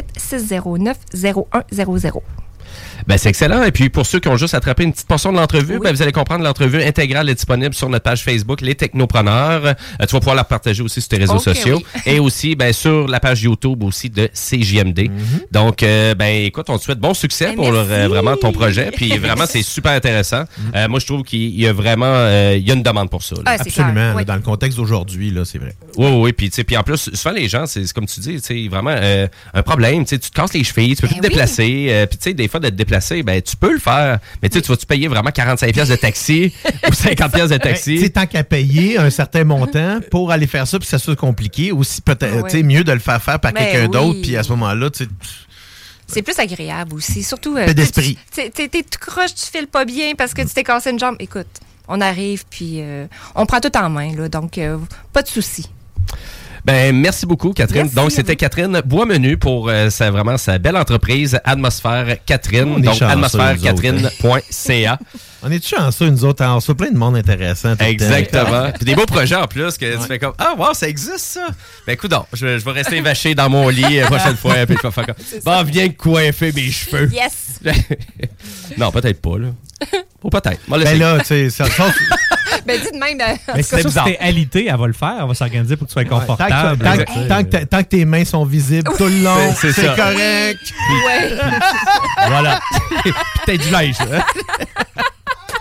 438-609-0100. Ben, c'est excellent. Et puis, pour ceux qui ont juste attrapé une petite portion de l'entrevue, ben, vous allez comprendre, l'entrevue intégrale est disponible sur notre page Facebook, Les Technopreneurs. Tu vas pouvoir la partager aussi sur tes réseaux sociaux. Et aussi, ben, sur la page YouTube aussi de CJMD. Donc, ben, écoute, on te souhaite bon succès pour vraiment ton projet. Puis, vraiment, c'est super intéressant. Moi, je trouve qu'il y a vraiment, il y a une demande pour ça. Là. Absolument. Dans le contexte d'aujourd'hui, là, c'est vrai. Oui. Puis, en plus, souvent, les gens, c'est comme tu dis, c'est vraiment un problème. Tu te casses les chevilles, tu peux plus te déplacer. Puis, tu sais, des fois, de te déplacer, ben, tu peux le faire. Mais tu vas-tu payer vraiment 45$ de taxi ou 50$ de taxi? Tant qu'à payer un certain montant pour aller faire ça, puis ça soit compliqué, aussi peut-être mieux de le faire par quelqu'un d'autre, puis à ce moment-là, tu sais. C'est plus agréable aussi. Surtout, peu d'esprit. T'es tout croche, tu files pas bien parce que tu t'es cassé une jambe. Écoute, on arrive, puis on prend tout en main, là, donc pas de souci. Ben, merci beaucoup, Catherine. Merci, donc, c'était Catherine Boismenu pour vraiment sa belle entreprise, Atmosphère Catherine. Donc, atmosphèrecatherine.ca. On est chanceux, nous autres. On se fait plein de monde intéressant. Exactement. Puis des beaux projets en plus que tu fais comme, ah, wow, ça existe, ça. Ben, écoute, je vais rester vaché dans mon lit la prochaine fois. Puis je vais faire comme, bon, viens coiffer mes cheveux. Yes. Non, peut-être pas, là. Ou peut-être. Ben là, tu sais, ça. Ben, dis de même. Mais c'est bizarre. Si t'es alité, elle va le faire. Elle va s'organiser pour que tu sois confortable. Tant que tes mains sont visibles tout le long, c'est correct. Ouais. Voilà. Peut-être du linge.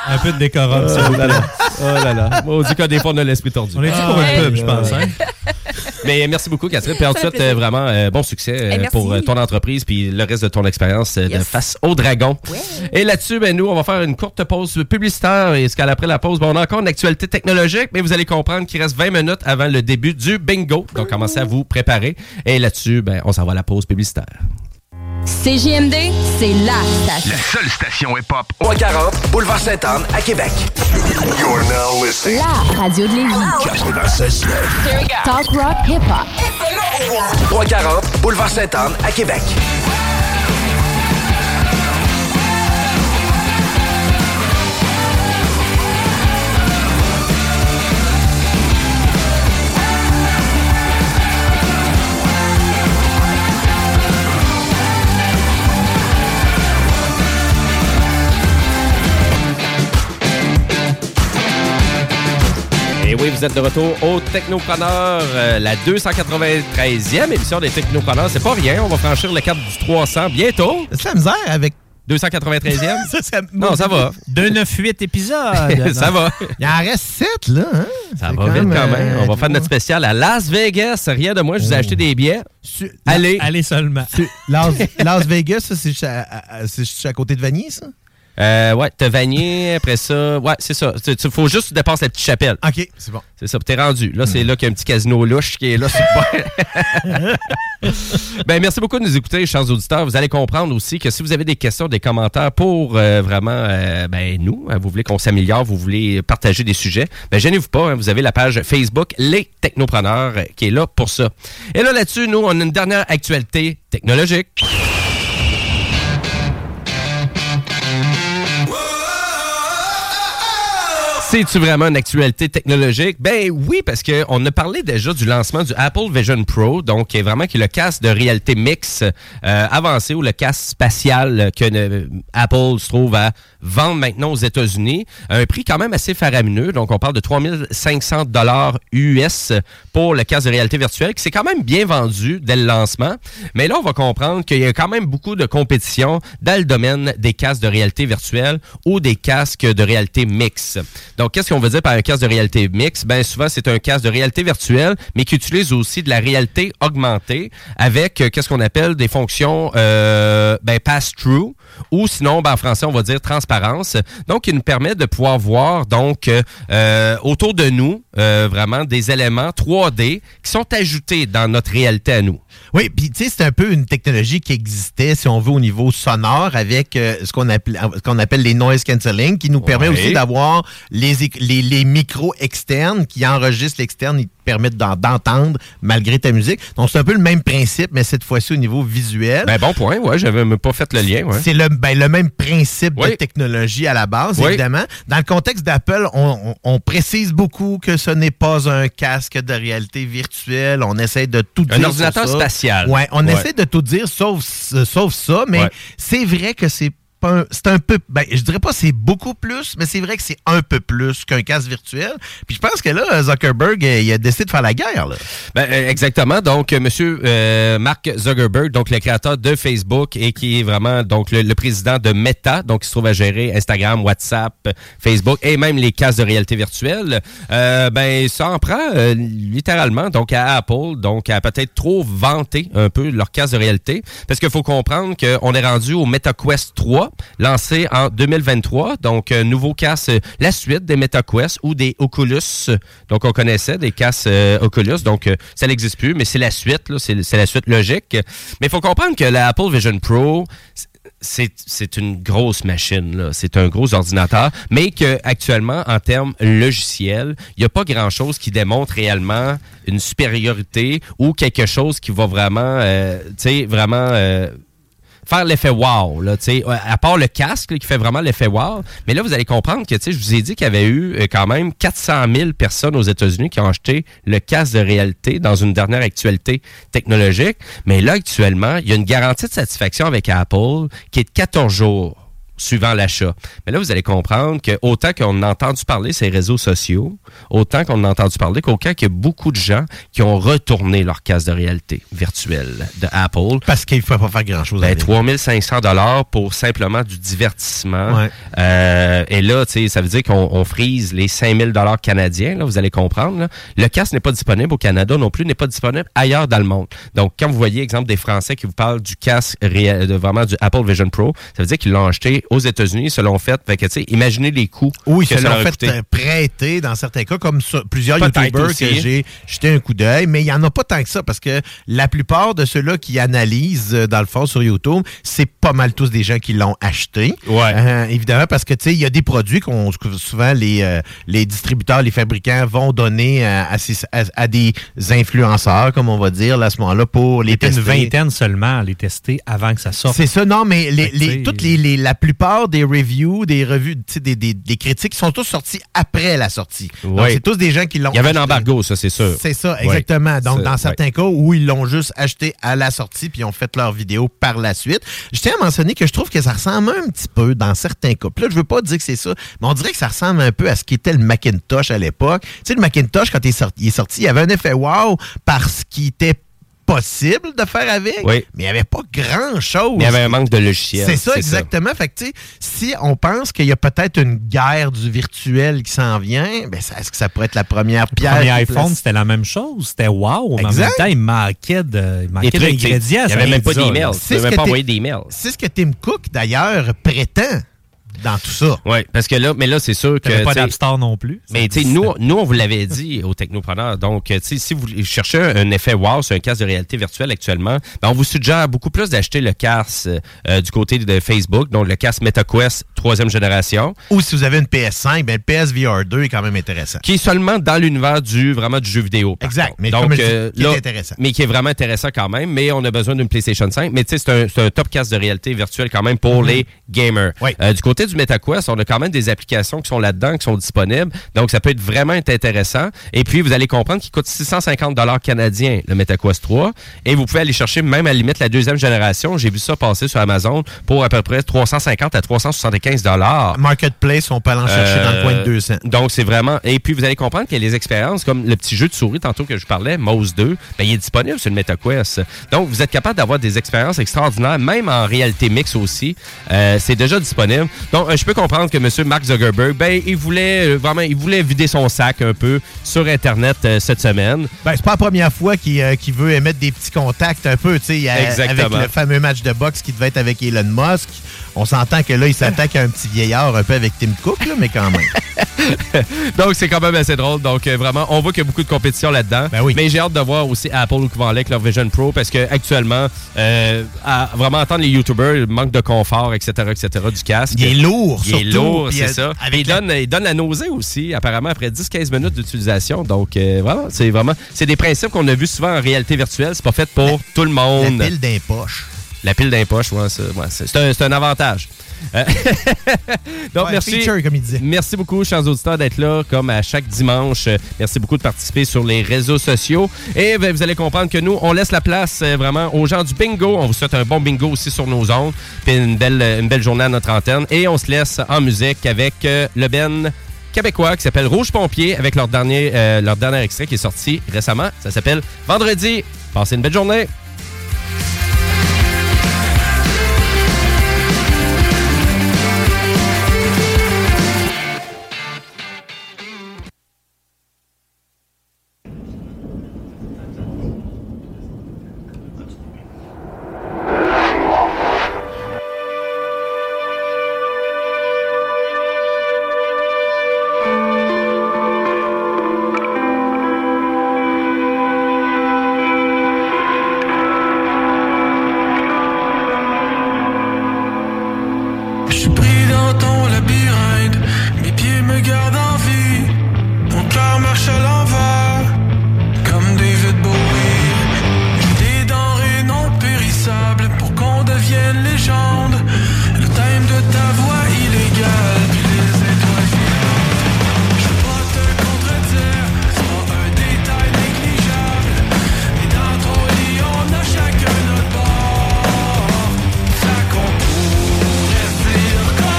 Un peu de décorum, ça. Oh là là. Oh là là. Moi, on dit qu'on défend de l'esprit tordu. On est dit pour une pub, je pense. Hein? Mais merci beaucoup, Catherine. Puis ensuite, vraiment, bon succès pour ton entreprise puis le reste de ton expérience de Face au Dragon. Ouais. Et là-dessus, nous, on va faire une courte pause publicitaire. Et après la pause, on a encore une actualité technologique, mais vous allez comprendre qu'il reste 20 minutes avant le début du bingo. Donc, commencez à vous préparer. Et là-dessus, on s'en va à la pause publicitaire. CJMD, c'est la station. La seule station hip-hop. 340, Boulevard Sainte-Anne, à Québec. You're now listening. La radio de Lévis. 96.9. Talk rock hip-hop. 340, Boulevard Sainte-Anne, à Québec. Et oui, vous êtes de retour au Technopreneur, la 293e émission des Technopreneurs. C'est pas rien, on va franchir le cap du 300 bientôt. C'est la misère avec 293e? Non, ça va. 298 épisodes. Ça va. Il en reste 7, là. Hein? Ça va vite quand même. On va faire notre spécial à Las Vegas. Rien de moins, je vous ai acheté des billets. Allez seulement. Las Vegas, ça, c'est à côté de Vanier, ça? Ouais, t'as Vanier, après ça. Ouais, c'est ça. Il faut juste que tu dépasses la petite chapelle. OK, c'est bon. C'est ça, t'es rendu. Là, c'est là qu'il y a un petit casino louche qui est là. Super. Merci beaucoup de nous écouter, chers auditeurs. Vous allez comprendre aussi que si vous avez des questions, des commentaires pour vraiment nous, vous voulez qu'on s'améliore, vous voulez partager des sujets, gênez-vous pas. Vous avez la page Facebook Les Technopreneurs qui est là pour ça. Et là-dessus, nous, on a une dernière actualité technologique. C'est-tu vraiment une actualité technologique? Ben oui, parce qu'on a parlé déjà du lancement du Apple Vision Pro, donc qui est le casque de réalité mixte avancé ou le casque spatial que Apple se trouve à vendre maintenant aux États-Unis. Un prix quand même assez faramineux, donc on parle de 3500 $ US pour le casque de réalité virtuelle, qui s'est quand même bien vendu dès le lancement. Mais là, on va comprendre qu'il y a quand même beaucoup de compétition dans le domaine des casques de réalité virtuelle ou des casques de réalité mixte. Donc, qu'est-ce qu'on veut dire par un casque de réalité mixte? Ben, souvent, c'est un casque de réalité virtuelle, mais qui utilise aussi de la réalité augmentée avec, qu'est-ce qu'on appelle des fonctions, pass-through, ou sinon, en français, on va dire transparence. Donc, il nous permet de pouvoir voir, autour de nous, vraiment des éléments 3D qui sont ajoutés dans notre réalité à nous. Oui, puis tu sais, c'est un peu une technologie qui existait, si on veut, au niveau sonore avec ce qu'on appelle les noise cancelling, qui nous permet aussi d'avoir les micros externes qui enregistrent l'externe, ils te permettent d'entendre malgré ta musique. Donc, c'est un peu le même principe, mais cette fois-ci au niveau visuel. Bon point, ouais, j'avais pas fait le lien. Ouais. C'est le même principe de technologie à la base, évidemment. Dans le contexte d'Apple, on précise beaucoup que ce n'est pas un casque de réalité virtuelle. On essaie de tout dire. Un ordinateur spatial. Ouais, on essaie de tout dire sauf ça, mais c'est vrai que c'est un peu, je dirais pas c'est beaucoup plus, mais c'est vrai que c'est un peu plus qu'un casque virtuel. Puis je pense que là, Zuckerberg, il a décidé de faire la guerre. Là. Exactement. Donc, monsieur Mark Zuckerberg, donc le créateur de Facebook et qui est vraiment donc le président de Meta, donc qui se trouve à gérer Instagram, WhatsApp, Facebook et même les casques de réalité virtuelle, ça en prend littéralement donc à Apple, donc à peut-être trop vanter un peu leur casque de réalité, parce qu'il faut comprendre qu'on est rendu au MetaQuest 3, lancé en 2023. Donc, nouveau casque, la suite des MetaQuest ou des Oculus. Donc, on connaissait des casques Oculus. Donc, ça n'existe plus, mais c'est la suite. Là, c'est la suite logique. Mais il faut comprendre que la Apple Vision Pro, c'est une grosse machine, là. C'est un gros ordinateur, mais qu'actuellement, en termes logiciels, il n'y a pas grand-chose qui démontre réellement une supériorité ou quelque chose qui va vraiment, faire l'effet wow, là, tu sais, à part le casque là, qui fait vraiment l'effet wow. Mais là, vous allez comprendre que, tu sais, je vous ai dit qu'il y avait eu quand même 400 000 personnes aux États-Unis qui ont acheté le casque de réalité dans une dernière actualité technologique. Mais là, actuellement, il y a une garantie de satisfaction avec Apple qui est de 14 jours. suivant l'achat. Mais là, vous allez comprendre que autant qu'on a entendu parler ces réseaux sociaux, autant qu'on a entendu parler qu'il y a beaucoup de gens qui ont retourné leur casque de réalité virtuelle de Apple. Parce qu'il ne faut pas faire grand-chose. 3500 $ pour simplement du divertissement. Ouais. Et là, ça veut dire qu'on frise les 5000 $ canadiens, là, vous allez comprendre. Là. Le casque n'est pas disponible au Canada non plus, n'est pas disponible ailleurs dans le monde. Donc, quand vous voyez, exemple, des Français qui vous parlent du casque vraiment du Apple Vision Pro, ça veut dire qu'ils l'ont acheté aux États-Unis, se l'ont fait. Fait que, imaginez les coûts. Oui, ils se l'ont fait prêter dans certains cas, comme plusieurs YouTubers que j'ai jeté un coup d'œil, mais il n'y en a pas tant que ça, parce que la plupart de ceux-là qui analysent, dans le fond, sur YouTube, c'est pas mal tous des gens qui l'ont acheté. Ouais. Évidemment, parce que, il y a des produits qu'on souvent les distributeurs, les fabricants vont donner à des influenceurs, comme on va dire, là, à ce moment-là, pour les tester. Une vingtaine seulement à les tester avant que ça sorte. C'est ça, non, mais la plupart des reviews, des revues, des critiques sont tous sortis après la sortie. Oui. Donc, c'est tous des gens qui l'ont acheté. Il y avait un embargo, ça, c'est sûr. C'est ça, exactement. Donc, dans certains cas où ils l'ont juste acheté à la sortie puis ils ont fait leur vidéo par la suite. Je tiens à mentionner que je trouve que ça ressemble un petit peu dans certains cas. Puis là, je veux pas dire que c'est ça, mais on dirait que ça ressemble un peu à ce qu'était le Macintosh à l'époque. Tu sais, le Macintosh, quand il est sorti, il y avait un effet wow parce qu'il était possible de faire avec, mais il n'y avait pas grand-chose. Il y avait un manque de logiciel. C'est ça, exactement. Fait que, tu sais, si on pense qu'il y a peut-être une guerre du virtuel qui s'en vient, ben, est-ce que ça pourrait être la première pierre? Le premier iPhone, c'était la même chose. C'était wow. Mais en même temps, il manquait d'ingrédients. Il n'y avait même pas d'email. Tu ne pouvais même pas envoyer d'email. C'est ce que Tim Cook, d'ailleurs, prétend dans tout ça. Oui, parce que là, c'est sûr que... pas d'App Store non plus. Mais tu sais, nous, on vous l'avait dit aux technopreneurs. Donc, tu sais, si vous cherchez un effet wow sur un casque de réalité virtuelle actuellement, ben, on vous suggère beaucoup plus d'acheter le casque du côté de Facebook, donc le casque MetaQuest 3e génération. Ou si vous avez une PS5, ben, le PSVR 2 est quand même intéressant. Qui est seulement dans l'univers du jeu vidéo. Exact. Mais donc, qui est intéressant. Mais qui est vraiment intéressant quand même. Mais on a besoin d'une PlayStation 5. Mais tu sais, c'est un top casque de réalité virtuelle quand même pour les gamers. Oui. Du côté du MetaQuest, on a quand même des applications qui sont là-dedans, qui sont disponibles. Donc, ça peut être vraiment intéressant. Et puis, vous allez comprendre qu'il coûte 650 $ canadiens, le MetaQuest 3. Et vous pouvez aller chercher même à la limite la 2e génération. J'ai vu ça passer sur Amazon pour à peu près 350 à 375 $. Marketplace, on peut aller en chercher dans le coin de 200. Donc, c'est vraiment... Et puis, vous allez comprendre qu'il y a les expériences, comme le petit jeu de souris tantôt que je parlais, Mouse 2, ben, il est disponible sur le MetaQuest. Donc, vous êtes capable d'avoir des expériences extraordinaires, même en réalité mix aussi. C'est déjà disponible. Donc, je peux comprendre que M. Mark Zuckerberg, ben, il voulait vider son sac un peu sur Internet cette semaine. Ben, c'est pas la première fois qu'il veut émettre des petits contacts un peu, tu sais, avec le fameux match de boxe qui devait être avec Elon Musk. On s'entend que là, il s'attaque à un petit vieillard un peu avec Tim Cook, là, mais quand même. Donc, c'est quand même assez drôle. Donc, vraiment, on voit qu'il y a beaucoup de compétition là-dedans. Ben oui. Mais j'ai hâte de voir aussi Apple où ils vont aller avec leur Vision Pro parce qu'actuellement, à vraiment entendre les YouTubers, il manque de confort, etc., du casque. Il est lourd, Il est lourd, c'est ça. Il donne la nausée aussi, apparemment, après 10-15 minutes d'utilisation. Donc, voilà, c'est des principes qu'on a vus souvent en réalité virtuelle. C'est pas fait pour tout le monde. La pile d'un poche. La pile d'un poche, c'est un avantage. Donc, merci. Feature, comme il disait. Merci beaucoup, chers auditeurs, d'être là, comme à chaque dimanche. Merci beaucoup de participer sur les réseaux sociaux. Et vous allez comprendre que nous, on laisse la place vraiment aux gens du bingo. On vous souhaite un bon bingo aussi sur nos ondes. Puis une belle journée à notre antenne. Et on se laisse en musique avec le Ben québécois qui s'appelle Rouge Pompier avec leur dernier extrait qui est sorti récemment. Ça s'appelle Vendredi. Passez une belle journée. Comme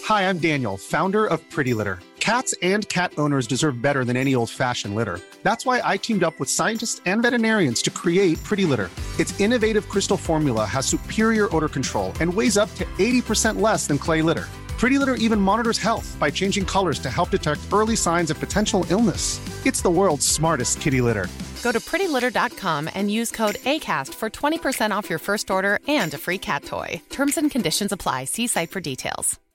Hi, I'm Daniel, founder of Pretty Litter. Cats and cat owners deserve better than any old-fashioned litter. That's why I teamed up with scientists and veterinarians to create Pretty Litter. Its innovative crystal formula has superior odor control and weighs up to 80% less than clay litter. Pretty Litter even monitors health by changing colors to help detect early signs of potential illness. It's the world's smartest kitty litter. Go to prettylitter.com and use code ACAST for 20% off your first order and a free cat toy. Terms and conditions apply. See site for details.